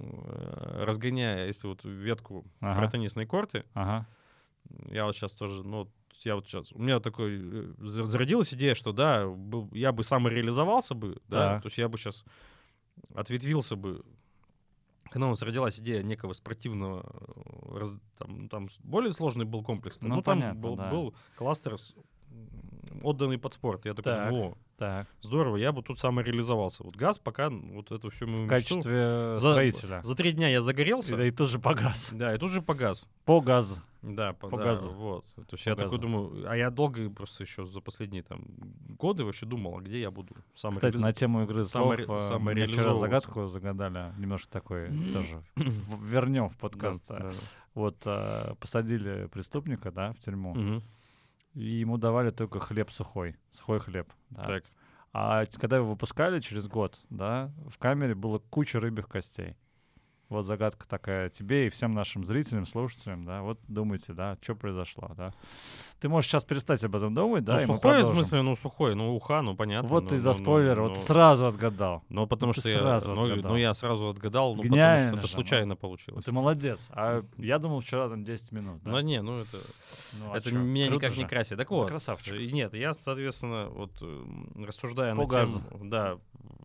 э, разгоняя, если вот ветку Ага. про теннисные корты, Ага. я вот сейчас тоже, ну, вот я вот сейчас, у меня такой, э, за- зародилась идея, что, да, был, я бы самореализовался бы, да, Так. то есть я бы сейчас ответвился бы, когда у нас родилась идея некого спортивного, э, раз- там, ну, там с- более сложный был комплекс, Ну, ну, там понятно, был, да. был кластер, с- м, отданный под спорт. Я такой, Так. о, Так. здорово, я бы тут самореализовался. Вот газ пока, ну, вот это все мою В мечту. качестве За- строителя. За три дня я загорелся, И, да, и тут же погас. да, и тут же погас. По газу. Да, по, По да, газу. вот. То есть По я такой газу. думаю, а я долго просто еще за последние там годы вообще думал, а где я буду сам Кстати, на тему игры слов саморе- э, мы вчера самореализовываться. загадку загадали. Немножко такой тоже в- вернем в подкаст. Вот э, посадили преступника, да, в тюрьму, и ему давали только хлеб сухой, сухой хлеб. Да. Так. А когда его выпускали через год, да, в камере было куча рыбьих костей. Вот загадка такая тебе и всем нашим зрителям, слушателям, да, вот думайте, да, что произошло, да. Ты можешь сейчас перестать об этом думать, да, Ну, и мы сухой, в продолжим. смысле, ну, сухой, ну, уха, ну, понятно. Вот ну, ты за ну, спойлер, ну, вот ну, сразу отгадал. Ну, потому ты что я, сразу ну, отгадал. ну, я сразу отгадал, ну, Гениально потому что это же, случайно ну. получилось. Ты молодец. А я думал вчера там десять минут, да. Ну, не, ну, это, Ну, а это чё? меня Круто никак не же. красит. Так Ты вот, красавчик. и нет, я, соответственно, вот, м, рассуждая По на газу. тему, да,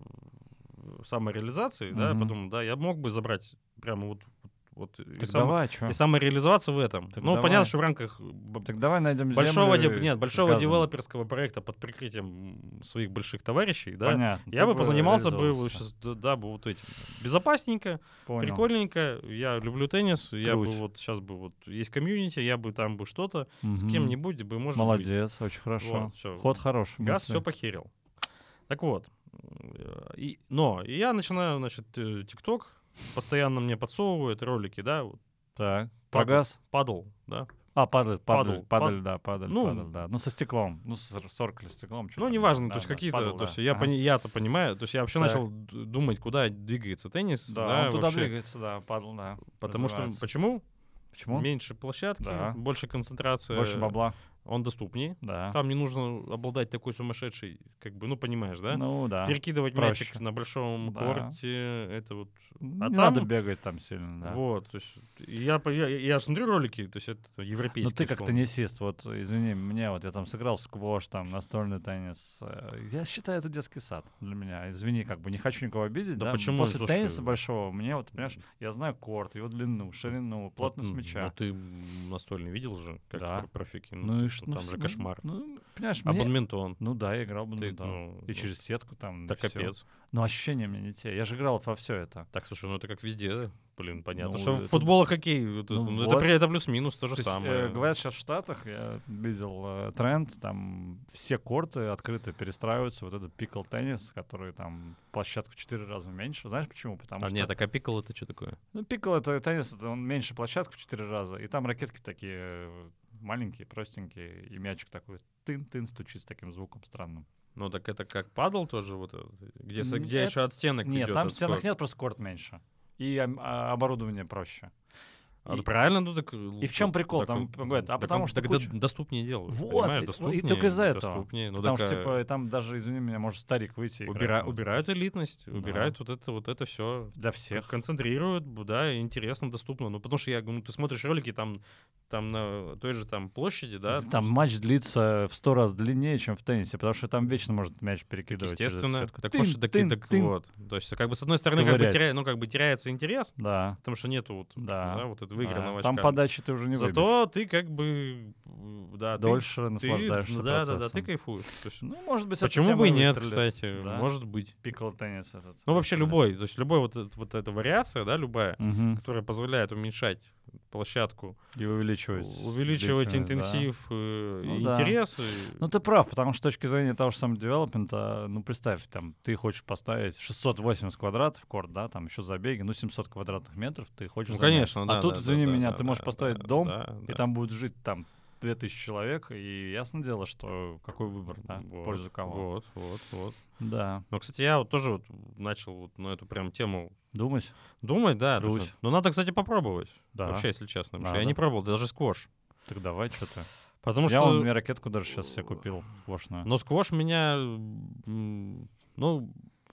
самореализации, да, Мгм. подумал, да, я мог бы забрать прямо вот, вот и, Так само- давай, что? и самореализоваться в этом. Так ну, давай. понятно, что в рамках б- Так давай найдем большого, землю де- и нет, с большого газом. девелоперского проекта под прикрытием своих больших товарищей, да, Понятно. я Ты бы позанимался бы реализовался. щас, да, да, бы вот этим. Безопасненько, Понял. прикольненько, я люблю теннис, я бы Круть. вот сейчас бы вот есть комьюнити, я бы там бы что-то с Мгм. кем-нибудь бы, может быть. Молодец, очень хорошо. Вот, всё. Ход хороший. Газ мысли. все похерил. Так вот. э, И, но и я начинаю, значит, э, ТикТок постоянно мне подсовывает ролики, да, вот, Так, Падал. погас. падал, да. А, падаль, падаль, Падал, падаль, пад- да, падаль, ну, падаль, да. Ну, со стеклом. Ну, с сорок или стеклом. чё Ну, там, неважно, да, то есть да, какие-то, падал, то есть да. я, Ага. пони- я-то понимаю, то есть я вообще Так. начал д- думать, куда двигается теннис, Да, да, он туда вообще. двигается, да, падал, да. Потому что, развивается. почему? Почему? Меньше площадки, Да. больше концентрация, Больше бабла, он доступнее. да. Там не нужно обладать такой сумасшедшей, как бы, ну, понимаешь, да? Ну, да. Перекидывать проще. мячик на большом Да. корте, это вот. Не А надо там- бегать там сильно, да. Вот, то есть я, по- я, я смотрю ролики, то есть это Ну, европейские. ты как условно. теннисист, вот, извини, мне вот, я там сыграл в сквош, там, настольный теннис. э, Я считаю, это детский сад для меня. Извини, как бы, не хочу никого обидеть, Да да. почему? После Слушай, тенниса большого, мне вот, понимаешь, я знаю корт, его длину, ширину, плотность Ну, мяча. Ну, ты настольный видел же, как Да. про- профики. Ну и что что? там же кошмар. Ну, понимаешь, мне... Абонментон. Ну да, я играл в Ты, badminton. ну, И ну, через сетку там. Да и всё. капец. Но ощущения у меня не те. Я же играл во все это. Так, слушай, ну это как везде, да? Блин, понятно. Ну, что это- футбол и хоккей, это, Ну ну, это, вот. при- это плюс-минус то же То есть, самое. э, говорят, сейчас в Штатах, я видел э, тренд, там все корты открыто перестраиваются. Вот этот пикл теннис, который там площадку в четыре раза меньше. Знаешь почему? Потому а что... нет, так а пикл это что такое? Ну, пикл это теннис, это он меньше площадку в четыре раза. И там ракетки такие э, маленькие, простенькие, и мячик такой тын-тын стучит с таким звуком странным. Ну так это как падал тоже, вот, это, где, с- Н- где это- еще от стенок Нет, идет там от стенок скорта? нет, просто корт меньше. И ам- а, оборудование проще. А, И- правильно, ну так... И в чем прикол? так, Там говорят, а так потому он- что так куча- до- доступнее делают. Вот, понимаешь, и- и доступнее, только из-за этого. доступнее. Ну, Потому так, что, а, типа, там даже, извини меня, может старик выйти и играть убира- там убирают элитность, Да. убирают вот это вот это все. для всех. Концентрируют, б- да, интересно, доступно. Ну, потому что я, ну, ты смотришь ролики там, там на той же там площади, да. то Там есть, матч длится в сто раз длиннее, чем в теннисе, потому что там вечно может мяч перекидывать через естественно. сетку. Так, Тын, может, так, тын, так тын. вот. То есть, как бы, с одной стороны, как бы, Ковырять. теря- ну, как бы теряется интерес, Да, потому что нету вот, да. да, вот это да. выигранного Там очка. подачи ты уже не выбьешь. Зато ты как бы, м, да, ты- Дольше ты, наслаждаешься ну, да, да, да, процессом. ты кайфуешь. То есть, Ну, может быть, эта почему тема бы и нет, выстрелит. кстати, Да. может быть. Пикл теннис этот. Ну, вообще выстрелит. любой, то есть любой вот, этот- вот эта вариация, да, любая, Мгм. которая позволяет уменьшать площадку, И увеличивать. увеличивать длительность, да. интенсив, э, Ну и да. интерес. и- Ну, ты прав, потому что с точки зрения того же самого девелопмента, ну, представь, там, ты хочешь поставить шестьсот восемьдесят квадратов корт, да, там еще забеги, ну, семьсот квадратных метров ты хочешь Ну, занять. конечно, да. А тут, да, извини да, меня, да, ты можешь да, поставить да, дом, да, и да. там будет жить там две тысячи человек, и ясно дело, что какой выбор, да, в Вот, пользу кого. Вот, вот, вот. Да. Но, кстати, я вот тоже вот начал вот на эту прям тему Думать? думать, да. то Круть. есть, ну, надо, кстати, попробовать. Да. Вообще, если честно. Потому что я Надо. не пробовал, даже сквош. Так давай, что ты. Потому Я что... вон, мне ракетку даже сейчас себе купил, сквошную. Но сквош меня... м, Ну,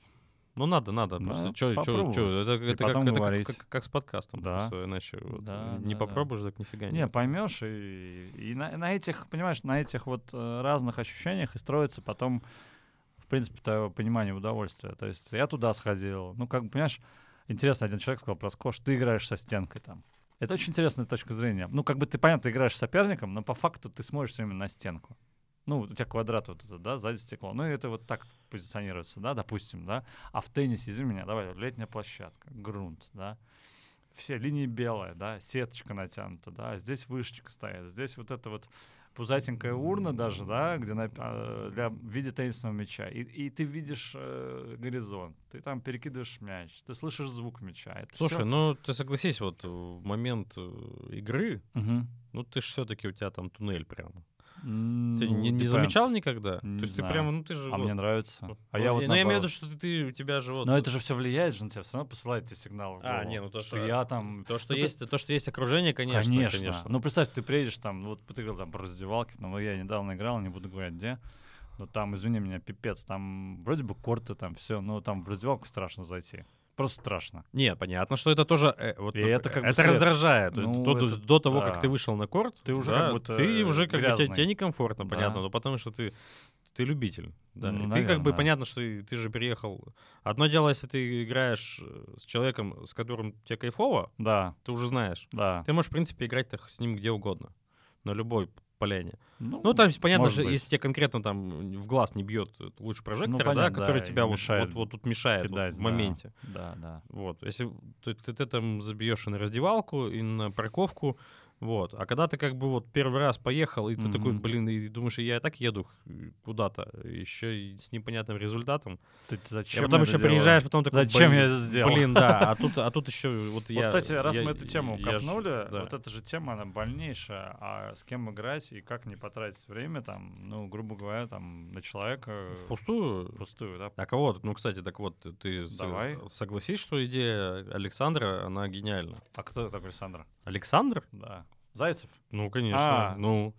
ну надо, надо. Да, Просто чё, чё, попробовать. чё, это, И это, как, потом это говорить. как, как, как с подкастом. Да. Просто иначе вот, Да, не да, да. попробуешь, так нифига Не, поймешь, и, и на, на этих, понимаешь, на этих вот э, разных ощущениях и строится потом, в принципе, твое понимание удовольствия. То есть я туда сходил, ну, как бы, понимаешь, интересно, один человек сказал про сквош, ты играешь со стенкой там. Это очень интересная точка зрения. Ну, как бы ты, понятно, ты играешь с соперником, но по факту ты смотришь именно на стенку. Ну, у тебя квадрат вот этот, да, сзади стекло. Ну, и это вот так позиционируется, да, допустим, да. А в теннисе, извини меня, давай, летняя площадка, грунт, да. Все линии белые, да, сеточка натянута, да. Здесь вышечка стоит, здесь вот это вот пузатенькая урна даже, да, где на, а, для, в виде теннисного мяча. И, и ты видишь э, горизонт, ты там перекидываешь мяч, ты слышишь звук мяча. Это Слушай, всё- ну ты согласись, вот в момент э, игры, Мгм. ну ты же все-таки у тебя там туннель прямо. Ты Ну, не, не depends. замечал никогда? Не То есть знаю. ты прямо, ну ты же... А вот- мне нравится. вот- А ну, я вот ну, я имею в наоборот. виду, что ты, ты- у тебя же вот... Но это же все влияет же на тебя, все равно посылает тебе сигналы. в А, голову, не, ну то, что, что, я там. То, что Ну, есть, то, что есть окружение, конечно, Конечно. конечно. Ну, представь, ты приедешь там, вот ты говорил там про раздевалки, но я недавно играл, не буду говорить где. Но там, извини меня, пипец, там вроде бы корты, там все, но там в раздевалку страшно зайти. Просто страшно. Нет, понятно, что это тоже э, вот, И ну, это как бы это след. раздражает. То есть Ну, до, до- это до того, да. как ты вышел на корт, Ты уже да, как будто ты уже как бы тебе, грязный. тебе некомфортно, Да. понятно, но потому что ты ты любитель, да. Ну, И ты как бы наверно. понятно, что и ты же приехал. Одно дело, если ты играешь э, с человеком, с которым тебе кайфово, Да, ты уже знаешь. да. Ты можешь, в принципе, играть с ним где угодно, на любой поляне. Ну, Ну, там понятно, может что быть. если тебе конкретно там в глаз не бьет луч прожектора, да, понятно, который да, тебя и вот, мешает вот, вот тут мешает вот кидать, в да. моменте. Да, да. Вот, если ты, ты, ты там забьешь и на раздевалку, и на парковку, вот. А когда ты как бы вот первый раз поехал, и ты Мгм. такой, блин, и думаешь, я и так еду куда-то, еще и с непонятным результатом. Ты И зачем потом я еще это делаю? приезжаешь, потом такой, Зачем блин, я это сделал? Блин, да, а тут, а тут еще вот Вот, я... кстати, раз я- мы эту тему я ж- копнули, да. вот эта же тема, она больнейшая. А с кем играть и как не потратить время, там, ну, грубо говоря, там, на человека Впустую? пустую, да? А кого? Ну, кстати, так вот, ты- ты с- Давай. согласись, что идея Александра, она гениальна. А кто такой Александр? Александр? Да. Зайцев? Ну, конечно. А. Ну,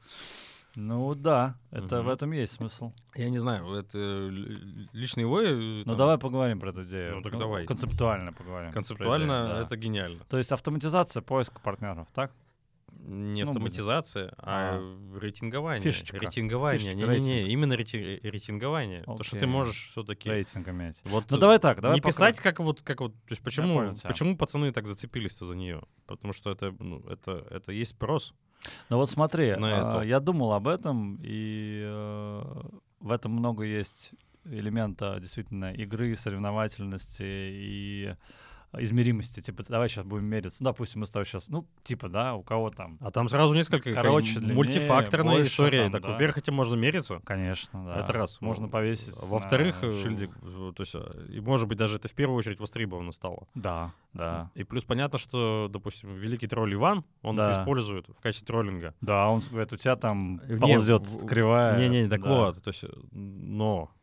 Ну да, это Мгм. в этом есть смысл. я не знаю, это л- лично его... э, Ну там, давай поговорим про эту идею. Ну, так давай. Концептуально поговорим. про Концептуально идею, да. это гениально. То есть автоматизация поиска партнеров, так? Не Ну, автоматизация, а, рейтингование. Фишечка. Рейтингование. Фишечка, Не-не-не, рейтинг. именно рети- рейтингование. То, что ты Окей. можешь все-таки... Рейтинг иметь. Вот, Ну давай так, давай не пока- писать, как вот, как вот, то есть почему, понял тебя. почему пацаны так зацепились-то за нее? Потому что это, ну, это, это есть спрос. Ну вот смотри, На а, это. я думал об этом, и э, в этом много есть элемента действительно игры, соревновательности и измеримости. Типа, давай сейчас будем мериться. Ну, допустим, мы с тобой сейчас, ну, типа, да, у кого там. А там сразу несколько какая- Короче, длиннее, мультифакторная больше история. там, Так, да. во-первых, этим можно мериться. Конечно, да. Это раз. Можно повесить. Во-вторых, на э, шильдик. в- то есть, э, и может быть даже это в первую очередь востребовано стало. Да, да. И плюс понятно, что, допустим, великий тролль Иван, он Да. это использует в качестве троллинга. Да, он говорит, у тебя там Не, ползет в- кривая. Не-не, так да. вот, то есть, э, но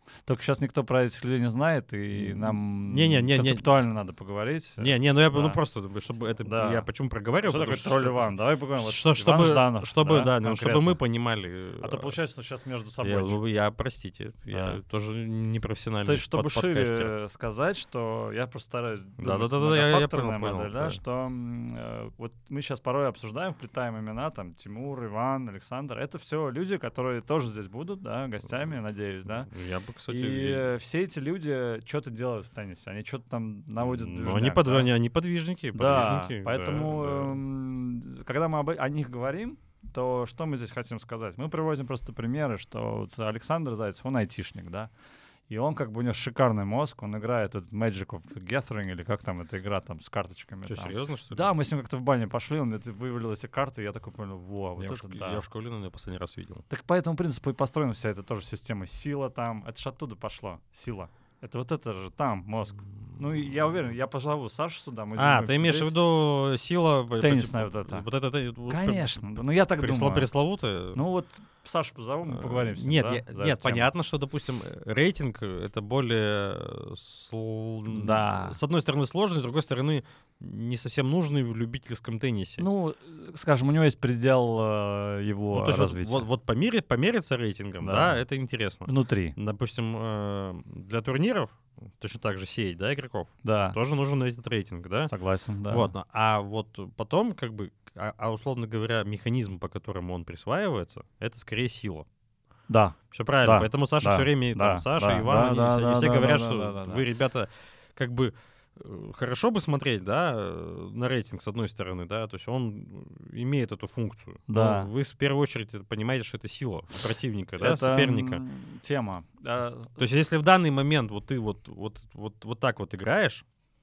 Только сейчас никто про этих людей не знает, и нам Не-не-не-не. концептуально надо поговорить. Не-не, ну я Да. ну просто, чтобы это... Да. Я почему проговариваю? Что потому такое тролль Иван? Давай поговорим. Вот Что, Иван чтобы, Жданов, чтобы, да, ну, конкретно. чтобы мы понимали. А то получается, что сейчас между собой. Я, ну, я, простите, я Да. тоже не профессиональный То есть, чтобы под- подкастер. шире сказать, что я просто стараюсь думать Да-да-да, я- я многофакторная понял, модель, понял, да, да. что м, э, вот мы сейчас порой обсуждаем, вплетаем имена, там, Тимур, Иван, Александр. Это все люди, которые тоже здесь будут, да, гостями, надеюсь, да. Я бы, кстати... И э, все эти люди что-то делают в теннисе, они что-то там наводят Ну, движняк, они, под, да. они, они подвижники, Да, подвижники. поэтому, да, да. эм, когда мы об- о них говорим, то что мы здесь хотим сказать? Мы приводим просто примеры, что вот Александр Зайцев, он айтишник, да, и он как бы, у него шикарный мозг, он играет этот Magic of the Gathering, или как там эта игра там с карточками. Что, там. серьезно, что ли? Да, мы с ним как-то в бане пошли, он мне вывалил эти карты, и я такой понял, во, вот я, в это шк- да. я в школе, наверное, последний раз видел. Так по этому принципу и построена вся эта тоже система. Сила там, это же оттуда пошло, сила. Это вот это же там мозг. Ну, и я уверен, я позову Сашу сюда. Мы А, будем ты имеешь в сидеть. виду сила... э, Теннисная типа, вот эта. Вот это... это вот Конечно, да, ну я так присло- думаю. Пресловутая? Ну вот Сашу позову, мы поговорим с ним, Нет, да, я- за нет, эту тему. понятно, что, допустим, э, рейтинг э, это более, э, сл- Да. с одной стороны сложный, с другой стороны не совсем нужный в любительском теннисе. Ну, э, скажем, у него есть предел э, его Ну, то есть вот, развития. вот, вот померить, помериться рейтингом, Да. да. это интересно. Внутри, Допустим, э, для турниров точно так же сеять, да, игроков, да. тоже нужен этот рейтинг, да. Согласен, да. Вот, ну, а вот потом, как бы, а, а условно говоря, механизм, по которому он присваивается, это скорее сила. Да. Все правильно. Да, Поэтому Саша да, все время, да, там, Саша, да, Иван, да, они, да, все- они да, все да, говорят, да, что да, да, да. вы, ребята, как бы э, хорошо бы смотреть, да, э, на рейтинг с одной стороны, да, то есть он имеет эту функцию. Да. Но вы в первую очередь это понимаете, что это сила противника, да, Это, соперника. м, тема. А, То есть если в данный момент вот ты вот, вот, вот, вот так вот играешь,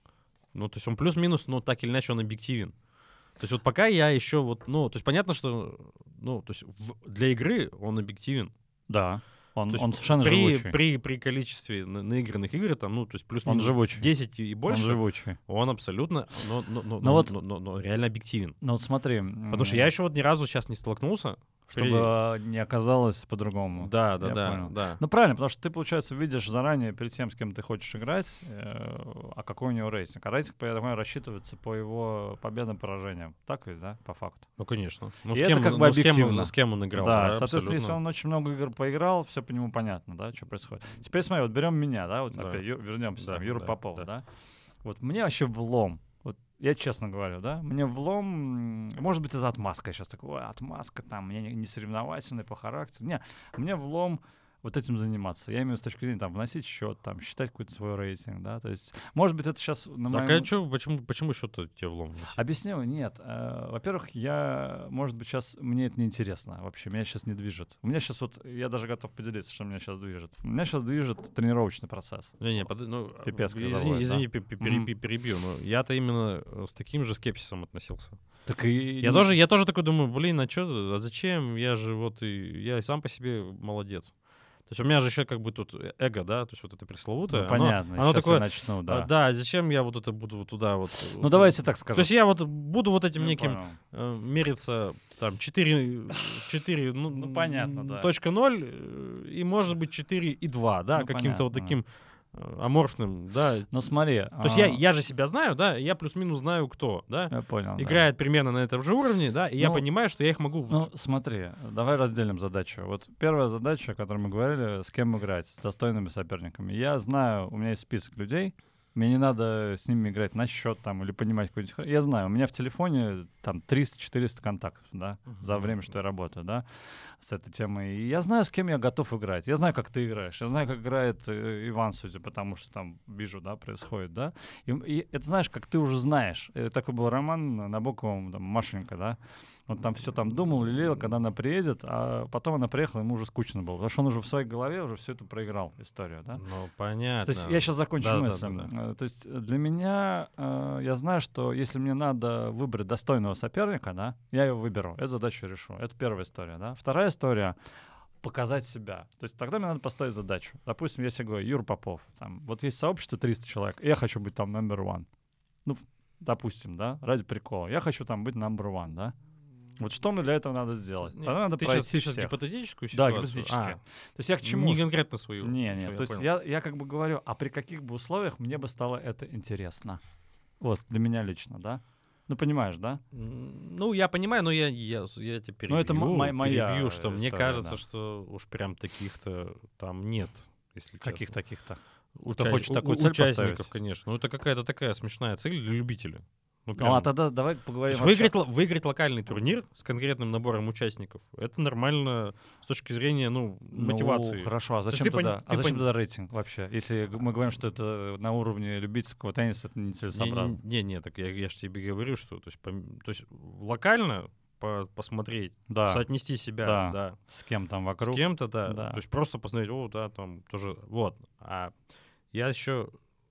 ну, то есть он плюс-минус, но так или иначе он объективен. То есть вот пока я еще вот, ну, то есть понятно, что, ну, то есть в- для игры он объективен. Да. Он, То есть он совершенно при, живучий. при, при количестве на- наигранных игр, там, ну, то есть Он плюс-минус живучий. десять и Он больше, он, живучий. абсолютно, но, но, но, Ну но- вот- но- но- но реально объективен. Ну вот смотри. Потому что я еще вот ни разу сейчас не столкнулся. Чтобы при- а, не оказалось по-другому. Да, да, я да, понял. да. Ну правильно, потому что ты, получается, видишь заранее перед тем, с кем ты хочешь играть, э, а какой у него рейтинг. А рейтинг, я думаю, рассчитывается по его победам, поражениям. Так ведь, да, по факту? Ну, конечно. Ну, И с это кем, как бы ну, с, кем объективно. он, с кем он играл? да, Да, соответственно, если абсолютно. он очень много игр поиграл, все по нему понятно, да, что происходит. Теперь смотри, вот берем меня, да, вот Да. опять Ю- вернемся, Да, там, Юра да, Попов, да. да. Вот мне вообще влом. Вот я честно говорю, да, мне влом, м, может быть, это отмазка. Я сейчас такой, ой, отмазка, там, я не, не соревновательный по характеру. Не, мне влом вот этим заниматься. Я имею с точки зрения, там, вносить счет, там, считать какой-то свой рейтинг, да, то есть, может быть, это сейчас на Так моем... а чё, почему, почему что-то тебе влом вносить? Объясню, нет. э, Во-первых, я, может быть, сейчас мне это неинтересно вообще, меня сейчас не движет. У меня сейчас вот, я даже готов поделиться, что меня сейчас движет. Меня сейчас движет тренировочный процесс. Не-не, под- ну, Пипец, как извини, заводит, извини, да? пе- пе- переби- Мгм. перебью, но я-то именно э, с таким же скепсисом относился. Так и... Я тоже, я тоже такой думаю, блин, а что, а зачем? Я же вот и я и сам по себе молодец. То есть у меня же еще как бы тут э- эго, да, то есть вот это пресловутое. Ну, оно- понятно, Оно, сейчас такое, я начну, да. а, да, зачем я вот это буду вот туда вот. Ну, давайте так скажу. То есть я вот буду вот этим Я неким понял. э, мериться там четыре, четыре ну, Ну, понятно, да. точка ноль э, и может быть четыре и два, да, Ну, каким-то вот понятно. таким э, аморфным, да. Ну, смотри. То есть я, я же себя знаю, да, я плюс-минус знаю, кто, да, Я понял, да. играет примерно на этом же уровне, да, и я Ну, понимаю, что я их могу... Ну, смотри, давай разделим задачу. Вот первая задача, о которой мы говорили, с кем играть, с достойными соперниками. Я знаю, у меня есть список людей, мне не надо с ними играть на счет там или понимать какой-нибудь... хр- Я знаю, у меня в телефоне там триста-четыреста контактов, да, за время, что я работаю, да, с этой темой. И я знаю, с кем я готов играть. Я знаю, как ты играешь. Я знаю, как играет э, Иван, судя по тому, что там вижу, да, происходит, да. И, и это знаешь, как ты уже знаешь. Э, Такой был роман Набоковым, там, Машенька, да. Он там все там думал, лелеял, когда она приедет, а потом она приехала, ему уже скучно было, потому что он уже в своей голове уже все это проиграл, историю, да. Ну, понятно. То есть я сейчас закончу Да, да, мысль. да, да. Э, То есть для меня, э, я знаю, что если мне надо выбрать достойного соперника, да, я его выберу, эту задачу решу. Это первая история, да. Вторая история — показать себя. То есть тогда мне надо поставить задачу. Допустим, я себе говорю, Юр Попов, там, вот есть сообщество триста человек, и я хочу быть там номер one. Ну, допустим, да, ради прикола. Я хочу там быть number one, да. Вот что мне для этого надо сделать? Нет, Тогда надо ты пройти сейчас, ты сейчас всех. гипотетическую Да, ситуацию? гипотетически. А, То есть я к чему? не что- конкретно свою. Не, Всё, не. я То есть понял. я, я как бы говорю, а при каких бы условиях мне бы стало это интересно? Вот, для меня лично, да? Ну, понимаешь, да? М, Ну, я понимаю, но я, я, я тебя перебью, Ну, это мо- мо- моя перебью, что мне история, кажется, да. что уж прям таких-то там нет, если Каких честно. таких-то? Уча- хочешь у- такую у- цель участников, поставить? конечно. Ну, это какая-то такая смешная цель для любителя. Ну, Ну, прям. а тогда давай То поговорим есть вообще- выиграть, ло- выиграть локальный турнир с конкретным набором участников, это нормально с точки зрения, ну, мотивации. Ну, хорошо, а есть зачем ты пон- тогда, ты а зачем пон- тогда рейтинг вообще? Если г- мы говорим, что это на уровне любительского тенниса, это нецелесообразно. Не-не-не, так я, я же тебе говорю, что то есть, пом- то есть локально по- посмотреть, Да, соотнести себя, Да. да, с кем там с вокруг. кем-то, да. Да. То есть просто посмотреть, о, да, там тоже, вот. А я еще,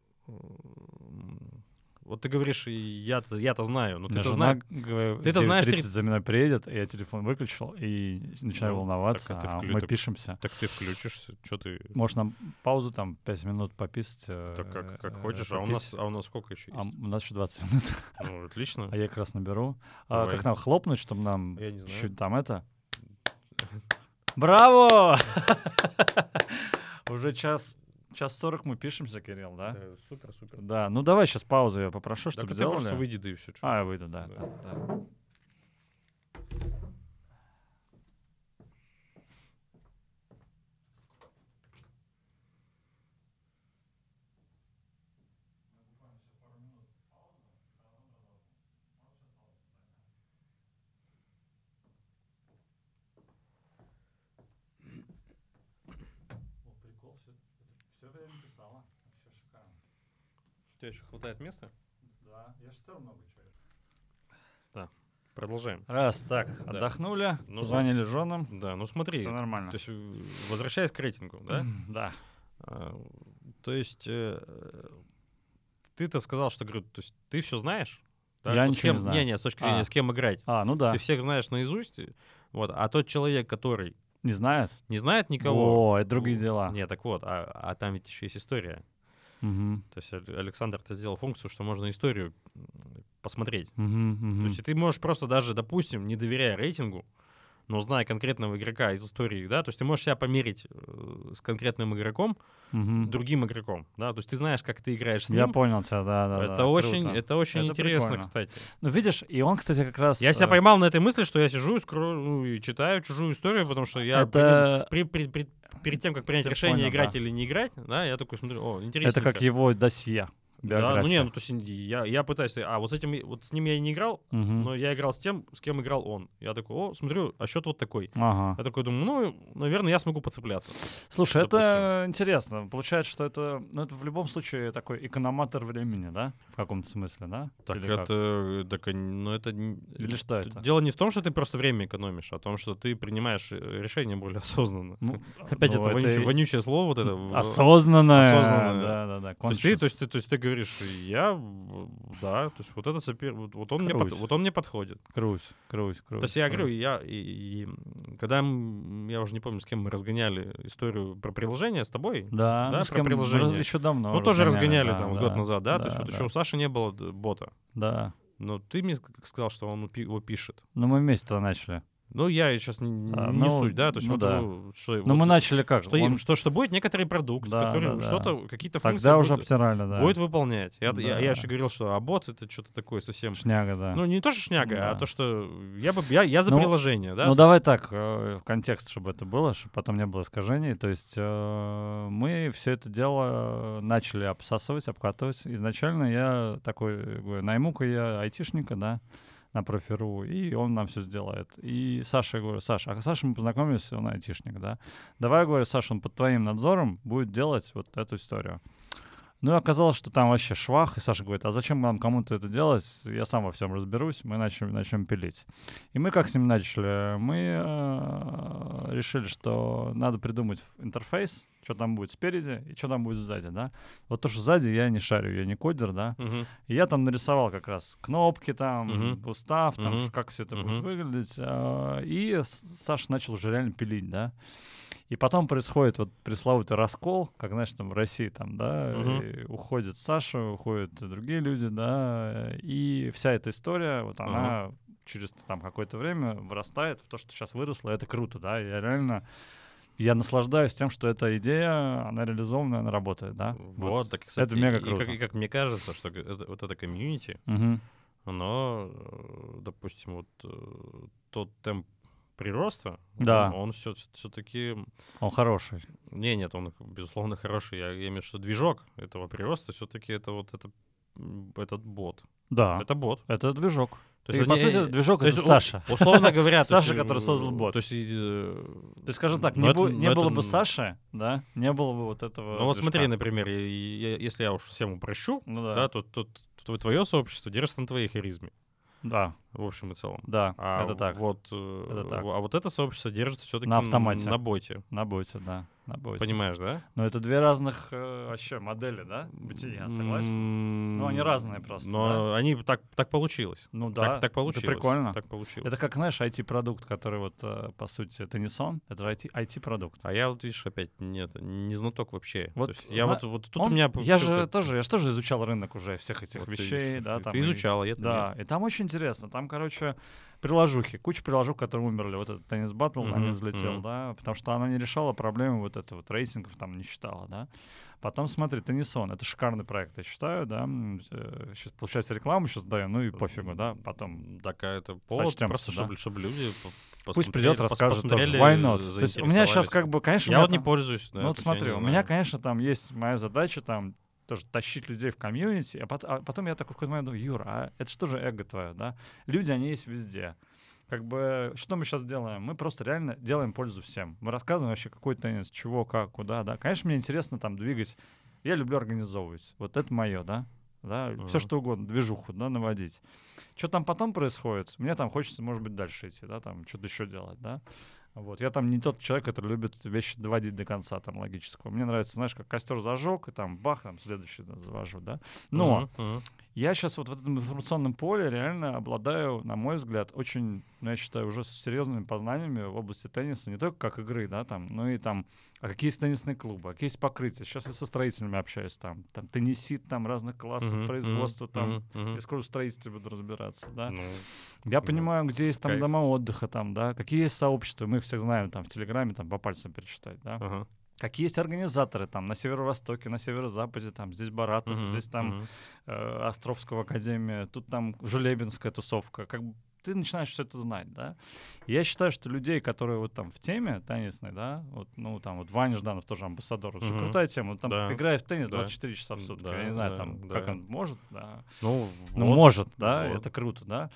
вот ты говоришь, и я-то, я-то знаю, но У меня ты-то жена, знаешь. говорю, ты-то знаешь тридцать за мной приедет, и я телефон выключил и начинаю Ну, волноваться, так, а ты а вклю- мы так- пишемся. Так ты включишься, что ты... Может, нам паузу там пять минут пописать? Так как, как э, хочешь, а у попить? нас, а у нас сколько еще А есть? у нас еще двадцать минут, Ну, отлично. а я как раз наберу. А Давай. как нам хлопнуть, чтобы нам Я не знаю. чуть там это? Браво! Уже час, час сорок мы пишемся, Кирилл, да? Да, супер, супер. Да, ну давай сейчас паузу я попрошу, Так чтобы ты сделали. просто выйди, да и все. А, я выйду, да. Да. да, да. Прикол, все время писала. Вообще шикарно. У тебя еще хватает места? Да, я же тоже много чего. Продолжаем. Раз, так, Да. отдохнули, Ну, позвонили женам, Да, ну смотри. все нормально. То есть, э, возвращаясь к рейтингу, да? Да. А, То есть, э, ты-то сказал, что, говорю, то есть ты все знаешь? Так? Я Вот с ничего не кем- знаю. Не, не, с точки зрения, А. с кем играть. А, ну да. Ты всех знаешь наизусть, э, вот, а тот человек, который Не знает? не знает никого... О, это другие дела. Нет, так вот, а, а там ведь еще есть история. Мгм. То есть Аль- Александр-то сделал функцию, что можно историю м, посмотреть. Мгм, мгм. То есть и ты можешь просто даже, допустим, не доверяя рейтингу, но зная конкретного игрока из истории, да, то есть ты можешь себя померить э, с конкретным игроком, Мгм. другим игроком, да, то есть ты знаешь, как ты играешь с Я ним. понял тебя, да, да. это да, очень, круто. это очень Это интересно, прикольно. кстати. Ну, видишь, и он, кстати, как раз... Я себя э, поймал на этой мысли, что я сижу и, скро- ну, и читаю чужую историю, потому что я Это- при- при- при- перед тем, как принять Я решение, понял, играть да. или не играть, да, я такой смотрю, о, интересно. Это как его досье, Да, ну биография. не, ну то есть я, я пытаюсь, а вот с этим, вот с ним я и не играл, Мгм. но я играл с тем, с кем играл он. Я такой, о, смотрю, а счет вот такой. Ага. Я такой думаю, ну, наверное, я смогу подцепляться. Слушай, допустим. это интересно. Получается, что это, ну, это в любом случае такой экономатор времени, да? В каком-то смысле, да? Так Или как? это, так, ну это... н- Или что т- это? Дело не в том, что ты просто время экономишь, а в том, что ты принимаешь э, решения более осознанно. Ну, Опять ну, это, вонючее, и- вонючее слово вот это. в- Осознанное. осознанное. Да, да, да. То есть, ты, то, есть, conscious. ты, то есть ты говоришь, я, в- да, то есть вот это сопер... вот, вот он мне под- Крусь. вот он мне подходит. Крусь, крусь, крусь. То есть я крусь. говорю, я, и, и когда м, я уже не помню, с кем мы разгоняли историю про приложение с тобой, Да, да, ну, с про кем приложение. еще давно. ну тоже разгоняли да, там да, год назад, да, то есть да, вот да. еще у Саши не было д- бота, Да. но ты мне ск- сказал, что он упи- его пишет. Ну, мы вместе-то начали. Ну, я сейчас не, А, не ну, суть, да, то есть ну вот, да. вы- что, Ну, вот мы начали как? что, Он- им- что, что будет некоторый продукт, Да, который да, да. что-то, какие-то функции Тогда уже будет, обтирали, да. будет выполнять. Я, я, Да. я еще говорил, что а бот это что-то такое совсем... Шняга, да. Ну, не то, что шняга, Да. а то, что я, бы, я, я за Ну, приложение, да. Ну, давай так, э, в контекст, чтобы это было, чтобы потом не было искажений. То есть э, мы все это дело начали обсасывать, обкатывать. Изначально я такой, говорю, найму-ка я айтишника, да, на профи.ру, и он нам все сделает. И Саша, я говорю, Саша, а Саша мы познакомились, он айтишник, да. Давай, я говорю, Саша, он под твоим надзором будет делать вот эту историю. Ну и оказалось, что там вообще швах, и Саша говорит, а зачем нам кому-то это делать, я сам во всем разберусь, мы начнем, начнем пилить. И мы как с ним начали? Мы э, решили, что надо придумать интерфейс, что там будет спереди и что там будет сзади, да. Вот то, что сзади, я не шарю, я не кодер, да. Мгм. И я там нарисовал как раз кнопки там, Мгм. устав, там, Мгм. как все это Мгм. будет выглядеть. а, И С- Саша начал уже реально пилить, да. И потом происходит вот пресловутый раскол, как, знаешь, там в России там, да, Мгм. и уходит Саша, уходят и другие люди, да, и вся эта история, вот она через там какое-то время вырастает в то, что сейчас выросло, это круто, да, я реально, я наслаждаюсь тем, что эта идея, она реализована, она работает, да. Вот, так, кстати, это мега и- круто. И, как, и как мне кажется, что это, вот это комьюнити, Мгм. оно, э, допустим, вот э, тот темп прироста, Да. он, он все, все-таки... Он хороший. Не, нет, он, безусловно, хороший. Я, я имею в виду, что движок этого прироста все-таки это вот это, м, этот бот. Да, Это бот. это движок. То И, есть по они- сути, движок — то это есть, Саша. у- условно говоря... то Саша, есть, который создал бот. То есть, э, То есть, скажем так, ну не, это- бу- ну не это было бы н- Саши, да, не было бы вот этого Ну вот движка. смотри, например, я- я- если я уж всем упрощу, Ну да, да, то, то, то твое сообщество держится на твоей харизме, да, в общем и целом. да, А это так, Вот, э, Это так. А вот это сообщество держится все-таки На автомате. на боте. на боте, да, на боте. Понимаешь, да? Но это две разных э, вообще модели, да, бытия, согласен? Ну, Ну, они разные просто, Но они так, так получилось. Ну Так, да, так получилось. это прикольно. Так получилось. Это как, знаешь, ай ти-продукт, который вот, э, по сути, Теннисон, это же ай ти, ай ти-продукт. А я вот, видишь, опять нет, не знаток вообще. Вот То есть я зна- вот, вот тут Он- у меня... я чё-то- же тоже, я же тоже изучал рынок уже всех этих вот ты вещей, видишь, да, ты там. и- изучал, а я-то Да, нет. и там очень интересно. Там, короче, приложухи, куча приложух, которые умерли. Вот этот теннис баттл на нем Мгм, взлетел, мгм. да, потому что она не решала проблемы вот этого вот рейтингов, там не считала, да. Потом, смотри, Теннисон, это шикарный проект, я считаю, да. Сейчас, получается, рекламу сейчас даем, ну и пофигу, да, потом. Так, а это повод Сочтёмся, просто, да. чтобы, чтобы люди по- Пусть посмотрели- придет, пос- расскажет тоже. посмотрели, Why not? То есть у меня сейчас заинтересовались. как бы, конечно, у Я меня вот не там- пользуюсь. да, ну вот то есть я смотри, не у меня, знаю. конечно, там есть моя задача там тоже тащить людей в комьюнити, а, пот- а потом я такой в какой-то момент думаю, Юра, а это что же эго твое, да? Люди, они есть везде. Как бы, что мы сейчас делаем? Мы просто реально делаем пользу всем. Мы рассказываем вообще, какой теннис, чего, как, куда, да. Конечно, мне интересно там двигать. Я люблю организовывать. Вот это мое, да. Да, Мгм. все что угодно, движуху, да, наводить. Что там потом происходит? Мне там хочется, может быть, дальше идти, да, там что-то еще делать, да. Вот. Я там не тот человек, который любит вещи доводить до конца, там, логического. Мне нравится, знаешь, как костер зажег, и там бах, там, следующий да, завожу, да. Но Мгм, мгм. я сейчас вот в этом информационном поле реально обладаю, на мой взгляд, очень, ну, я считаю, уже с серьезными познаниями в области тенниса, не только как игры, да, там, но и там, а какие есть теннисные клубы, а какие есть покрытия. Сейчас я со строителями общаюсь, там, там, теннисит, там, разных классов, Мгм, производства, мгм, там, мгм, мгм. я скоро в строительстве буду разбираться, да. Ну, Я Ну, понимаю, где есть там кайф. дома отдыха, там, да, какие есть сообщества, мы их всех знаем, там, в Телеграме, там, по пальцам перечитать, да. ага. Какие есть организаторы, там, на северо-востоке, на северо-западе, там, здесь Баратов, Мгм, здесь там мгм. э, Островского академия, тут там Желебинская тусовка, как бы ты начинаешь все это знать, да. И я считаю, что людей, которые вот там в теме теннисной, да, вот, ну, там, вот Ваня Жданов тоже амбассадор, это же Мгм. крутая тема, он там Да. играет в теннис Да. двадцать четыре часа в сутки, Да, я не знаю, да, там, да. как он может, да. Ну, Ну, вот. может, да, вот. это круто, да.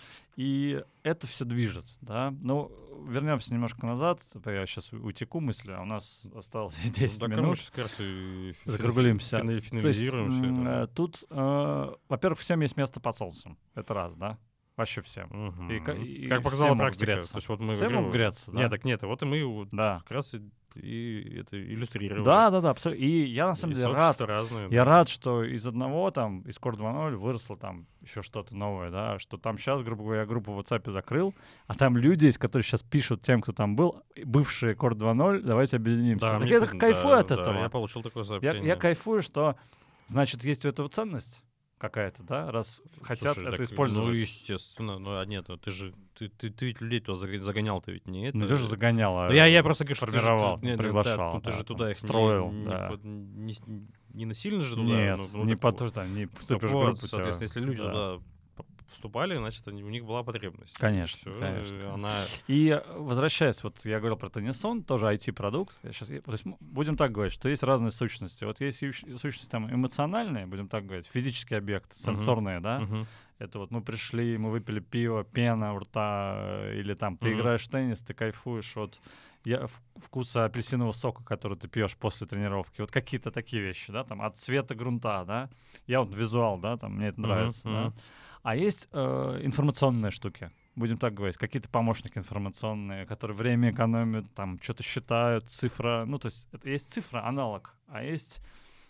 И это все движет, да. Ну, вернемся немножко назад, я сейчас утеку мысли, а у нас осталось десять Так, а мы минут. сейчас как раз и фи- Закруглимся. фина- То есть, Финализируем всё м, это. э, тут, э, во-первых, всем есть место под солнцем. Это раз, да? Вообще всем. Мгм. и ка- и Как все показала могут практика. греться. То есть вот мы Все говорим, могут греться, да? Нет, так нет, вот и мы вот Да. как раз и, и это иллюстрировали. Да, да, да, абсолютно. И я на самом И деле рад. сообщества разные. Я да. рад, что из одного там, из Core два ноль выросло там еще что-то новое, да, что там сейчас, грубо говоря, я группу в WhatsApp закрыл, а там люди есть, которые сейчас пишут тем, кто там был, бывшие Core два ноль, давайте объединимся. Да, Так мне я тут- так кайфую да, от да, этого. Я получил такое Я, сообщение. я кайфую, что, значит, есть у этого ценность какая-то, да, раз хотят Слушай, это так, использовать. Ну, естественно. Ну, а нет, ну, ты же, ты, ты, ты ведь людей туда заг- загонял, ты ведь не это. Ну, ты же загонял. Ну, я, я просто говорю, что ты же- формировал, ты, не, ну, приглашал, да, ну, ты да, же там, туда их строил, не, да. не, под- не, с- не насильно же туда. Нет, ну, ну, не так по вот. то, там, не Так вступишь в вот, группу. тебя- соответственно, если люди да. туда п- вступали, значит, они- у них была потребность. Конечно, Всё, конечно, и конечно. Она... И э, возвращаясь, вот я говорил про Теннисон, тоже ай ти-продукт. Я щас, я- то есть м- будем так говорить, что есть разные сущности. Вот есть ю- сущности там эмоциональные, будем так говорить, физический объект, сенсорные, да. Мгм. Это вот мы пришли, мы выпили пиво, пена у рта, э, или там ты Мгм. играешь в теннис, ты кайфуешь от я, в- вкуса апельсинового сока, который ты пьешь после тренировки. Вот какие-то такие вещи, да, там от цвета грунта, да. Я вот визуал, да, там мне это Мгм, нравится, да. мгм. А есть э, информационные штуки, будем так говорить, какие-то помощники информационные, которые время экономят, там что-то считают, цифра, ну то есть это есть цифра, аналог, а есть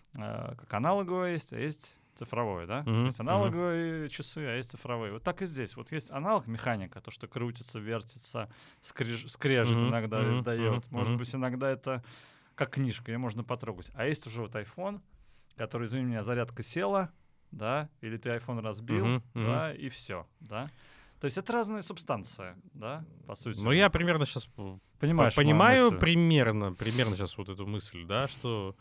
э, как аналоговое есть, а есть цифровое, да? Мгм, Есть аналоговые часы, а есть цифровые. Вот так и здесь. Вот есть аналог механика, то, что крутится, вертится, скреж- скрежет Мгм, иногда мгм, издает. мгм, Может мгм. быть, иногда это как книжка, ее можно потрогать. А есть уже вот iPhone, который, извини меня, зарядка села, да, или ты iPhone разбил, Мгм, мгм. да, и все, да. То есть это разные субстанции, да, по сути. Ну, я примерно сейчас Понимаешь мою понимаю мысль? примерно, примерно сейчас вот эту мысль, да, что...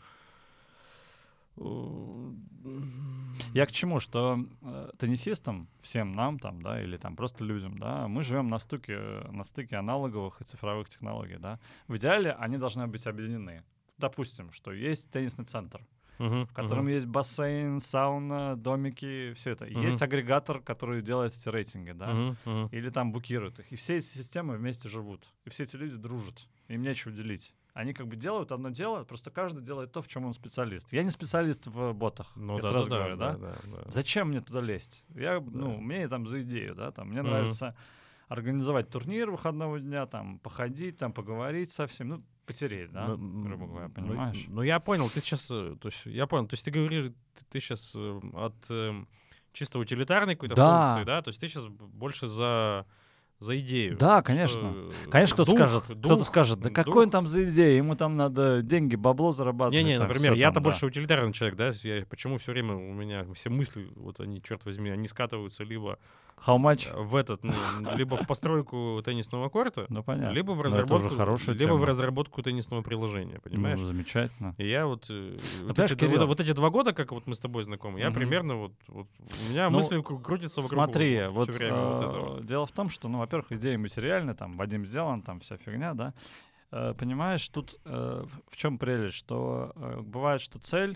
Я к чему, что э, теннисистам, всем нам там, да, или там просто людям, да, мы живем на стыке, на стыке аналоговых и цифровых технологий, да. В идеале они должны быть объединены. Допустим, что есть теннисный центр, Мгм, в котором мгм. есть бассейн, сауна, домики, все это. Мгм. Есть агрегатор, который делает эти рейтинги, да, Мгм, мгм. или там букирует их. И все эти системы вместе живут. И все эти люди дружат. Им нечего делить. Они как бы делают одно дело, просто каждый делает то, в чем он специалист. Я не специалист в ботах, Ну, я да, сразу да, говорю, да? да, да, да. Зачем мне туда лезть? Я, ну, мне там за идею, да, там, мне Мгм. нравится организовать турнир выходного дня, там, походить, там, поговорить со всеми, ну, потереть, да, Ну, грубо говоря, ну, понимаешь? Ну, я понял, ты сейчас, то есть, я понял, то есть ты говоришь, ты сейчас от э, чисто утилитарной какой-то Да. функции, да, то есть ты сейчас больше за за идею. Да, что, конечно. э, Конечно, кто-то дух- скажет, кто-то дух- скажет, да дух- какой он там за идея, ему там надо деньги, бабло зарабатывать. Не-не, там, например, всё я-то там, да. больше утилитарный человек, да, я, почему все время у меня все мысли, вот они, черт возьми, они скатываются либо How much? в этот, ну, либо в постройку теннисного корта, Ну, понятно. либо в Но это уже разработку, хорошая либо в тема. разработку теннисного приложения, понимаешь? Ну, замечательно. И я вот, э, вот, понимаешь, эти, Кирилл- вот, вот эти два года, как вот мы с тобой знакомы, я Мгм. примерно вот, вот у меня Ну, мысли кру- крутятся вокруг Смотри, вот, вот все время вот э, этого. дело в том, что, ну, во-первых, идеи материальные, там, Вадим сделан, там, вся фигня, да. Э, понимаешь, тут э, в чем прелесть, что э, бывает, что цель,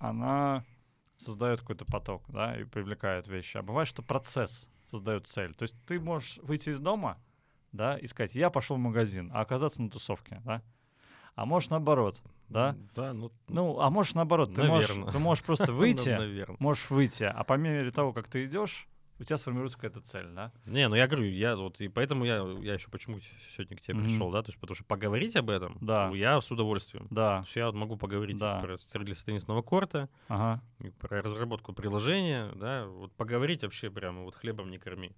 она создает какой-то поток, да, и привлекает вещи, а бывает, что процесс создает цель. То есть ты можешь выйти из дома, да, и сказать, я пошел в магазин, а оказаться на тусовке, да. А можешь наоборот, да. Да, ну, Ну, а можешь наоборот, ты можешь, Наверно. ты можешь просто выйти, наверное. можешь выйти, а по мере того, как ты идешь, у тебя сформируется какая-то цель, да? Не, ну я говорю, я вот, и поэтому я, я еще почему сегодня к тебе Мгм. пришел, да, то есть потому что поговорить об этом, Да. ну, я с удовольствием. То Да, есть я вот могу поговорить Да. про строительство теннисного корта, ага. и про разработку приложения, да, вот поговорить вообще прямо вот хлебом не корми.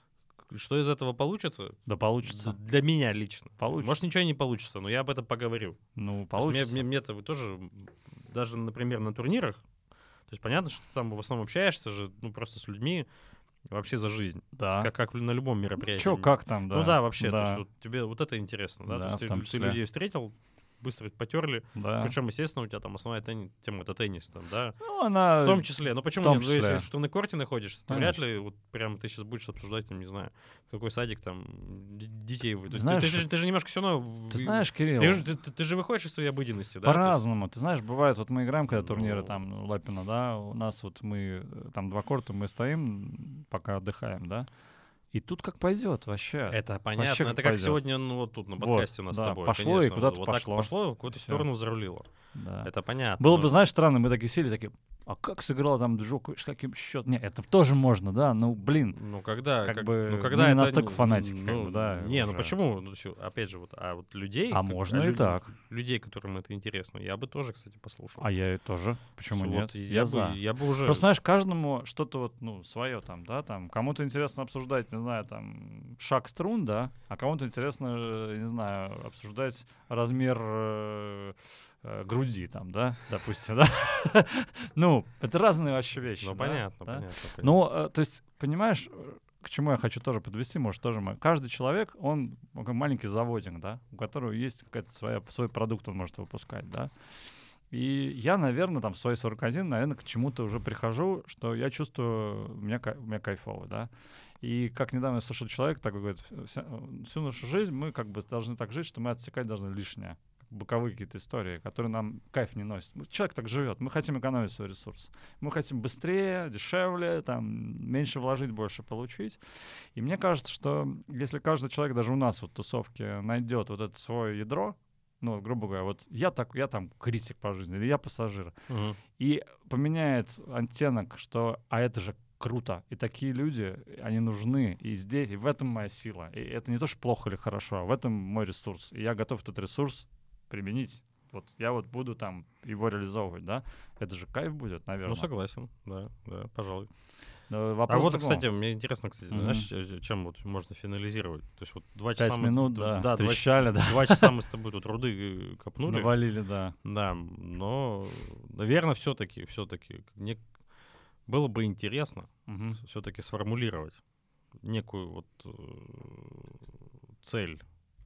Что из этого получится? Да получится. Д- Для меня лично. Получится. Может, ничего и не получится, но я об этом поговорю. Ну, То есть мне- получится. мне- Мне-то вы тоже, м, даже, например, на турнирах, то есть понятно, что ты там в основном общаешься же, ну, просто с людьми вообще за жизнь. Да. Как, как на любом мероприятии. Чё, как там, да? Ну да, вообще, то Да, есть вот тебе вот это интересно, да? Да, то в есть том ты, ты числе. людей встретил, быстро потерли. да. Причем, естественно, у тебя там основная тени- тема это теннис, там, да. Ну, она... В том числе. Но почему в том нет? Ну, если числе. что на корте находишься, то вряд Конечно. ли вот прям ты сейчас будешь обсуждать, там, не знаю, какой садик там д- детей вы. То есть Знаешь, ты, ты же, ты же немножко все равно. Ты в- знаешь, Кирилл, Ты, же- ты- ты- ты же выходишь из своей обыденности, да? то есть- по-разному. Ты знаешь, бывает, вот мы играем, когда турниры Ну. там, ну, Лапина, да, у нас вот мы, э, там два корта, мы стоим, пока отдыхаем, да, и тут как пойдет вообще. Это понятно. Вообще это как как пойдет. сегодня, ну, вот тут на Вот, подкасте у нас да, с тобой. пошло и конечно, куда-то вот пошло. Так пошло, в какую-то Всё. сторону зарулило. Да. Это понятно. Было но- бы, знаешь, странно, мы такие сели, такие, а как сыграл там Джокович, с каким счетом? Не, это тоже можно, да, ну, блин. Ну, когда... как как- бы, ну, мы когда не это настолько фанатики, как ну, бы, да, Не, ну уже. почему? Ну, всё, опять же, вот, а вот людей... А как- можно и лю- так. Людей, которым это интересно, я бы тоже, кстати, послушал. А я и тоже. Почему Вот нет? я, Я бы, за. я бы уже... Просто, знаешь, каждому что-то вот, ну, свое там, да, там, кому-то интересно обсуждать, не знаю, там, шаг струн, да, а кому-то интересно, э, не знаю, обсуждать размер э, э, груди, там, да, допустим, да. Ну, это разные вообще вещи. Ну, да, понятно, да. понятно. понятно. Ну, э, то есть, понимаешь, э, к чему я хочу тоже подвести, может, тоже мы. Каждый человек, он ну, как маленький заводик, да, у которого есть какая-то своя, свой продукт, он может выпускать, да. И я, наверное, там в свои сорок один, наверное, к чему-то уже прихожу, что я чувствую, у меня, кай- у меня кайфово, да. И как недавно я слышал человек, такой говорит, вся- всю нашу жизнь мы как бы должны так жить, что мы отсекать должны лишнее. Боковые какие-то истории, которые нам кайф не носят. Мы- Человек так живет, мы хотим экономить свой ресурс. Мы хотим быстрее, дешевле, там, меньше вложить, больше получить. И мне кажется, что если каждый человек, даже у нас вот в тусовке, найдет вот это свое ядро, ну, вот, грубо говоря, вот я так, я там критик по жизни, или я пассажир, Мгм. и поменяет оттенок, что а это же круто, и такие люди, они нужны, и здесь, и в этом моя сила. И это не то, что плохо или хорошо, а в этом мой ресурс. И я готов этот ресурс применить. Вот я вот буду там его реализовывать, да? Это же кайф будет, наверное. Ну, согласен, да, да, пожалуй. Но А вопрос вот, в другом. кстати, мне интересно, кстати, Мгм. знаешь, ч- чем вот можно финализировать? То есть вот два Пять часа... мы- минут, д- да, да два, трещали, да, два часа мы с тобой тут руды э, копнули. навалили, да. Да, но, наверное, все-таки, все-таки мне было бы интересно Мгм. все-таки сформулировать. некую вот э, цель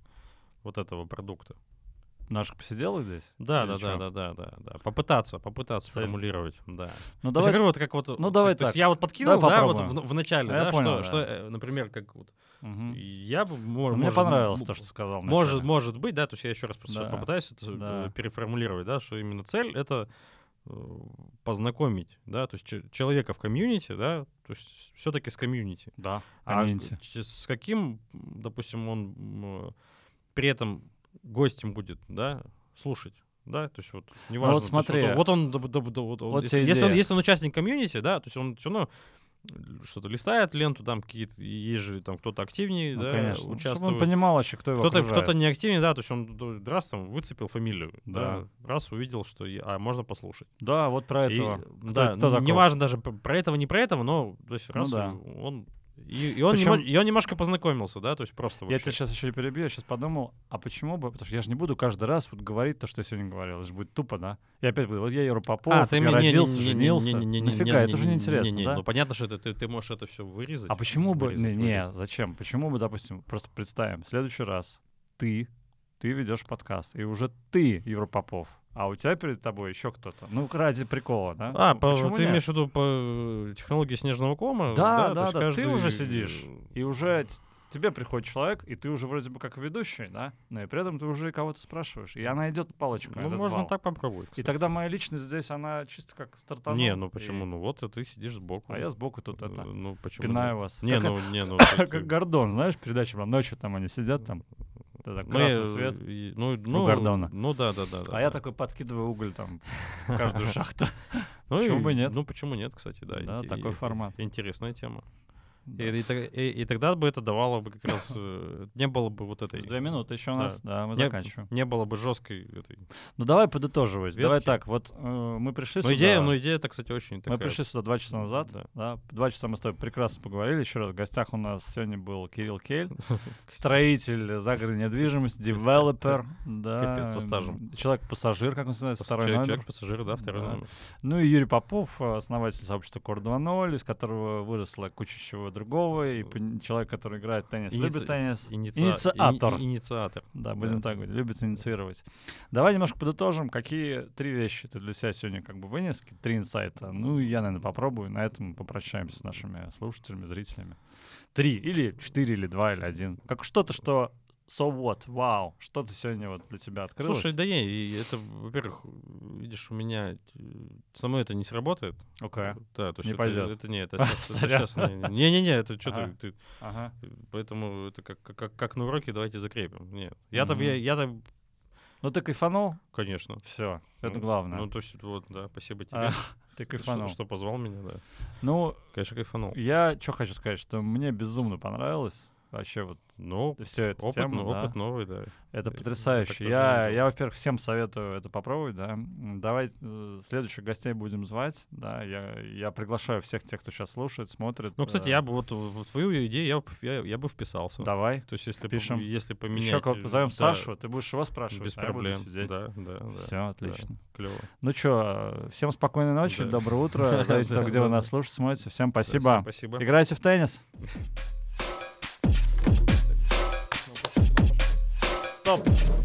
вот этого продукта. Наших посиделок здесь? Да, Или да, чё? да, да, да, да, да. Попытаться, попытаться Цель. формулировать, да. Ну, То есть давай, я говорю, вот как вот... ну, давай то есть так. я вот подкинул, Давай да, вот попробуем. в, в начале, А я да, понял, что, да. что, э, например, как вот Мгм. я бы... мо- Ну, мне может, понравилось м- то, что ты сказал Может, вначале. может быть, да, то есть я еще раз просто Да, попытаюсь это э, да. переформулировать, да, что именно цель — это э, познакомить, да, то есть че- человека в комьюнити, да, то есть все-таки с комьюнити. Да, А комьюнити. ч- с каким, допустим, он м, при этом гостем будет, да, слушать, да, то есть вот неважно. вот то есть смотри. вот, вот он, да, да, да, вот он- Вот если, тебе если он, идея. если он участник комьюнити, да, то есть он все равно что-то листает ленту, там какие-то, есть же там кто-то активнее, Ну, да, конечно. Чтобы он участвует. понимал вообще, кто его Кто-то, окружает. кто-то не активнее, да, то есть он ну, раз там выцепил фамилию, Да. да, раз увидел, что я- а можно послушать. Да, вот про И, этого. да, кто таков? неважно даже п- про этого, не про этого, но то есть Ну раз да. и он и, и он Причём- немо- и он немножко познакомился, да, то есть просто Я вообще. тебя сейчас еще перебью, я сейчас подумал, а почему бы, потому что я же не буду каждый раз вот говорить то, что я сегодня говорил, это же будет тупо, да? Я опять буду, вот я Юра Попов, А, вот ты я мне- не- родился, не- не- не- женился. не- не- не- Нафига, не- это уже не- неинтересно, не- не, да? Ну понятно, что это ты, ты можешь это все вырезать. А почему бы, вырезать, не, не, вырезать. зачем? Почему бы, допустим, просто представим, в следующий раз ты, ты ведешь подкаст, и уже ты, Юра Попов, а у тебя перед тобой еще кто-то. Ну, ради прикола, да? А, Ну, по- почему ты нет? имеешь в виду по технологии снежного кома? Да, то да, есть да, каждый- ты уже сидишь, и уже т- тебе приходит человек, и ты уже вроде бы как ведущий, да? Но и при этом ты уже кого-то спрашиваешь, и она идет палочку. на Ну, этот можно балл. так попробовать. И кстати. тогда моя личность здесь, она чисто как стартанула. Не, ну почему? и- Ну вот, и ты сидишь сбоку. А я сбоку тут Э, это Ну почему? пинаю нет? вас. Не, Как- ну, не, ну... ты- Как ты- Гордон, знаешь, передача там ночью там они сидят там, тогда мы, красный свет. и- Ну, ну, Гордона. Ну да, да, да. да, А я да. такой подкидываю уголь там в каждую шахту. Ну, почему и- бы нет? Ну почему нет, кстати, да. Да, инте- такой и- формат. Интересная тема. Да. И, и так- и- и тогда бы это давало бы как раз... э, Не было бы вот этой... Две минуты еще у Да. нас, да, мы Не, заканчиваем. не было бы жесткой этой... Ну давай подытоживать. Давай ветки. так, вот э, мы пришли Но сюда. идея, но идея-то, кстати, очень Мы такая... пришли сюда два часа назад, Да. да. Два часа мы с тобой прекрасно поговорили. Еще раз, в гостях у нас сегодня был Кирилл Кель, строитель загородной недвижимости, девелопер, да. Капец, со стажем. Человек-пассажир, как он называется, второй Человек, номер. человек-пассажир, да, второй Да. номер. Ну и Юрий Попов, основатель сообщества Кор два ноль, из которого выросла куча чего другого, и пон- человек, который играет в теннис, Иници- любит теннис. Инициа- Инициатор. и- и- Инициатор. Да, будем Да. так говорить, любит инициировать. Давай немножко подытожим, какие три вещи ты для себя сегодня как бы вынес, какие три инсайта. Ну, и я, наверное, попробую, на этом мы попрощаемся с нашими слушателями, зрителями. Три, или четыре, или два, или один. Как что-то, что so what, вау, что ты сегодня вот для тебя открылось? Слушай, да не, и это, во-первых, видишь, у меня э, со мной это не сработает. Окей. Да, то есть Не это, пойдет. это не, это сейчас, это Сорян. щас не- не-не-не, это что Ага. ты, ты- Ага. поэтому это как, как, как на уроке, давайте закрепим. Нет, я там, Мгм. я, я там, Ну ты кайфанул? конечно. Все, это Ну, главное. Ну, то есть, вот, да, спасибо тебе, А, ты что, кайфанул. что позвал меня, да. Ну, Конечно, кайфанул. я что хочу сказать, что мне безумно понравилось вообще вот Ну, все это опыт, тема, ну, да. опыт новый, да. Это Я потрясающе. так тоже Я, не я, делал. во-первых, всем советую это попробовать, да. М, Давай э, следующих гостей будем звать, да. Я, я приглашаю всех тех, кто сейчас слушает, смотрит. Ну, кстати, э, я бы вот в твою идею я, б- я, я бы вписался. Давай. То есть, если, Пишем. пом- если поменять... Еще э, позовем да, Сашу, ты будешь его спрашивать, без а я буду проблем. сидеть. Да, да, да. Все, отлично. Клево. Ну что, всем спокойной ночи, Да. доброе утро. Зависит от того, где Да, вы да, нас да. слушаете, смотрите. Всем Да, спасибо. всем спасибо. Играйте в теннис. Стоп.